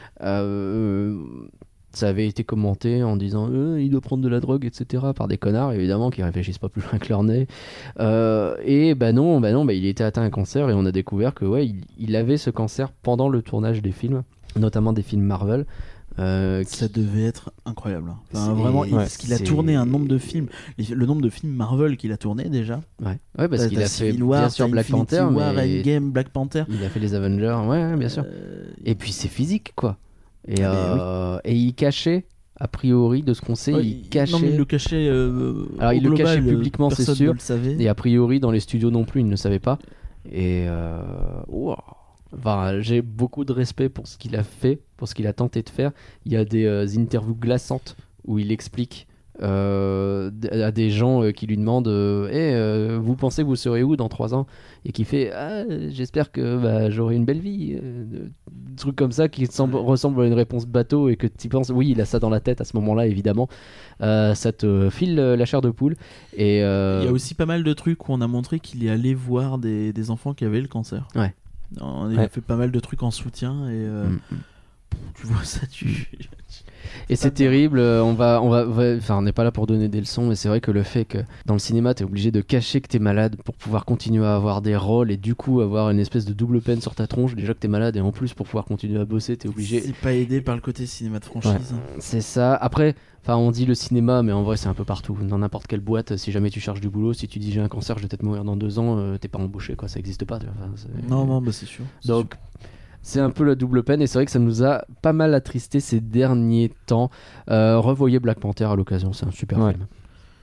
Speaker 1: euh, ça avait été commenté en disant euh, il doit prendre de la drogue, et cetera par des connards évidemment qui réfléchissent pas plus loin que leur nez. Euh, et bah non, bah non, bah il était atteint d'un cancer et on a découvert que ouais, il, il avait ce cancer pendant le tournage des films, notamment des films Marvel. Euh,
Speaker 2: ça
Speaker 1: qui...
Speaker 2: devait être incroyable. Enfin,
Speaker 1: c'est...
Speaker 2: vraiment, il,
Speaker 1: ouais,
Speaker 2: parce qu'il a
Speaker 1: c'est...
Speaker 2: tourné un nombre de films, le nombre de films Marvel qu'il a tourné déjà.
Speaker 1: Ouais, ouais parce
Speaker 2: t'as,
Speaker 1: qu'il
Speaker 2: t'as
Speaker 1: a fait
Speaker 2: Civil War,
Speaker 1: bien sûr Black
Speaker 2: Infinity
Speaker 1: Panther,
Speaker 2: War,
Speaker 1: mais
Speaker 2: Endgame, Black Panther.
Speaker 1: Il a fait les Avengers, ouais, bien sûr.
Speaker 2: Euh...
Speaker 1: Et puis c'est physique, quoi. Et,
Speaker 2: ah,
Speaker 1: euh... oui. et il cachait, a priori, de ce qu'on sait,
Speaker 2: ouais,
Speaker 1: il cachait.
Speaker 2: Non, mais il le cachait. Euh,
Speaker 1: Alors il
Speaker 2: global,
Speaker 1: le cachait publiquement, c'est sûr.
Speaker 2: Ne le savait.
Speaker 1: Et a priori, dans les studios non plus, il ne le savait pas. Et euh... wow. Enfin, j'ai beaucoup de respect pour ce qu'il a fait, pour ce qu'il a tenté de faire. Il y a des euh, interviews glaçantes où il explique euh, à des gens euh, qui lui demandent euh, hey, euh, vous pensez que vous serez où dans trois ans? Et qui fait ah, j'espère que bah, j'aurai une belle vie. Euh, des trucs comme ça qui semble, ressemblent à une réponse bateau et que tu penses oui, il a ça dans la tête à ce moment-là, évidemment. Euh, ça te file la chair de poule. Et euh...
Speaker 2: il y a aussi pas mal de trucs où on a montré qu'il est allé voir des, des enfants qui avaient le cancer.
Speaker 1: Ouais.
Speaker 2: Non, il
Speaker 1: ouais.
Speaker 2: a fait pas mal de trucs en soutien et euh, mm. tu vois ça, tu.
Speaker 1: Et c'est terrible. On va, on va, enfin, on n'est pas là pour donner des leçons, mais c'est vrai que le fait que dans le cinéma, t'es obligé de cacher que t'es malade pour pouvoir continuer à avoir des rôles et du coup avoir une espèce de double peine sur ta tronche. Déjà que t'es malade et en plus pour pouvoir continuer à bosser, t'es obligé.
Speaker 2: C'est pas aidé par le côté cinéma de franchise.
Speaker 1: Ouais, c'est ça. Après. Enfin, on dit le cinéma, mais en vrai, c'est un peu partout. Dans n'importe quelle boîte, si jamais tu cherches du boulot, si tu dis j'ai un cancer, je vais peut-être mourir dans deux ans, euh, t'es pas embauché, quoi. Ça existe pas. Enfin, c'est...
Speaker 2: Non, non, bah c'est sûr. C'est
Speaker 1: Donc,
Speaker 2: sûr.
Speaker 1: C'est un peu la double peine, et c'est vrai que ça nous a pas mal attristé ces derniers temps. Euh, revoyez Black Panther à l'occasion, c'est un super ouais. film.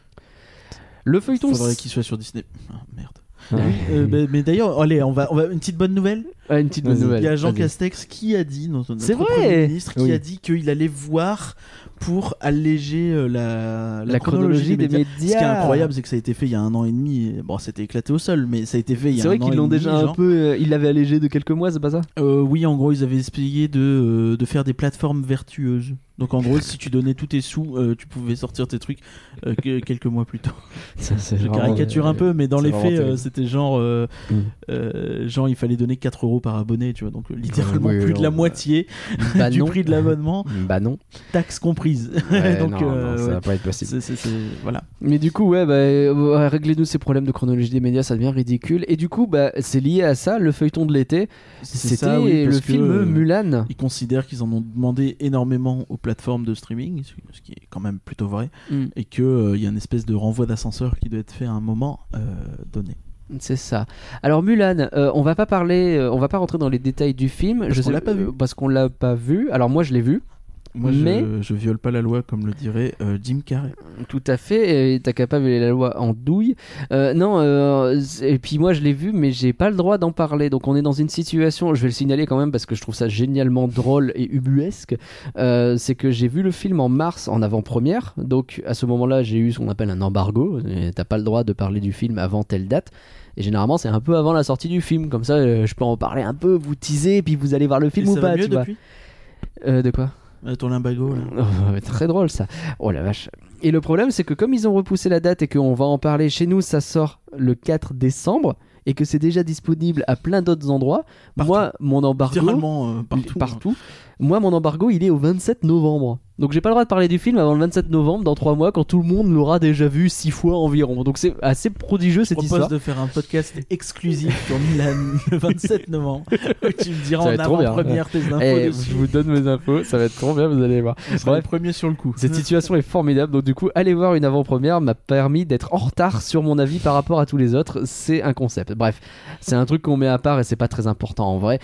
Speaker 1: Le feuilleton.
Speaker 2: Faudrait qu'il soit sur Disney. Ah, merde. Ouais. Euh, mais, mais d'ailleurs, allez, on va, on va une petite bonne nouvelle.
Speaker 1: Ouais, une petite bonne nouvelle.
Speaker 2: Il y a Jean
Speaker 1: Vas-y.
Speaker 2: Castex qui a dit, notre, notre
Speaker 1: c'est vrai.
Speaker 2: Premier ministre, qui
Speaker 1: oui.
Speaker 2: a dit qu'il allait voir pour alléger euh, la, la,
Speaker 1: la chronologie, chronologie des, des médias.
Speaker 2: médias. Ce qui est incroyable, c'est que ça a été fait il y a un an et demi. Bon, c'était éclaté au sol, mais ça a été fait il y a
Speaker 1: c'est
Speaker 2: un an et
Speaker 1: vrai
Speaker 2: demi.
Speaker 1: qu'ils l'ont déjà
Speaker 2: genre.
Speaker 1: un peu. Euh, ils l'avaient allégé de quelques mois, c'est pas ça
Speaker 2: euh, Oui, en gros, ils avaient essayé de, euh, de faire des plateformes vertueuses. Donc en gros, si tu donnais tous tes sous, euh, tu pouvais sortir tes trucs euh, que, quelques mois plus tôt.
Speaker 1: Ça, c'est
Speaker 2: Je
Speaker 1: vraiment,
Speaker 2: caricature
Speaker 1: euh,
Speaker 2: un peu, mais dans les faits, euh, c'était genre, euh,
Speaker 1: mm.
Speaker 2: euh, genre il fallait donner quatre euros par abonné, tu vois. Donc littéralement
Speaker 1: oui,
Speaker 2: plus
Speaker 1: non,
Speaker 2: de la
Speaker 1: bah...
Speaker 2: moitié
Speaker 1: bah
Speaker 2: du
Speaker 1: non.
Speaker 2: prix de l'abonnement.
Speaker 1: Bah non.
Speaker 2: Taxes comprises.
Speaker 1: Ouais,
Speaker 2: donc
Speaker 1: non,
Speaker 2: euh,
Speaker 1: non, ça
Speaker 2: ouais.
Speaker 1: va pas être possible.
Speaker 2: C'est, c'est, c'est, voilà.
Speaker 1: Mais du coup, ouais, bah, euh, réglez-nous ces problèmes de chronologie des médias, ça devient ridicule. Et du coup, bah, c'est lié à ça, le feuilleton de l'été.
Speaker 2: C'est
Speaker 1: C'était
Speaker 2: ça, oui,
Speaker 1: le
Speaker 2: parce
Speaker 1: film
Speaker 2: que,
Speaker 1: Mulan.
Speaker 2: Ils considèrent qu'ils en ont demandé énormément aux plateformes de streaming, ce qui est quand même plutôt vrai,
Speaker 1: mm.
Speaker 2: et qu'il euh, y a une espèce de renvoi d'ascenseur qui doit être fait à un moment euh, donné.
Speaker 1: C'est ça. Alors Mulan, euh, on va pas parler, euh, on va pas rentrer dans les détails du film.
Speaker 2: Parce
Speaker 1: je
Speaker 2: qu'on
Speaker 1: sais,
Speaker 2: l'a pas vu.
Speaker 1: Euh, parce qu'on l'a pas vu. Alors moi je l'ai vu.
Speaker 2: Moi,
Speaker 1: mais...
Speaker 2: je, je viole pas la loi, comme le dirait euh, Jim Carrey.
Speaker 1: Tout à fait, et t'as qu'à pas violer la loi en douille. Euh, non, euh, et puis moi je l'ai vu, mais j'ai pas le droit d'en parler. Donc on est dans une situation, je vais le signaler quand même parce que je trouve ça génialement drôle et ubuesque. Euh, c'est que j'ai vu le film en mars en avant-première. Donc à ce moment-là, j'ai eu ce qu'on appelle un embargo. Et t'as pas le droit de parler du film avant telle date. Et généralement, c'est un peu avant la sortie du film. Comme ça, euh, je peux en parler un peu, vous teaser, puis vous allez voir le film
Speaker 2: et
Speaker 1: ou
Speaker 2: ça
Speaker 1: pas.
Speaker 2: va mieux
Speaker 1: tu vois.
Speaker 2: depuis
Speaker 1: euh, De quoi?
Speaker 2: Ton limbago là.
Speaker 1: Oh, très drôle ça. Oh la vache. Et le problème c'est que comme ils ont repoussé la date et qu'on va en parler chez nous, ça sort le quatre décembre et que c'est déjà disponible à plein d'autres endroits.
Speaker 2: Partout.
Speaker 1: Moi, mon embargo
Speaker 2: littéralement euh, partout.
Speaker 1: partout. Moi, mon embargo, il est au vingt-sept novembre. Donc j'ai pas le droit de parler du film avant le vingt-sept novembre, dans trois mois, quand tout le monde l'aura déjà vu six fois environ. Donc c'est assez prodigieux cette
Speaker 2: Je propose
Speaker 1: histoire.
Speaker 2: de faire un podcast exclusif sur Milan le vingt-sept novembre où tu me diras
Speaker 1: Ça va
Speaker 2: en
Speaker 1: être trop bien.
Speaker 2: avant-première tes infos
Speaker 1: Eh,
Speaker 2: dessus.
Speaker 1: je vous donne mes infos, ça va être trop bien, vous allez voir.
Speaker 2: On sera
Speaker 1: Bref.
Speaker 2: le premier sur le coup.
Speaker 1: Cette situation est formidable, donc du coup, aller voir une avant-première m'a permis d'être en retard sur mon avis par rapport à tous les autres. C'est un concept. Bref, c'est un truc qu'on met à part et c'est pas très important en vrai.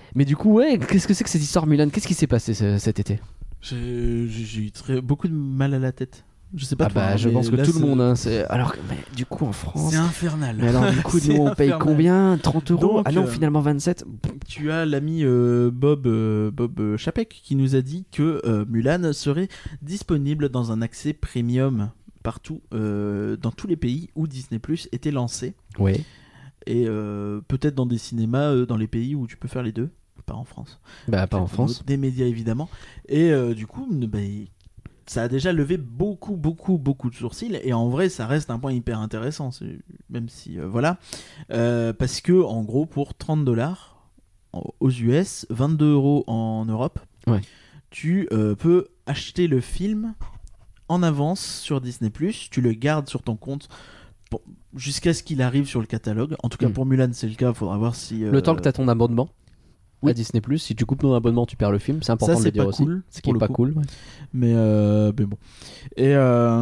Speaker 1: Mais du coup, ouais, qu'est-ce que c'est que cette histoire Mulan? Qu'est-ce qui s'est passé ce- cet été?
Speaker 2: J'ai j'ai- j'ai eu très, beaucoup de mal à la tête. Je sais pas
Speaker 1: Ah
Speaker 2: toi,
Speaker 1: bah,
Speaker 2: hein,
Speaker 1: je
Speaker 2: mais
Speaker 1: pense que
Speaker 2: là,
Speaker 1: tout le
Speaker 2: c'est-
Speaker 1: monde. Hein, c'est... Alors que, mais du coup, en France.
Speaker 2: C'est infernal.
Speaker 1: Mais alors, du coup,
Speaker 2: C'est
Speaker 1: nous, on paye
Speaker 2: infernal.
Speaker 1: combien? trente euros?
Speaker 2: Donc,
Speaker 1: Ah non,
Speaker 2: euh,
Speaker 1: finalement vingt-sept.
Speaker 2: Tu as l'ami euh, Bob, euh, Bob euh, Chapek qui nous a dit que euh, Mulan serait disponible dans un accès premium partout, euh, dans tous les pays où Disney Plus était lancé.
Speaker 1: Ouais.
Speaker 2: Et euh, peut-être dans des cinémas, euh, dans les pays où tu peux faire les deux. Pas en France.
Speaker 1: Bah, pas en
Speaker 2: Peut-être
Speaker 1: France.
Speaker 2: Des médias évidemment. Et euh, du coup, bah, ça a déjà levé beaucoup, beaucoup, beaucoup de sourcils. Et en vrai, ça reste un point hyper intéressant. c'est- Même si, euh, voilà. Euh, parce que, en gros, pour trente dollars aux U S, vingt-deux euros en Europe,
Speaker 1: Ouais.
Speaker 2: tu euh, peux acheter le film en avance sur Disney plus. Tu le gardes sur ton compte pour- jusqu'à ce qu'il arrive sur le catalogue. En tout cas,
Speaker 1: Mm.
Speaker 2: pour Mulan, c'est le cas. Il faudra voir si. euh,
Speaker 1: Le temps que tu as ton abonnement
Speaker 2: oui.
Speaker 1: à Disney Plus, si tu coupes ton abonnement, tu perds le film. C'est important
Speaker 2: Ça,
Speaker 1: de
Speaker 2: c'est
Speaker 1: le dire
Speaker 2: pas
Speaker 1: aussi.
Speaker 2: cool,
Speaker 1: Ce qui
Speaker 2: pour
Speaker 1: est
Speaker 2: le
Speaker 1: pas
Speaker 2: coup.
Speaker 1: cool. Ouais.
Speaker 2: Mais, euh, mais bon. Et, euh,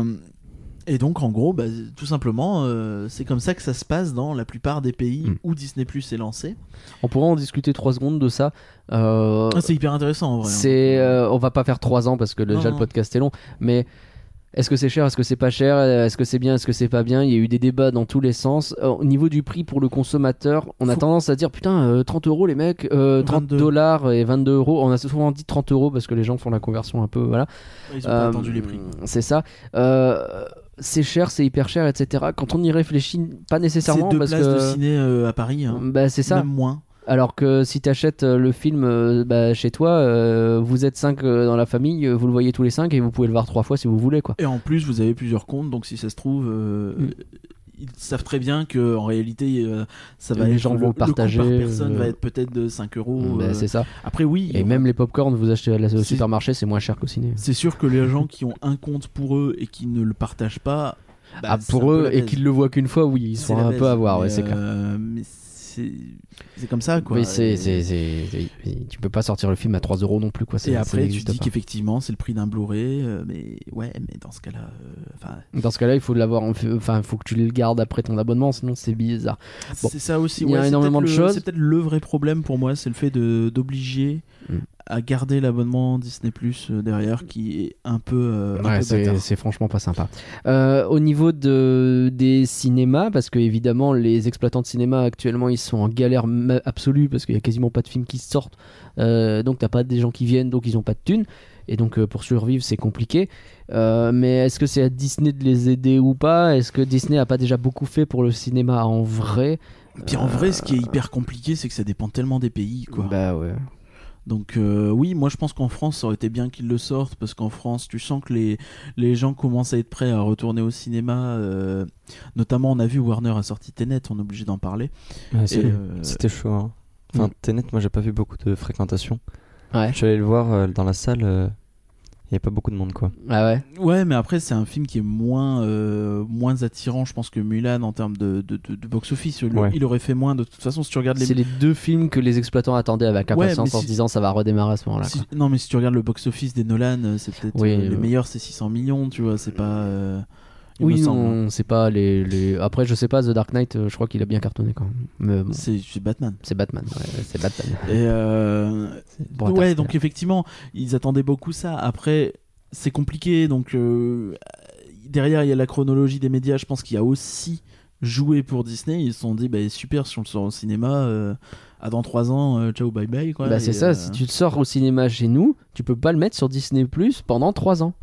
Speaker 2: et donc, en gros, bah, tout simplement, euh, c'est comme ça que ça se passe dans la plupart des pays
Speaker 1: Mm.
Speaker 2: où Disney Plus est lancé.
Speaker 1: On pourra en discuter trois secondes de ça. Euh,
Speaker 2: Ah, c'est hyper intéressant en vrai. hein.
Speaker 1: c'est, euh, on va pas faire trois ans parce que le-
Speaker 2: Non,
Speaker 1: déjà
Speaker 2: non.
Speaker 1: le podcast est long. Mais est-ce que c'est cher? Est-ce que c'est pas cher? Est-ce que c'est bien? Est-ce que c'est pas bien? Il y a eu des débats dans tous les sens. Euh, Au niveau du prix pour le consommateur, on a
Speaker 2: Faut-
Speaker 1: tendance à dire putain, euh, trente euros les mecs, euh, trente
Speaker 2: vingt-deux.
Speaker 1: dollars et vingt-deux euros. On a souvent dit trente euros parce que les gens font la conversion un peu. Voilà.
Speaker 2: Ils ont pas
Speaker 1: Euh,
Speaker 2: attendu les prix.
Speaker 1: C'est ça. Euh, c'est cher, c'est hyper cher, et cetera. Quand on y réfléchit, pas
Speaker 2: C'est
Speaker 1: nécessairement
Speaker 2: deux
Speaker 1: parce
Speaker 2: places
Speaker 1: que.
Speaker 2: de ciné euh, à Paris. Hein.
Speaker 1: Bah, c'est ça.
Speaker 2: Même moins.
Speaker 1: Alors que si t'achètes euh, le film euh, bah, chez toi, euh, vous êtes cinq euh, dans la famille, euh, vous le voyez tous les cinq et vous pouvez le voir trois fois si vous voulez, quoi.
Speaker 2: Et en plus, vous avez plusieurs comptes, donc si ça se trouve, euh,
Speaker 1: Mm.
Speaker 2: ils savent très bien que en réalité, euh, ça va
Speaker 1: Les
Speaker 2: être
Speaker 1: gens
Speaker 2: le,
Speaker 1: vont
Speaker 2: le coût
Speaker 1: partager,
Speaker 2: par personne
Speaker 1: euh,
Speaker 2: va être peut-être de cinq euros.
Speaker 1: Bah,
Speaker 2: euh.
Speaker 1: c'est ça.
Speaker 2: Après, oui.
Speaker 1: Et
Speaker 2: on-
Speaker 1: même les popcorn, vous achetez à la- au
Speaker 2: C'est-
Speaker 1: supermarché, c'est moins cher qu'au ciné.
Speaker 2: C'est sûr que les gens qui ont un compte pour eux et qui ne le partagent pas. bah,
Speaker 1: Ah,
Speaker 2: c'est un
Speaker 1: pour
Speaker 2: peu
Speaker 1: eux,
Speaker 2: la
Speaker 1: et
Speaker 2: baise.
Speaker 1: qu'ils le voient qu'une fois, oui, ils
Speaker 2: C'est
Speaker 1: sont
Speaker 2: la
Speaker 1: un
Speaker 2: baise,
Speaker 1: peu à voir, ouais,
Speaker 2: mais,
Speaker 1: c'est clair.
Speaker 2: euh, mais c'est c'est comme ça, quoi.
Speaker 1: Oui, c'est,
Speaker 2: Et-
Speaker 1: c'est, c'est- c'est- tu peux pas sortir le film à trois euros non plus, quoi. c'est-
Speaker 2: Et
Speaker 1: ça
Speaker 2: après, tu
Speaker 1: n'existe
Speaker 2: dis
Speaker 1: pas.
Speaker 2: qu'effectivement, c'est le prix d'un Blu-ray, euh, mais ouais, mais dans ce cas-là, euh, enfin,
Speaker 1: Dans ce cas-là, il faut l'avoir, en fait- enfin, il faut que tu le gardes après ton abonnement, sinon c'est bizarre. Bon.
Speaker 2: c'est ça aussi.
Speaker 1: Il y a
Speaker 2: ouais, c'est
Speaker 1: énormément
Speaker 2: peut-être
Speaker 1: de
Speaker 2: le-
Speaker 1: choses.
Speaker 2: C'est peut-être le vrai problème pour moi, c'est le fait de d'obliger
Speaker 1: Mm.
Speaker 2: à garder l'abonnement Disney Plus euh, derrière, qui est un peu, euh, un
Speaker 1: Ouais,
Speaker 2: peu
Speaker 1: c'est,
Speaker 2: bâtard.
Speaker 1: c'est franchement pas sympa. Euh, au niveau de, des cinémas, parce que évidemment les exploitants de cinéma actuellement ils sont en galère ma- absolue parce qu'il y a quasiment pas de films qui sortent, euh, donc t'as pas des gens qui viennent, donc ils ont pas de thunes. Et donc euh, pour survivre c'est compliqué. Euh, mais est-ce que c'est à Disney de les aider ou pas? Est-ce que Disney a pas déjà beaucoup fait pour le cinéma en vrai?
Speaker 2: Puis en vrai, ce qui est hyper compliqué, c'est que ça dépend tellement des pays, quoi.
Speaker 1: Bah ouais.
Speaker 2: Donc euh, oui, moi je pense qu'en France, ça aurait été bien qu'ils le sortent, parce qu'en France, tu sens que les, les gens commencent à être prêts à retourner au cinéma. euh, Notamment, on a vu Warner a sorti Tenet, on est obligé d'en parler.
Speaker 4: Ouais, c'est-
Speaker 2: Et, euh,
Speaker 4: C'était chaud. Hein. Enfin,
Speaker 1: Mm.
Speaker 4: Tenet, moi j'ai pas vu beaucoup de fréquentation.
Speaker 1: Ouais.
Speaker 4: Je suis allé le voir euh, dans la salle, euh, il y avait pas beaucoup de monde quoi.
Speaker 1: Ah ouais.
Speaker 2: Ouais, mais après, c'est un film qui est moins, euh, moins attirant, je pense, que Mulan en termes de, de, de- de box-office. Le-
Speaker 4: Ouais.
Speaker 2: Il aurait fait moins, de toute façon, si tu regardes les...
Speaker 1: C'est les deux films que les exploitants attendaient avec
Speaker 2: Ouais,
Speaker 1: impatience
Speaker 2: mais
Speaker 1: en
Speaker 2: si-
Speaker 1: se disant ça va redémarrer à ce moment-là.
Speaker 2: si-
Speaker 1: quoi.
Speaker 2: Non, mais si tu regardes le box-office des Nolan, euh, c'est peut-être...
Speaker 1: Oui,
Speaker 2: euh, les
Speaker 1: euh,
Speaker 2: meilleurs, c'est six cents millions, tu vois, c'est pas... euh, il
Speaker 1: Oui,
Speaker 2: me semble, hein.
Speaker 1: on sait pas les, les. Après, je sais pas, The Dark Knight, euh, je crois qu'il a bien cartonné quand même. Mais bon,
Speaker 2: C'est c'est Batman.
Speaker 1: c'est Batman, ouais, c'est Batman.
Speaker 2: Et euh,
Speaker 1: Bon,
Speaker 2: ouais,
Speaker 1: Interstellar.
Speaker 2: donc effectivement, ils attendaient beaucoup ça. Après, c'est compliqué, donc euh, derrière, il y a la chronologie des médias. Je pense qu'il y a aussi joué pour Disney. Ils se sont dit, bah, super, si on le sort au cinéma, euh, à dans trois ans, euh, ciao, bye bye. Quoi.
Speaker 1: Bah, c'est
Speaker 2: Et,
Speaker 1: ça,
Speaker 2: euh,
Speaker 1: si tu le sors au cinéma chez nous, tu peux pas le mettre sur Disney Plus pendant trois ans.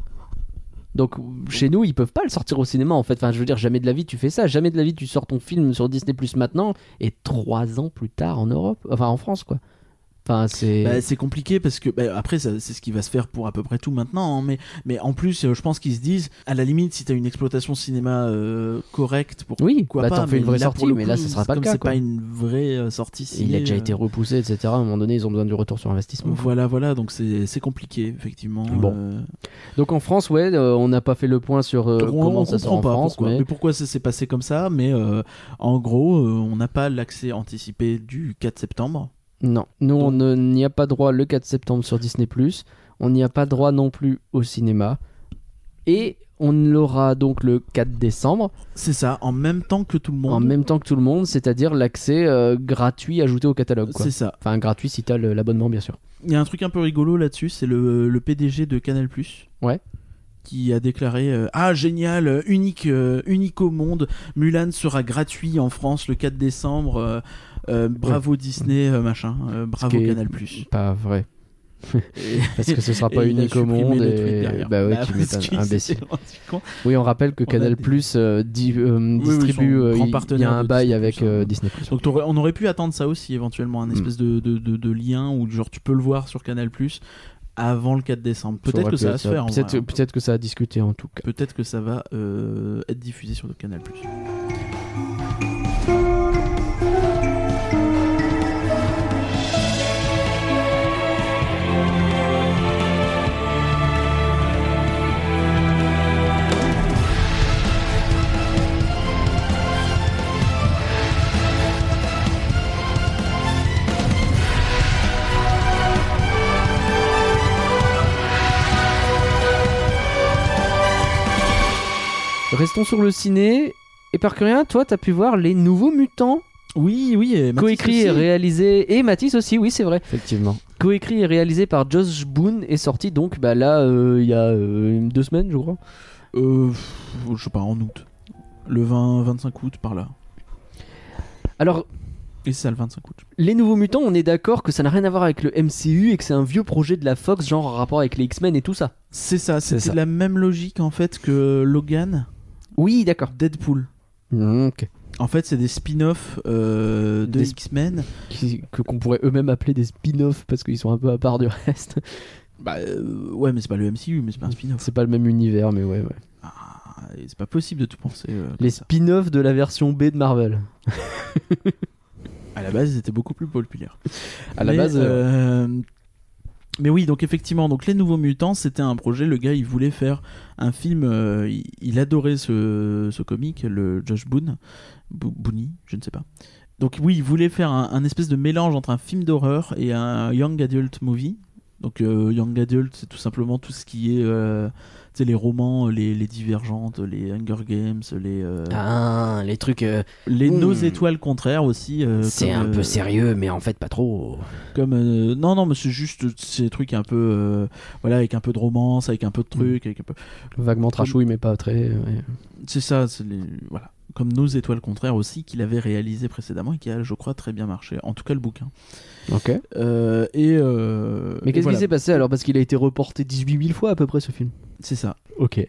Speaker 1: Donc chez nous, ils peuvent pas le sortir au cinéma en fait. Enfin, je veux dire, jamais de la vie tu fais ça. Jamais de la vie tu sors ton film sur Disney Plus maintenant et trois ans plus tard en Europe, enfin en France quoi. Enfin, c'est.
Speaker 2: Bah, c'est compliqué parce que bah, après ça, c'est ce qui va se faire pour à peu près tout maintenant, hein, mais mais en plus euh, je pense qu'ils se disent à la limite si t'as une exploitation cinéma euh, correcte pour
Speaker 1: Oui,
Speaker 2: quoi
Speaker 1: bah,
Speaker 2: pas,
Speaker 1: t'en fais une
Speaker 2: mais
Speaker 1: vraie
Speaker 2: là, pour
Speaker 1: sortie,
Speaker 2: le
Speaker 1: mais
Speaker 2: coup,
Speaker 1: là, ça sera pas le
Speaker 2: comme
Speaker 1: cas,
Speaker 2: c'est
Speaker 1: quoi.
Speaker 2: pas une vraie euh, sortie
Speaker 1: Il a
Speaker 2: ciné,
Speaker 1: déjà
Speaker 2: euh,
Speaker 1: été repoussé, et cetera. À un moment donné, ils ont besoin du retour sur investissement.
Speaker 2: Voilà, voilà, donc c'est c'est compliqué, effectivement.
Speaker 1: Bon.
Speaker 2: euh,
Speaker 1: Donc en France, ouais, euh, on n'a pas fait le point sur euh,
Speaker 2: donc on,
Speaker 1: comment
Speaker 2: on
Speaker 1: ça sort
Speaker 2: comprend
Speaker 1: en
Speaker 2: pas
Speaker 1: France,
Speaker 2: pourquoi,
Speaker 1: mais
Speaker 2: mais pourquoi ça s'est passé comme ça, mais euh, en gros, euh, on n'a pas l'accès anticipé du quatre septembre.
Speaker 1: non, nous on
Speaker 2: Donc-
Speaker 1: ne- n'y a pas droit le quatre septembre sur Disney Plus. On n'y a pas droit non plus au cinéma. Et on l'aura donc le quatre décembre.
Speaker 2: C'est ça, en même temps que tout le monde.
Speaker 1: En même temps que tout le monde, c'est-à-dire l'accès euh, gratuit ajouté au catalogue. Quoi.
Speaker 2: C'est ça.
Speaker 1: Enfin, gratuit si t'as le, l'abonnement, bien sûr.
Speaker 2: Il y a un truc un peu rigolo là-dessus, c'est le, le P D G de Canal+.
Speaker 1: Ouais.
Speaker 2: Qui a déclaré euh, ah génial, unique, euh, unique au monde, Mulan sera gratuit en France le quatre décembre. Euh, euh, bravo ouais. Disney, euh, machin. Euh, bravo Canal+.
Speaker 1: Pas vrai. Parce que ce sera pas unique au monde et bah ouais, bah, tu m'étonnes, imbécile. Oui, on rappelle que Canal Plus euh, di- euh, distribue, oui, oui, il y a un bail avec euh, Disney Plus.
Speaker 2: Donc on aurait pu attendre ça aussi éventuellement, un espèce mm. de, de, de, de lien où genre tu peux le voir sur Canal Plus avant le quatre décembre. Peut-être que ça va se faire.
Speaker 1: Peut-être, peut-être que ça a discuté en tout cas.
Speaker 2: Peut-être que ça va euh, être diffusé sur le Canal Plus.
Speaker 1: Restons sur le ciné. Et par rien, toi, t'as pu voir Les Nouveaux Mutants.
Speaker 2: Oui, oui. Et
Speaker 1: coécrit et réalisé. Et Mathis aussi, oui, c'est vrai.
Speaker 4: Effectivement.
Speaker 1: Coécrit et réalisé par Josh Boone et sorti donc bah, là, il euh, y a euh, deux semaines, je crois.
Speaker 2: Euh, je sais pas, en août. Le vingt, vingt-cinq août, par là.
Speaker 1: Alors.
Speaker 2: Et c'est ça le vingt-cinq août.
Speaker 1: Les Nouveaux Mutants, on est d'accord que ça n'a rien à voir avec le M C U et que c'est un vieux projet de la Fox, genre en rapport avec les X-Men et tout ça.
Speaker 2: C'est ça, c'est, c'est ça. La même logique en fait que Logan.
Speaker 1: Oui, d'accord.
Speaker 2: Deadpool.
Speaker 1: Mmh, ok.
Speaker 2: En fait, c'est des spin-offs euh, de des X-Men.
Speaker 1: Qui, que, qu'on pourrait eux-mêmes appeler des spin-offs parce qu'ils sont un peu à part du reste.
Speaker 2: Bah euh, ouais, mais c'est pas le M C U, mais c'est pas un spin-off.
Speaker 1: C'est pas le même univers, mais ouais, ouais.
Speaker 2: Ah, c'est pas possible de tout penser. Euh,
Speaker 1: les spin-offs de la version B de Marvel.
Speaker 2: À la base, ils étaient beaucoup plus populaires.
Speaker 1: À la mais, base. Euh...
Speaker 2: Mais oui, donc effectivement, donc Les Nouveaux Mutants, c'était un projet. Le gars, il voulait faire un film. Euh, il, il adorait ce, ce comique, le Josh Boone, Bo- Booney, je ne sais pas. Donc oui, il voulait faire un, un espèce de mélange entre un film d'horreur et un young adult movie. Donc euh, young adult, c'est tout simplement tout ce qui est, euh, tu sais, les romans, les, les Divergentes, les Hunger Games, les euh,
Speaker 1: ah, les trucs, euh,
Speaker 2: les hmm. Nos étoiles contraires aussi. Euh,
Speaker 1: c'est
Speaker 2: comme,
Speaker 1: un peu
Speaker 2: euh,
Speaker 1: sérieux, mais en fait pas trop.
Speaker 2: Comme euh, non non, mais c'est juste ces trucs un peu, euh, voilà, avec un peu de romance, avec un peu de trucs, hmm. avec un peu
Speaker 1: vaguement trashouille, mais pas très. Ouais.
Speaker 2: C'est ça, c'est les, voilà. Comme Nos étoiles contraires aussi, qu'il avait réalisé précédemment et qui a, je crois, très bien marché. En tout cas, le bouquin.
Speaker 1: Ok.
Speaker 2: Euh, et euh,
Speaker 1: Mais
Speaker 2: et
Speaker 1: qu'est-ce
Speaker 2: voilà.
Speaker 1: qui s'est passé alors ? Parce qu'il a été reporté dix-huit mille fois à peu près ce film.
Speaker 2: C'est ça.
Speaker 1: Ok.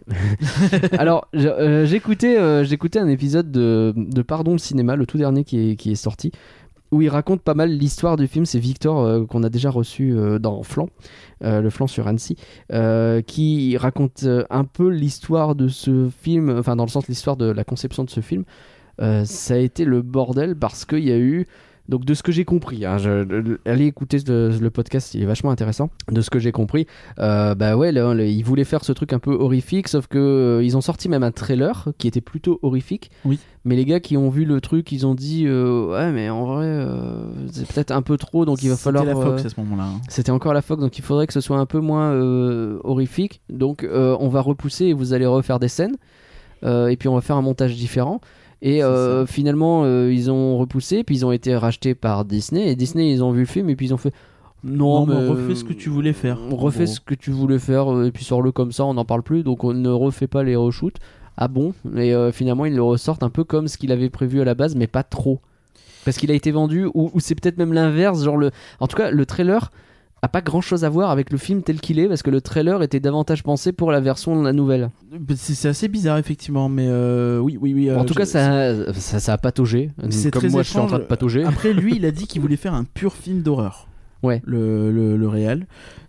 Speaker 1: Alors, euh, j'écoutais, euh, j'écoutais un épisode de, de Pardon le cinéma, le tout dernier qui est, qui est sorti, où il raconte pas mal l'histoire du film. C'est Victor euh, qu'on a déjà reçu euh, dans Flan, euh, le Flan sur Annecy, euh, qui raconte euh, un peu l'histoire de ce film, enfin dans le sens l'histoire de la conception de ce film. Euh, ça a été le bordel parce qu'il y a eu... Donc de ce que j'ai compris, hein, je, allez écouter le, le podcast, il est vachement intéressant. De ce que j'ai compris, euh, bah ouais, là, là, ils voulaient faire ce truc un peu horrifique, sauf que euh, ils ont sorti même un trailer qui était plutôt horrifique.
Speaker 2: Oui.
Speaker 1: Mais les gars qui ont vu le truc, ils ont dit euh, ouais, mais en vrai, euh, c'est peut-être un peu trop, donc il va
Speaker 2: C'était
Speaker 1: falloir.
Speaker 2: C'était la Fox
Speaker 1: euh,
Speaker 2: à ce moment-là. Hein.
Speaker 1: C'était encore la Fox, donc il faudrait que ce soit un peu moins euh, horrifique. Donc euh, on va repousser et vous allez refaire des scènes, euh, et puis on va faire un montage différent. Et euh, finalement, euh, ils ont repoussé, puis ils ont été rachetés par Disney. Et Disney, ils ont vu le film, et puis ils ont fait non,
Speaker 2: non mais
Speaker 1: mais
Speaker 2: refais ce que tu voulais faire.
Speaker 1: On refait ce que tu voulais faire, et puis sors-le comme ça, on n'en parle plus. Donc on ne refait pas les reshoots. Ah bon ? Et euh, finalement, ils le ressortent un peu comme ce qu'il avait prévu à la base, mais pas trop. Parce qu'il a été vendu, ou, ou c'est peut-être même l'inverse. Genre le... En tout cas, le trailer a pas grand chose à voir avec le film tel qu'il est, parce que le trailer était davantage pensé pour la version de la nouvelle.
Speaker 2: C'est, c'est assez bizarre effectivement, mais euh, oui, oui, oui. Euh,
Speaker 1: en tout
Speaker 2: je...
Speaker 1: cas, ça, ça, ça a pataugé.
Speaker 2: C'est
Speaker 1: comme
Speaker 2: très
Speaker 1: moi,
Speaker 2: étrange.
Speaker 1: je suis en train de patauger.
Speaker 2: Après, lui, il a dit qu'il voulait faire un pur film d'horreur.
Speaker 1: Ouais.
Speaker 2: Le, le, le réal,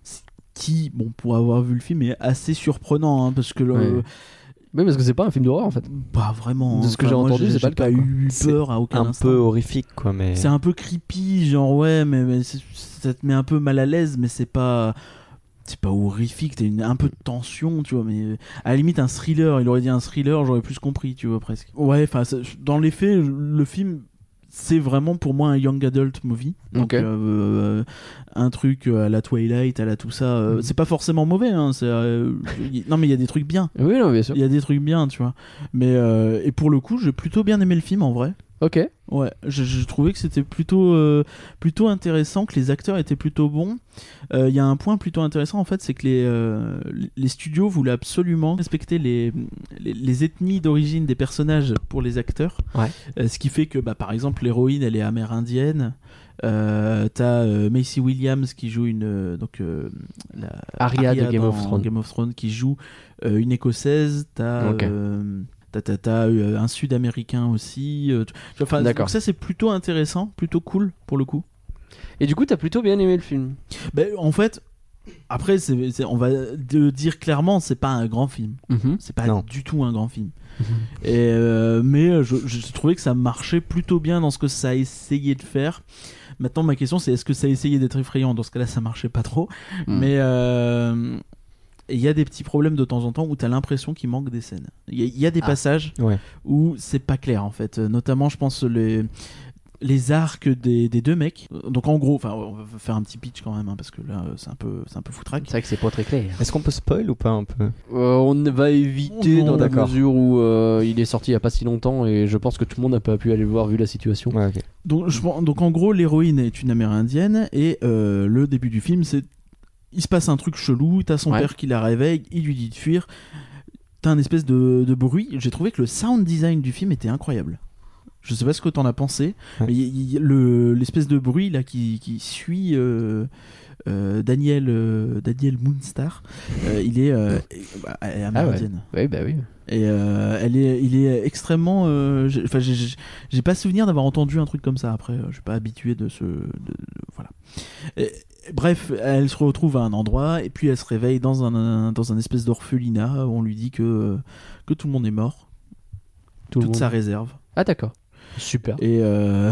Speaker 2: qui, bon, pour avoir vu le film, est assez surprenant, hein, parce que le.
Speaker 1: Ouais. Oui, parce que c'est pas un film d'horreur en fait.
Speaker 2: Pas vraiment.
Speaker 1: De ce que
Speaker 2: enfin,
Speaker 1: j'ai
Speaker 2: moi,
Speaker 1: entendu,
Speaker 2: j'ai,
Speaker 1: c'est pas
Speaker 2: j'ai
Speaker 1: le cas.
Speaker 2: Pas eu peur à aucun
Speaker 4: un
Speaker 2: instant.
Speaker 4: Un peu horrifique, quoi, mais.
Speaker 2: C'est un peu creepy, genre ouais, mais, mais ça te met un peu mal à l'aise, mais c'est pas. C'est pas horrifique, t'as une, un peu de tension, tu vois, mais à la limite un thriller, il aurait dit un thriller, j'aurais plus compris, tu vois, presque. Ouais, enfin, dans les faits, le film, c'est vraiment pour moi un young adult movie. Donc,
Speaker 1: okay.
Speaker 2: euh, un truc à la Twilight, à la tout ça. Euh,
Speaker 1: Mm.
Speaker 2: C'est pas forcément mauvais. Hein, c'est, euh, y- non, mais il y a des trucs bien.
Speaker 1: Oui, non, bien sûr.
Speaker 2: Il y a des trucs bien, tu vois. Mais euh, et pour le coup, j'ai plutôt bien aimé le film en vrai.
Speaker 1: Ok.
Speaker 2: Ouais, je, je trouvais que c'était plutôt, euh, plutôt intéressant, que les acteurs étaient plutôt bons. Il euh, y a un point plutôt intéressant en fait, c'est que les, euh, les studios voulaient absolument respecter les, les, les ethnies d'origine des personnages pour les acteurs.
Speaker 1: Ouais.
Speaker 2: Euh, ce qui fait que, bah, par exemple, l'héroïne, elle est amérindienne. Euh, t'as euh, Macy Williams qui joue une euh, donc euh, la,
Speaker 1: Arya de Game
Speaker 2: dans
Speaker 1: of Thrones.
Speaker 2: Game of Thrones qui joue euh, une écossaise. T'as
Speaker 1: Ok.
Speaker 2: euh, T'as, t'as, t'as, euh, un sud-américain aussi. euh, tu- tu vois, enfin,
Speaker 1: D'accord.
Speaker 2: donc ça c'est plutôt intéressant, plutôt cool pour le coup.
Speaker 1: Et du coup, t'as plutôt bien aimé le film.
Speaker 2: Ben, en fait, après, c'est, c'est- on va de dire clairement, c'est pas un grand film.
Speaker 1: Mhm.
Speaker 2: C'est pas
Speaker 4: Non.
Speaker 2: du tout un grand film. Et, euh, mais euh, je, je trouvais que ça marchait plutôt bien dans ce que ça a essayé de faire. Maintenant, ma question c'est est-ce que ça a essayé d'être effrayant? Dans ce cas-là, ça marchait pas trop.
Speaker 1: Mm.
Speaker 2: Mais euh, il y a des petits problèmes de temps en temps où tu as l'impression qu'il manque des scènes. Il y, a- il y a des
Speaker 1: Ah.
Speaker 2: passages
Speaker 4: Ouais.
Speaker 2: où c'est pas clair en fait. Euh, Notamment, je pense les les arcs des, des deux mecs. Donc en gros, enfin, on va faire un petit pitch quand même hein, parce que là, euh, c'est un peu c'est un peu foutraque.
Speaker 1: C'est vrai que c'est pas très clair.
Speaker 4: Est-ce qu'on peut spoil ou pas un peu?
Speaker 1: Euh, on va éviter
Speaker 2: Oh non,
Speaker 1: dans la
Speaker 4: d'accord.
Speaker 1: mesure où euh, il est sorti il y a pas si longtemps et je pense que tout le monde n'a pas pu aller le voir vu la situation.
Speaker 4: Ouais, ok.
Speaker 2: Donc, je pense- donc en gros, l'héroïne est une amérindienne et euh, le début du film, c'est il se passe un truc chelou. T'as son
Speaker 1: Ouais.
Speaker 2: père qui la réveille, il lui dit de fuir. T'as un espèce de, de bruit. J'ai trouvé que le sound design du film était incroyable. Je sais pas ce que t'en as pensé,
Speaker 4: Ouais.
Speaker 2: mais il- il- le- l'espèce de bruit là qui, qui suit euh, euh, Daniel euh, Daniel Moonstar, euh, il est, euh, bah, elle est amérindienne.
Speaker 1: Oui, bah oui.
Speaker 2: Et euh, elle est, il est extrêmement. euh, j'ai- Enfin, j'ai- j'ai j'ai pas souvenir d'avoir entendu un truc comme ça. Après, euh, je suis pas habitué de ce. de- de- voilà. Et- bref, elle se retrouve à un endroit et puis elle se réveille dans un, un- dans un espèce d'orphelinat où on lui dit que que tout le monde est mort,
Speaker 1: Tout le
Speaker 2: toute
Speaker 1: monde.
Speaker 2: sa réserve,
Speaker 1: Ah d'accord. Super.
Speaker 2: et euh,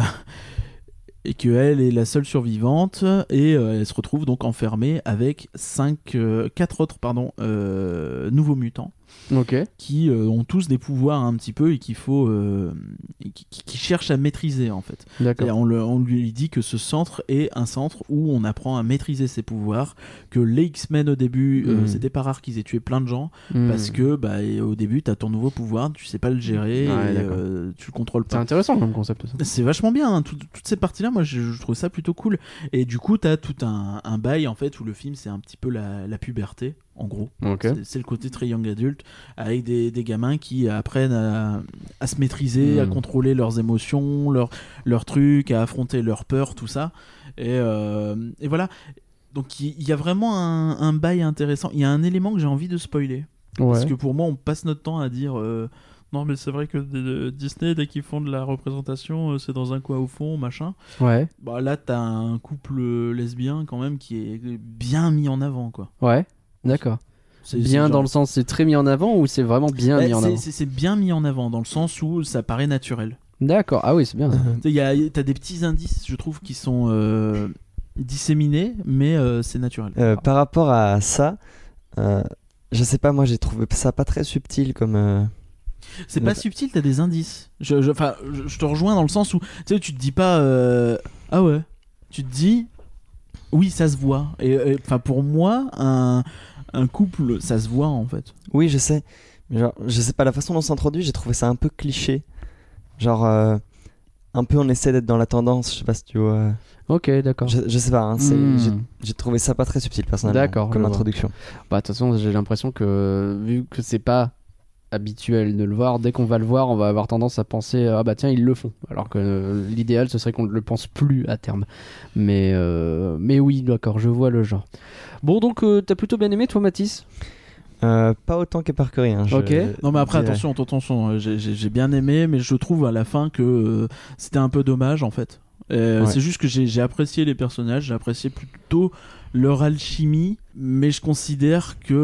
Speaker 2: et que elle est la seule survivante et euh, elle se retrouve donc enfermée avec cinq, euh, quatre autres pardon euh, nouveaux mutants.
Speaker 1: Ok.
Speaker 2: Qui euh, ont tous des pouvoirs un petit peu et qu'il faut euh, et qui, qui- qui cherchent à maîtriser en fait. Et
Speaker 1: D'accord.
Speaker 2: on, le- on lui dit que ce centre est un centre où on apprend à maîtriser ses pouvoirs, que les X-Men au début euh,
Speaker 1: Mhm.
Speaker 2: c'était pas rare qu'ils aient tué plein de gens
Speaker 1: Hmm.
Speaker 2: parce que bah, et au début t'as ton nouveau pouvoir, tu sais pas le gérer,
Speaker 1: Ouais,
Speaker 2: et,
Speaker 1: d'accord.
Speaker 2: euh, tu le contrôles
Speaker 1: C'est
Speaker 2: pas.
Speaker 1: intéressant comme concept ça.
Speaker 2: C'est vachement bien, hein, tout- toutes ces parties-là, moi je, je trouve ça plutôt cool. Et du coup, t'as tout un, un bail en fait où le film c'est un petit peu la, la puberté, en gros.
Speaker 1: Ok.
Speaker 2: C'est, c'est le côté très young adulte, avec des, des gamins qui apprennent à, à se maîtriser,
Speaker 1: Mm.
Speaker 2: à contrôler leurs émotions, leurs leurs trucs, à affronter leurs peurs, tout ça. Et, euh, et voilà. Donc il y, y a vraiment un, un bail intéressant. Il y a un élément que j'ai envie de spoiler. Parce
Speaker 1: Ouais.
Speaker 2: que pour moi, on passe notre temps à dire euh, non, mais c'est vrai que de- de Disney, dès qu'ils font de la représentation, euh, c'est dans un coin au fond, machin.
Speaker 1: Ouais.
Speaker 2: Bah, là, t'as un couple euh, lesbien quand même qui est bien mis en avant, quoi.
Speaker 1: Ouais. D'accord.
Speaker 2: C'est,
Speaker 1: Bien
Speaker 2: c'est
Speaker 1: dans
Speaker 2: genre-
Speaker 1: le sens c'est très mis en avant ou c'est vraiment bien
Speaker 2: Ouais,
Speaker 1: mis en
Speaker 2: c'est,
Speaker 1: avant.
Speaker 2: c'est- c'est bien mis en avant dans le sens où ça paraît naturel.
Speaker 1: D'accord. Ah oui, c'est bien. ça.
Speaker 2: Tu sais, y a- y a- T'as des petits indices, je trouve, qui sont euh, disséminés, mais euh, c'est naturel.
Speaker 4: Euh, par rapport à ça, euh, je sais pas, moi j'ai trouvé ça pas très subtil comme. euh,
Speaker 2: C'est pas
Speaker 4: Ouais.
Speaker 2: subtil, t'as des indices. Je, je, 'fin, je, je te rejoins dans le sens où tu sais, tu te dis pas euh, ah ouais, tu te dis oui, ça se voit. Et enfin pour moi, un, un couple, ça se voit en fait.
Speaker 4: Oui, je sais. Mais genre, je sais pas, la façon dont c'est introduit, j'ai trouvé ça un peu cliché. Genre, euh, un peu on essaie d'être dans la tendance, je sais pas si tu vois.
Speaker 1: Ok, d'accord.
Speaker 4: Je, je sais pas, hein, c'est-
Speaker 1: Hmm.
Speaker 4: j'ai, j'ai trouvé ça pas très subtil personnellement.
Speaker 1: D'accord,
Speaker 4: comme
Speaker 1: je vois.
Speaker 4: introduction.
Speaker 1: Bah, de toute façon, j'ai l'impression que vu que c'est pas habituel de le voir, dès qu'on va le voir, on va avoir tendance à penser ah bah tiens ils le font, alors que euh, l'idéal ce serait qu'on ne le pense plus à terme. Mais euh, mais oui, d'accord, je vois le genre. Bon donc euh, t'as plutôt bien aimé toi, Mathis?
Speaker 4: Euh, pas autant que Parkery. Hein, je
Speaker 1: Ok.
Speaker 2: Non mais après
Speaker 4: dirais.
Speaker 2: attention, attention, euh, j'ai, j'ai, j'ai bien aimé, mais je trouve à la fin que euh, c'était un peu dommage en fait. Euh,
Speaker 4: Ouais.
Speaker 2: C'est juste que j'ai, j'ai apprécié les personnages, j'ai apprécié plutôt leur alchimie, mais je considère que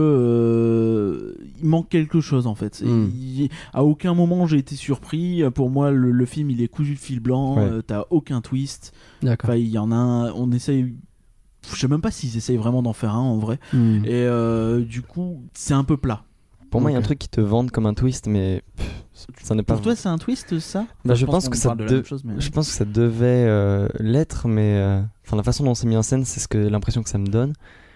Speaker 2: euh, il manque quelque chose en fait.
Speaker 1: Mm.
Speaker 2: Il- à aucun moment j'ai été surpris. Pour moi, le, le film il est cousu de fil blanc.
Speaker 4: Ouais.
Speaker 2: euh, t'as aucun twist.
Speaker 1: D'accord.
Speaker 2: Enfin, il y en a un. On essaye. Je sais même pas s'ils essayent vraiment d'en faire un en vrai.
Speaker 1: Hmm.
Speaker 2: Et euh, du coup, c'est un peu plat.
Speaker 4: Pour moi, il y a un
Speaker 1: Ok.
Speaker 4: truc qui te vendent comme un twist, mais pff, ça n'est pas.
Speaker 2: Pour toi, c'est un twist, ça?
Speaker 4: Bah, je
Speaker 2: Enfin,
Speaker 4: pense
Speaker 2: qu'on
Speaker 4: que ça
Speaker 2: parle de la
Speaker 4: de-
Speaker 2: même chose, mais-
Speaker 4: Je pense que ça devait euh, l'être, mais euh, enfin la façon dont c'est mis en scène, c'est ce que l'impression que ça me donne.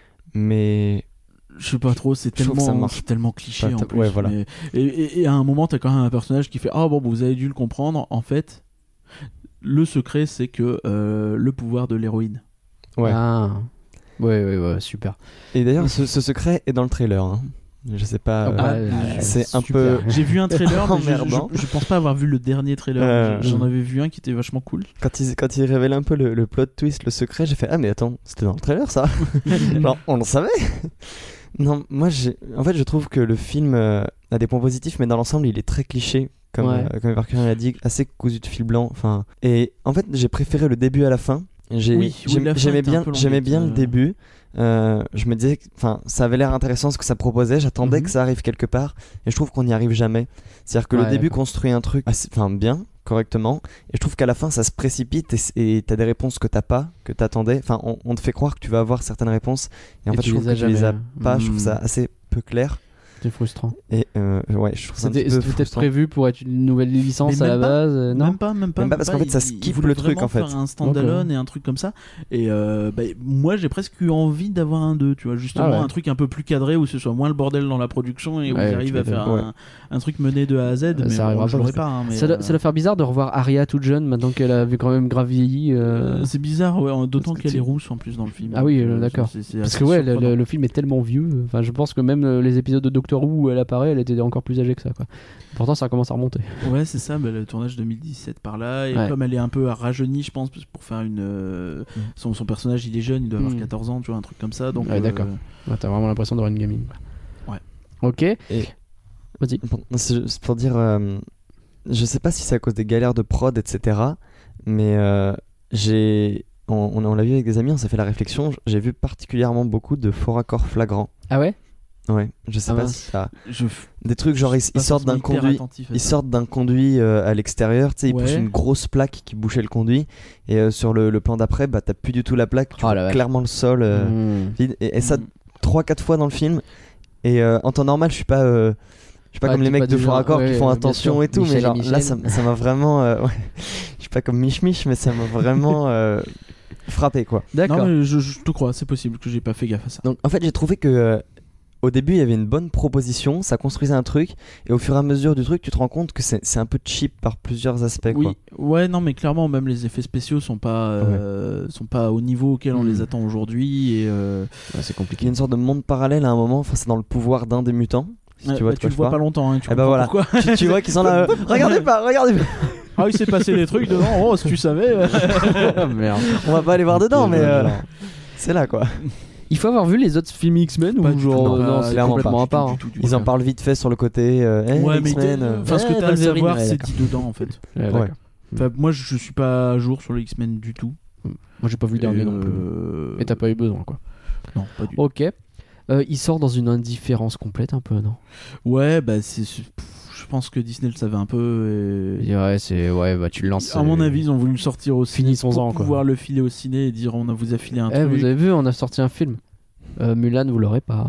Speaker 4: Mais
Speaker 2: Je sais pas trop, c'est
Speaker 4: Je trouve que ça
Speaker 2: tellement,
Speaker 4: marche
Speaker 2: c'est tellement cliché
Speaker 4: pas
Speaker 2: en
Speaker 4: top-
Speaker 2: plus.
Speaker 4: ouais, voilà.
Speaker 2: mais- et, et- et à un moment, t'as quand même un personnage qui fait ah bon, vous avez dû le comprendre. En fait, le secret, c'est que euh, le pouvoir de l'héroïne.
Speaker 4: ouais.
Speaker 1: Ah. Ouais, ouais, ouais, super.
Speaker 4: Et d'ailleurs, ce, ce secret est dans le trailer. Hein. Je sais pas.
Speaker 1: Ah,
Speaker 4: euh,
Speaker 1: bah,
Speaker 2: ah,
Speaker 1: euh,
Speaker 4: c'est un
Speaker 1: super.
Speaker 4: peu-
Speaker 2: J'ai vu un trailer, mais je,
Speaker 4: Emmerdant.
Speaker 2: je, je pense pas avoir vu le dernier trailer.
Speaker 4: Euh,
Speaker 2: J'en avais vu un qui était vachement cool.
Speaker 4: Quand ils quand ils révèlent un peu le, le plot twist, le secret, j'ai fait ah mais attends, c'était dans le trailer ça. Genre on le savait. Non, moi j'ai. En fait, je trouve que le film euh, a des points positifs, mais dans l'ensemble, il est très cliché. Comme,
Speaker 1: Ouais.
Speaker 4: euh, comme Evercurien l'a dit, assez cousu de fil blanc. Enfin, et en fait, j'ai préféré le début à la fin. J'ai,
Speaker 2: Oui, oui,
Speaker 4: j'aime-
Speaker 2: la fin
Speaker 4: j'aimais
Speaker 2: était un
Speaker 4: bien,
Speaker 2: peu
Speaker 4: j'aimais
Speaker 2: longuette,
Speaker 4: bien
Speaker 2: euh.
Speaker 4: le début. Euh, je me disais, que- enfin, ça avait l'air intéressant ce que ça proposait. J'attendais
Speaker 2: Mhm.
Speaker 4: que ça arrive quelque part, et je trouve qu'on n'y arrive jamais. C'est-à-dire que
Speaker 1: Ouais,
Speaker 4: le début
Speaker 1: d'accord.
Speaker 4: construit un truc, assez- enfin bien, correctement, et je trouve qu'à la fin ça se précipite et, et t'as des réponses que t'as pas, que t'attendais. Enfin, on, on te fait croire que tu vas avoir certaines réponses, et en
Speaker 1: Et
Speaker 4: fait
Speaker 1: tu
Speaker 4: je trouve
Speaker 1: les
Speaker 4: que
Speaker 1: as
Speaker 4: tu les as
Speaker 1: jamais.
Speaker 4: pas. Je trouve
Speaker 1: Hmm.
Speaker 4: ça assez peu clair.
Speaker 1: C'est frustrant.
Speaker 4: Et euh, ouais, je trouve ça un
Speaker 1: C'était
Speaker 4: petit peu
Speaker 1: c'était peut-être
Speaker 4: frustrant.
Speaker 1: prévu pour être une nouvelle licence
Speaker 2: Mais
Speaker 1: à la
Speaker 2: même pas.
Speaker 1: base. euh, non
Speaker 2: Même pas, même pas.
Speaker 4: Même pas, parce qu'en fait, ça
Speaker 2: il- il
Speaker 4: skip
Speaker 2: voulait
Speaker 4: le truc,
Speaker 2: vraiment
Speaker 4: en fait.
Speaker 2: faire un standalone et un truc comme ça. Et euh, bah, moi, j'ai presque eu envie d'avoir un deux, tu vois, justement,
Speaker 1: Ah ouais.
Speaker 2: un truc un peu plus cadré où ce soit moins le bordel dans la production et où
Speaker 1: Ouais,
Speaker 2: ils arrivent
Speaker 1: tu
Speaker 2: à faire
Speaker 1: m'étonnes.
Speaker 2: un, un truc mené de A à Z.
Speaker 1: Euh,
Speaker 2: mais
Speaker 1: ça
Speaker 2: bon,
Speaker 1: arrivera
Speaker 2: je
Speaker 1: pas
Speaker 2: l'aurais
Speaker 1: parce
Speaker 2: pas. hein, mais,
Speaker 1: Ça doit,
Speaker 2: euh,
Speaker 1: ça doit faire bizarre de revoir Arya toute jeune maintenant qu'elle avait quand même grave vieilli. euh,
Speaker 2: euh, c'est bizarre, ouais, d'autant
Speaker 1: Parce que
Speaker 2: qu'elle
Speaker 1: tu-
Speaker 2: est rousse en plus dans le film.
Speaker 1: Ah oui,
Speaker 2: donc,
Speaker 1: euh,
Speaker 2: euh,
Speaker 1: d'accord.
Speaker 2: c'est- c'est
Speaker 1: Parce
Speaker 2: assez
Speaker 1: que ouais, le,
Speaker 2: surprenant.
Speaker 1: le- le film est tellement vieux. Enfin, je pense que même euh, les épisodes de Doctor Who où elle apparaît, elle était encore plus âgée que ça. Quoi. Pourtant, ça commence à remonter.
Speaker 2: Ouais, c'est ça, bah, le tournage deux mille dix-sept par là. Et
Speaker 1: Ouais.
Speaker 2: comme elle est un peu rajeunie, je pense, pour faire une. euh,
Speaker 4: Mm.
Speaker 2: son, son personnage, il est jeune, il doit avoir
Speaker 1: Mm.
Speaker 2: quatorze ans, tu vois, un truc comme ça. Donc,
Speaker 1: Ouais, d'accord. Ouais, t'as vraiment l'impression d'avoir une gamine. quoi.
Speaker 2: Ouais.
Speaker 1: Ok.
Speaker 4: Et-
Speaker 1: Vas-y.
Speaker 4: Bon, c'est juste pour dire, euh, je sais pas si c'est à cause des galères de prod, et cetera. Mais euh, j'ai, on, on, on l'a vu avec des amis, on s'est fait la réflexion. J'ai vu particulièrement beaucoup de faux raccords flagrants.
Speaker 1: Ah ouais
Speaker 4: Ouais, je sais
Speaker 1: Ah
Speaker 4: pas
Speaker 1: mince.
Speaker 4: si ça.
Speaker 2: Je,
Speaker 4: Des trucs genre
Speaker 2: je
Speaker 4: ils,
Speaker 2: suis pas
Speaker 4: ils sortent d'un
Speaker 2: forcément hyper
Speaker 4: conduit,
Speaker 2: attentif à
Speaker 4: ils
Speaker 2: ça.
Speaker 4: sortent d'un conduit euh, à l'extérieur, tu sais, ils
Speaker 2: Ouais.
Speaker 4: poussent une grosse plaque qui bouchait le conduit. Et euh, sur le, le plan d'après, bah t'as plus du tout la plaque, tu
Speaker 1: Oh,
Speaker 4: vois
Speaker 1: la vache.
Speaker 4: clairement le sol euh,
Speaker 1: Mmh.
Speaker 4: vide. Et, et ça
Speaker 2: Mm.
Speaker 4: trois quatre fois dans le film. Et euh, en temps normal, je suis pas. euh, Je suis pas
Speaker 1: Ouais,
Speaker 4: comme les
Speaker 1: t'es
Speaker 4: mecs
Speaker 1: pas
Speaker 4: de
Speaker 1: du
Speaker 4: faux
Speaker 1: genre,
Speaker 4: raccords
Speaker 1: ouais,
Speaker 4: qui font
Speaker 1: bien
Speaker 4: attention
Speaker 1: sûr.
Speaker 4: et tout,
Speaker 1: Michel
Speaker 4: mais
Speaker 1: et
Speaker 4: genre
Speaker 1: Michel.
Speaker 4: là ça m- ça m'a vraiment. euh, ouais. Je suis pas comme Mich Mich, mais ça m'a vraiment euh, frappé quoi.
Speaker 1: D'accord.
Speaker 2: Non, mais je, je te crois, c'est possible que j'ai pas fait gaffe à ça.
Speaker 4: Donc en fait, j'ai trouvé que euh, au début il y avait une bonne proposition, ça construisait un truc, et au fur et à mesure du truc, tu te rends compte que c'est c'est un peu cheap par plusieurs aspects
Speaker 2: Oui,
Speaker 4: quoi.
Speaker 2: ouais, non, mais clairement, même les effets spéciaux sont pas, euh, sont pas au niveau auquel on
Speaker 1: Mm.
Speaker 2: les attend aujourd'hui. Et euh,
Speaker 1: Ouais, c'est
Speaker 4: Il y
Speaker 1: compliqué.
Speaker 4: a une sorte de monde parallèle à un moment, enfin c'est dans le pouvoir d'un des mutants. Si
Speaker 2: ouais,
Speaker 4: tu vois
Speaker 2: bah,
Speaker 4: de
Speaker 2: tu
Speaker 4: quoi
Speaker 2: le
Speaker 4: je
Speaker 2: vois pas
Speaker 4: parle.
Speaker 2: longtemps. Hein, tu
Speaker 4: Eh bah
Speaker 2: comprends
Speaker 4: voilà.
Speaker 2: pourquoi.
Speaker 4: tu, tu vois qu'ils sont là. euh, regardez pas, regardez pas.
Speaker 2: Ah, il s'est passé des trucs dedans. Oh, si tu savais.
Speaker 1: Ah, merde.
Speaker 4: On va pas aller voir dedans,
Speaker 1: Ok,
Speaker 4: mais
Speaker 1: voilà.
Speaker 4: euh, c'est là quoi.
Speaker 1: Il faut avoir vu les autres films X-Men
Speaker 2: Pas
Speaker 1: ou
Speaker 2: du
Speaker 1: genre
Speaker 2: tout,
Speaker 1: euh, non,
Speaker 2: pas-
Speaker 1: c'est
Speaker 4: clairement
Speaker 1: complètement
Speaker 2: pas
Speaker 1: à part.
Speaker 2: du
Speaker 1: hein.
Speaker 2: tout, du tout,
Speaker 4: Ils en
Speaker 2: du
Speaker 4: parlent vite fait sur le côté. Euh,
Speaker 2: tout.
Speaker 4: hey,
Speaker 2: Ouais, mais
Speaker 4: X-Men.
Speaker 2: t'es-
Speaker 4: euh,
Speaker 2: enfin, ce que
Speaker 1: Ouais,
Speaker 2: t'as à
Speaker 1: Wolverine,
Speaker 2: savoir,
Speaker 1: ouais,
Speaker 2: c'est
Speaker 1: d'accord.
Speaker 2: dit dedans en fait.
Speaker 1: Ouais, d'accord.
Speaker 2: Enfin, moi, je suis pas à jour sur les X-Men du tout.
Speaker 1: Moi j'ai pas vu le dernier
Speaker 2: Et,
Speaker 1: non plus.
Speaker 2: euh,
Speaker 1: Et t'as pas eu besoin quoi.
Speaker 2: Non, pas du tout.
Speaker 1: Ok. Euh, il sort dans une indifférence complète un peu, non?
Speaker 2: Ouais, bah, c'est. c'est- pff, je pense que Disney le savait un peu. Et...
Speaker 1: Ouais, c'est ouais, bah tu le lances.
Speaker 2: À mon
Speaker 1: euh,
Speaker 2: avis, ils ont voulu le sortir au ciné
Speaker 1: Finissons-en,
Speaker 2: pour
Speaker 1: quoi.
Speaker 2: pouvoir le filer au ciné et dire on a vous a filé un
Speaker 1: Eh,
Speaker 2: truc.
Speaker 1: vous avez vu, on a sorti un film. Euh, Mulan, vous l'aurez pas.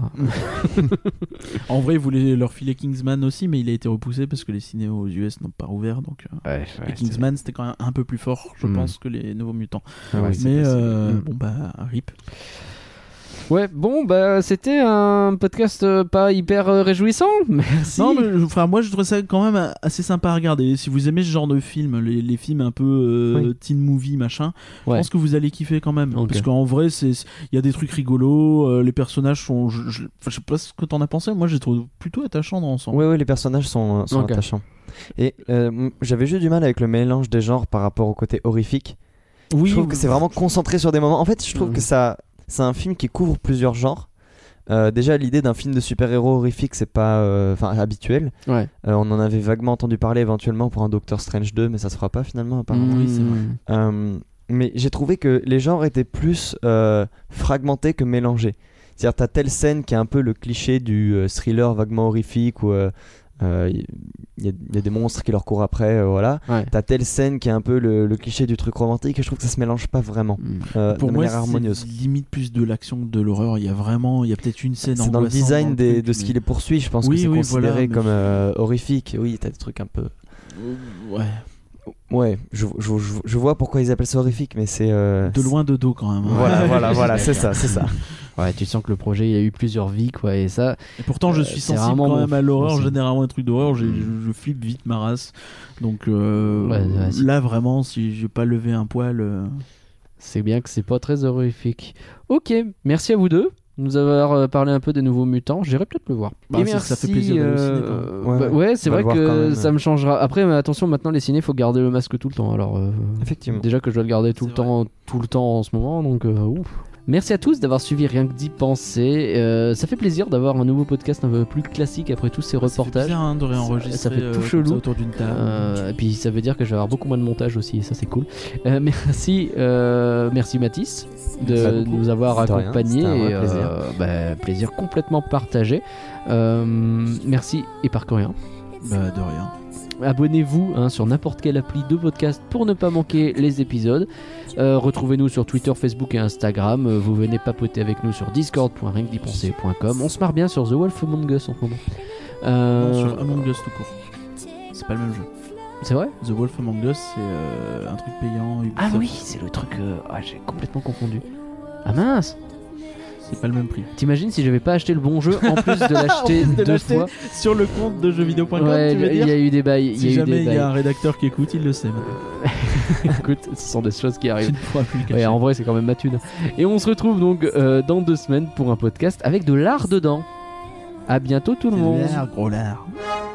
Speaker 2: En vrai, ils voulaient leur filer Kingsman aussi, mais il a été repoussé parce que les ciné aux U S n'ont pas rouvert. Donc, euh,
Speaker 1: Ouais,
Speaker 2: et Kingsman, c'était quand même un peu plus fort, je
Speaker 1: Hmm.
Speaker 2: pense, que les Nouveaux Mutants.
Speaker 1: ouais,
Speaker 2: mais
Speaker 1: c'est possible.
Speaker 2: euh,
Speaker 1: Hmm.
Speaker 2: bon, bah, rip.
Speaker 1: Ouais, bon, bah c'était un podcast euh, pas hyper euh, réjouissant. Merci.
Speaker 2: Non, mais enfin, moi, je trouve ça quand même assez sympa à regarder. Si vous aimez ce genre de film, les, les films un peu euh,
Speaker 4: Oui.
Speaker 2: teen movie, machin, je
Speaker 1: Ouais.
Speaker 2: pense que vous allez kiffer quand même.
Speaker 1: Ok.
Speaker 2: Parce qu'en vrai, c'est il y a des trucs rigolos, euh, les personnages sont. Je, je, enfin, je sais pas ce que t'en as pensé, moi, j'ai trouvé plutôt attachant dans l'ensemble.
Speaker 4: Ouais, ouais, les personnages sont, sont
Speaker 1: Ok.
Speaker 4: attachants. Et euh, m- j'avais juste du mal avec le mélange des genres par rapport au côté horrifique.
Speaker 2: Oui,
Speaker 4: je trouve que c'est vraiment concentré sur des moments. En fait, je trouve
Speaker 1: Mhm.
Speaker 4: que ça, c'est un film qui couvre plusieurs genres. Euh, déjà, l'idée d'un film de super-héros horrifique, c'est pas euh, enfin habituel.
Speaker 1: Ouais.
Speaker 4: Euh, on en avait vaguement entendu parler éventuellement pour un Doctor Strange deux, mais ça se fera pas finalement apparemment.
Speaker 2: Oui, c'est vrai.
Speaker 1: Hmm.
Speaker 4: Euh, mais j'ai trouvé que les genres étaient plus euh, fragmentés que mélangés. C'est-à-dire, t'as telle scène qui est un peu le cliché du euh, thriller vaguement horrifique où euh, euh, il y, y a des monstres qui leur courent après, euh, voilà.
Speaker 1: Ouais.
Speaker 4: T'as telle scène qui est un peu le, le cliché du truc romantique et je trouve que ça se mélange pas vraiment
Speaker 1: Mm.
Speaker 4: euh,
Speaker 2: Pour
Speaker 4: de
Speaker 2: moi,
Speaker 4: manière harmonieuse.
Speaker 2: c'est limite plus de l'action que de l'horreur. Il y a vraiment, il y a peut-être une scène
Speaker 4: C'est dans le
Speaker 2: angoissante
Speaker 4: design
Speaker 2: le
Speaker 4: des-
Speaker 2: truc,
Speaker 4: de ce
Speaker 2: mais-
Speaker 4: qui les poursuit, je pense
Speaker 2: Oui,
Speaker 4: que c'est
Speaker 2: oui,
Speaker 4: considéré
Speaker 2: voilà, mais
Speaker 4: comme
Speaker 2: je-
Speaker 4: euh, horrifique. Oui, t'as des trucs un peu.
Speaker 2: Euh, Ouais.
Speaker 4: Ouais, je, je, je, je vois pourquoi ils appellent ça horrifique, mais c'est. euh,
Speaker 2: De loin de dos quand même. hein.
Speaker 4: Voilà, voilà, voilà, c'est ça, c'est ça.
Speaker 1: Ouais, tu sens que le projet, il y a eu plusieurs vies, quoi, et ça.
Speaker 2: Et pourtant, je
Speaker 1: Euh,
Speaker 2: suis
Speaker 1: c'est
Speaker 2: sensible
Speaker 1: rarement
Speaker 2: quand
Speaker 1: mon-
Speaker 2: même à l'horreur.
Speaker 1: mon signe.
Speaker 2: Généralement, les trucs d'horreur, j'ai-
Speaker 1: Mm.
Speaker 2: je, je flippe vite ma race. Donc euh,
Speaker 1: Ouais, ouais, c'est-
Speaker 2: là, vraiment, si j'ai pas levé un poil. euh,
Speaker 1: C'est bien que c'est pas très horrifique. Ok, merci à vous deux de nous avoir euh, parlé un peu des nouveaux mutants. J'irai peut-être le voir.
Speaker 2: Bah,
Speaker 1: Et
Speaker 2: ça-
Speaker 1: merci.
Speaker 2: ça fait plaisir d'aller au ciné, quand
Speaker 1: euh,
Speaker 4: même.
Speaker 1: bah,
Speaker 4: Ouais,
Speaker 1: ouais, c'est
Speaker 4: on va
Speaker 1: vrai
Speaker 4: le voir quand
Speaker 1: que
Speaker 4: même.
Speaker 1: ça me changera. Après, mais attention, maintenant les ciné, faut garder le masque tout le temps. Alors, euh,
Speaker 4: Effectivement.
Speaker 1: déjà que je dois le garder tout
Speaker 2: C'est
Speaker 1: le temps, tout le temps en ce moment, donc euh, ouf. Merci à tous d'avoir suivi Rien que d'y penser. Euh, ça fait plaisir d'avoir un nouveau podcast un peu plus classique après tous ces
Speaker 2: Ça fait
Speaker 1: reportages.
Speaker 2: bizarre hein, de réenregistrer
Speaker 1: Ça fait tout
Speaker 2: euh, comme
Speaker 1: chelou.
Speaker 2: ça autour d'une table.
Speaker 1: Euh, et puis ça veut dire que je vais avoir beaucoup moins de montage aussi, et ça c'est cool. Euh, merci, euh, merci Mathis de
Speaker 4: Merci beaucoup.
Speaker 1: nous avoir
Speaker 4: De rien,
Speaker 1: accompagnés.
Speaker 4: c'était un vrai
Speaker 1: et,
Speaker 4: plaisir.
Speaker 1: euh, bah, plaisir complètement partagé. Euh, merci Éparcurien.
Speaker 2: Bah, de rien.
Speaker 1: Abonnez-vous hein, sur n'importe quelle appli de podcast pour ne pas manquer les épisodes. Euh, Retrouvez-nous sur Twitter, Facebook et Instagram. Euh, vous venez papoter avec nous sur discord point rien que d'y penser point com. On se marre bien sur The Wolf Among Us en ce moment. Euh,
Speaker 2: Non, sur Among Us tout court. C'est pas le même jeu.
Speaker 1: C'est vrai?
Speaker 2: The Wolf Among Us, c'est euh, un truc payant. Ubisoft.
Speaker 1: Ah oui, c'est le truc. euh, Ah, j'ai complètement confondu. Ah mince!
Speaker 2: C'est pas le même prix.
Speaker 1: T'imagines si j'avais pas acheté le bon jeu en plus de l'acheter
Speaker 2: En plus de
Speaker 1: deux
Speaker 2: l'acheter
Speaker 1: fois?
Speaker 2: Sur le compte de jeuxvideo point com,
Speaker 1: Ouais,
Speaker 2: tu veux
Speaker 1: il
Speaker 2: dire
Speaker 1: y a eu des bails. Il
Speaker 2: Si
Speaker 1: y a eu
Speaker 2: jamais
Speaker 1: des
Speaker 2: il y
Speaker 1: bails.
Speaker 2: a un rédacteur qui écoute, il le sait. maintenant.
Speaker 1: Écoute, ce sont des choses qui
Speaker 2: Tu
Speaker 1: arrivent.
Speaker 2: ne pourras plus le cacher.
Speaker 1: Ouais, en vrai, c'est quand même ma thune. Et on se retrouve donc euh, dans deux semaines pour un podcast avec de l'art dedans. À bientôt tout le
Speaker 2: C'est
Speaker 1: monde.
Speaker 2: l'art, gros lard.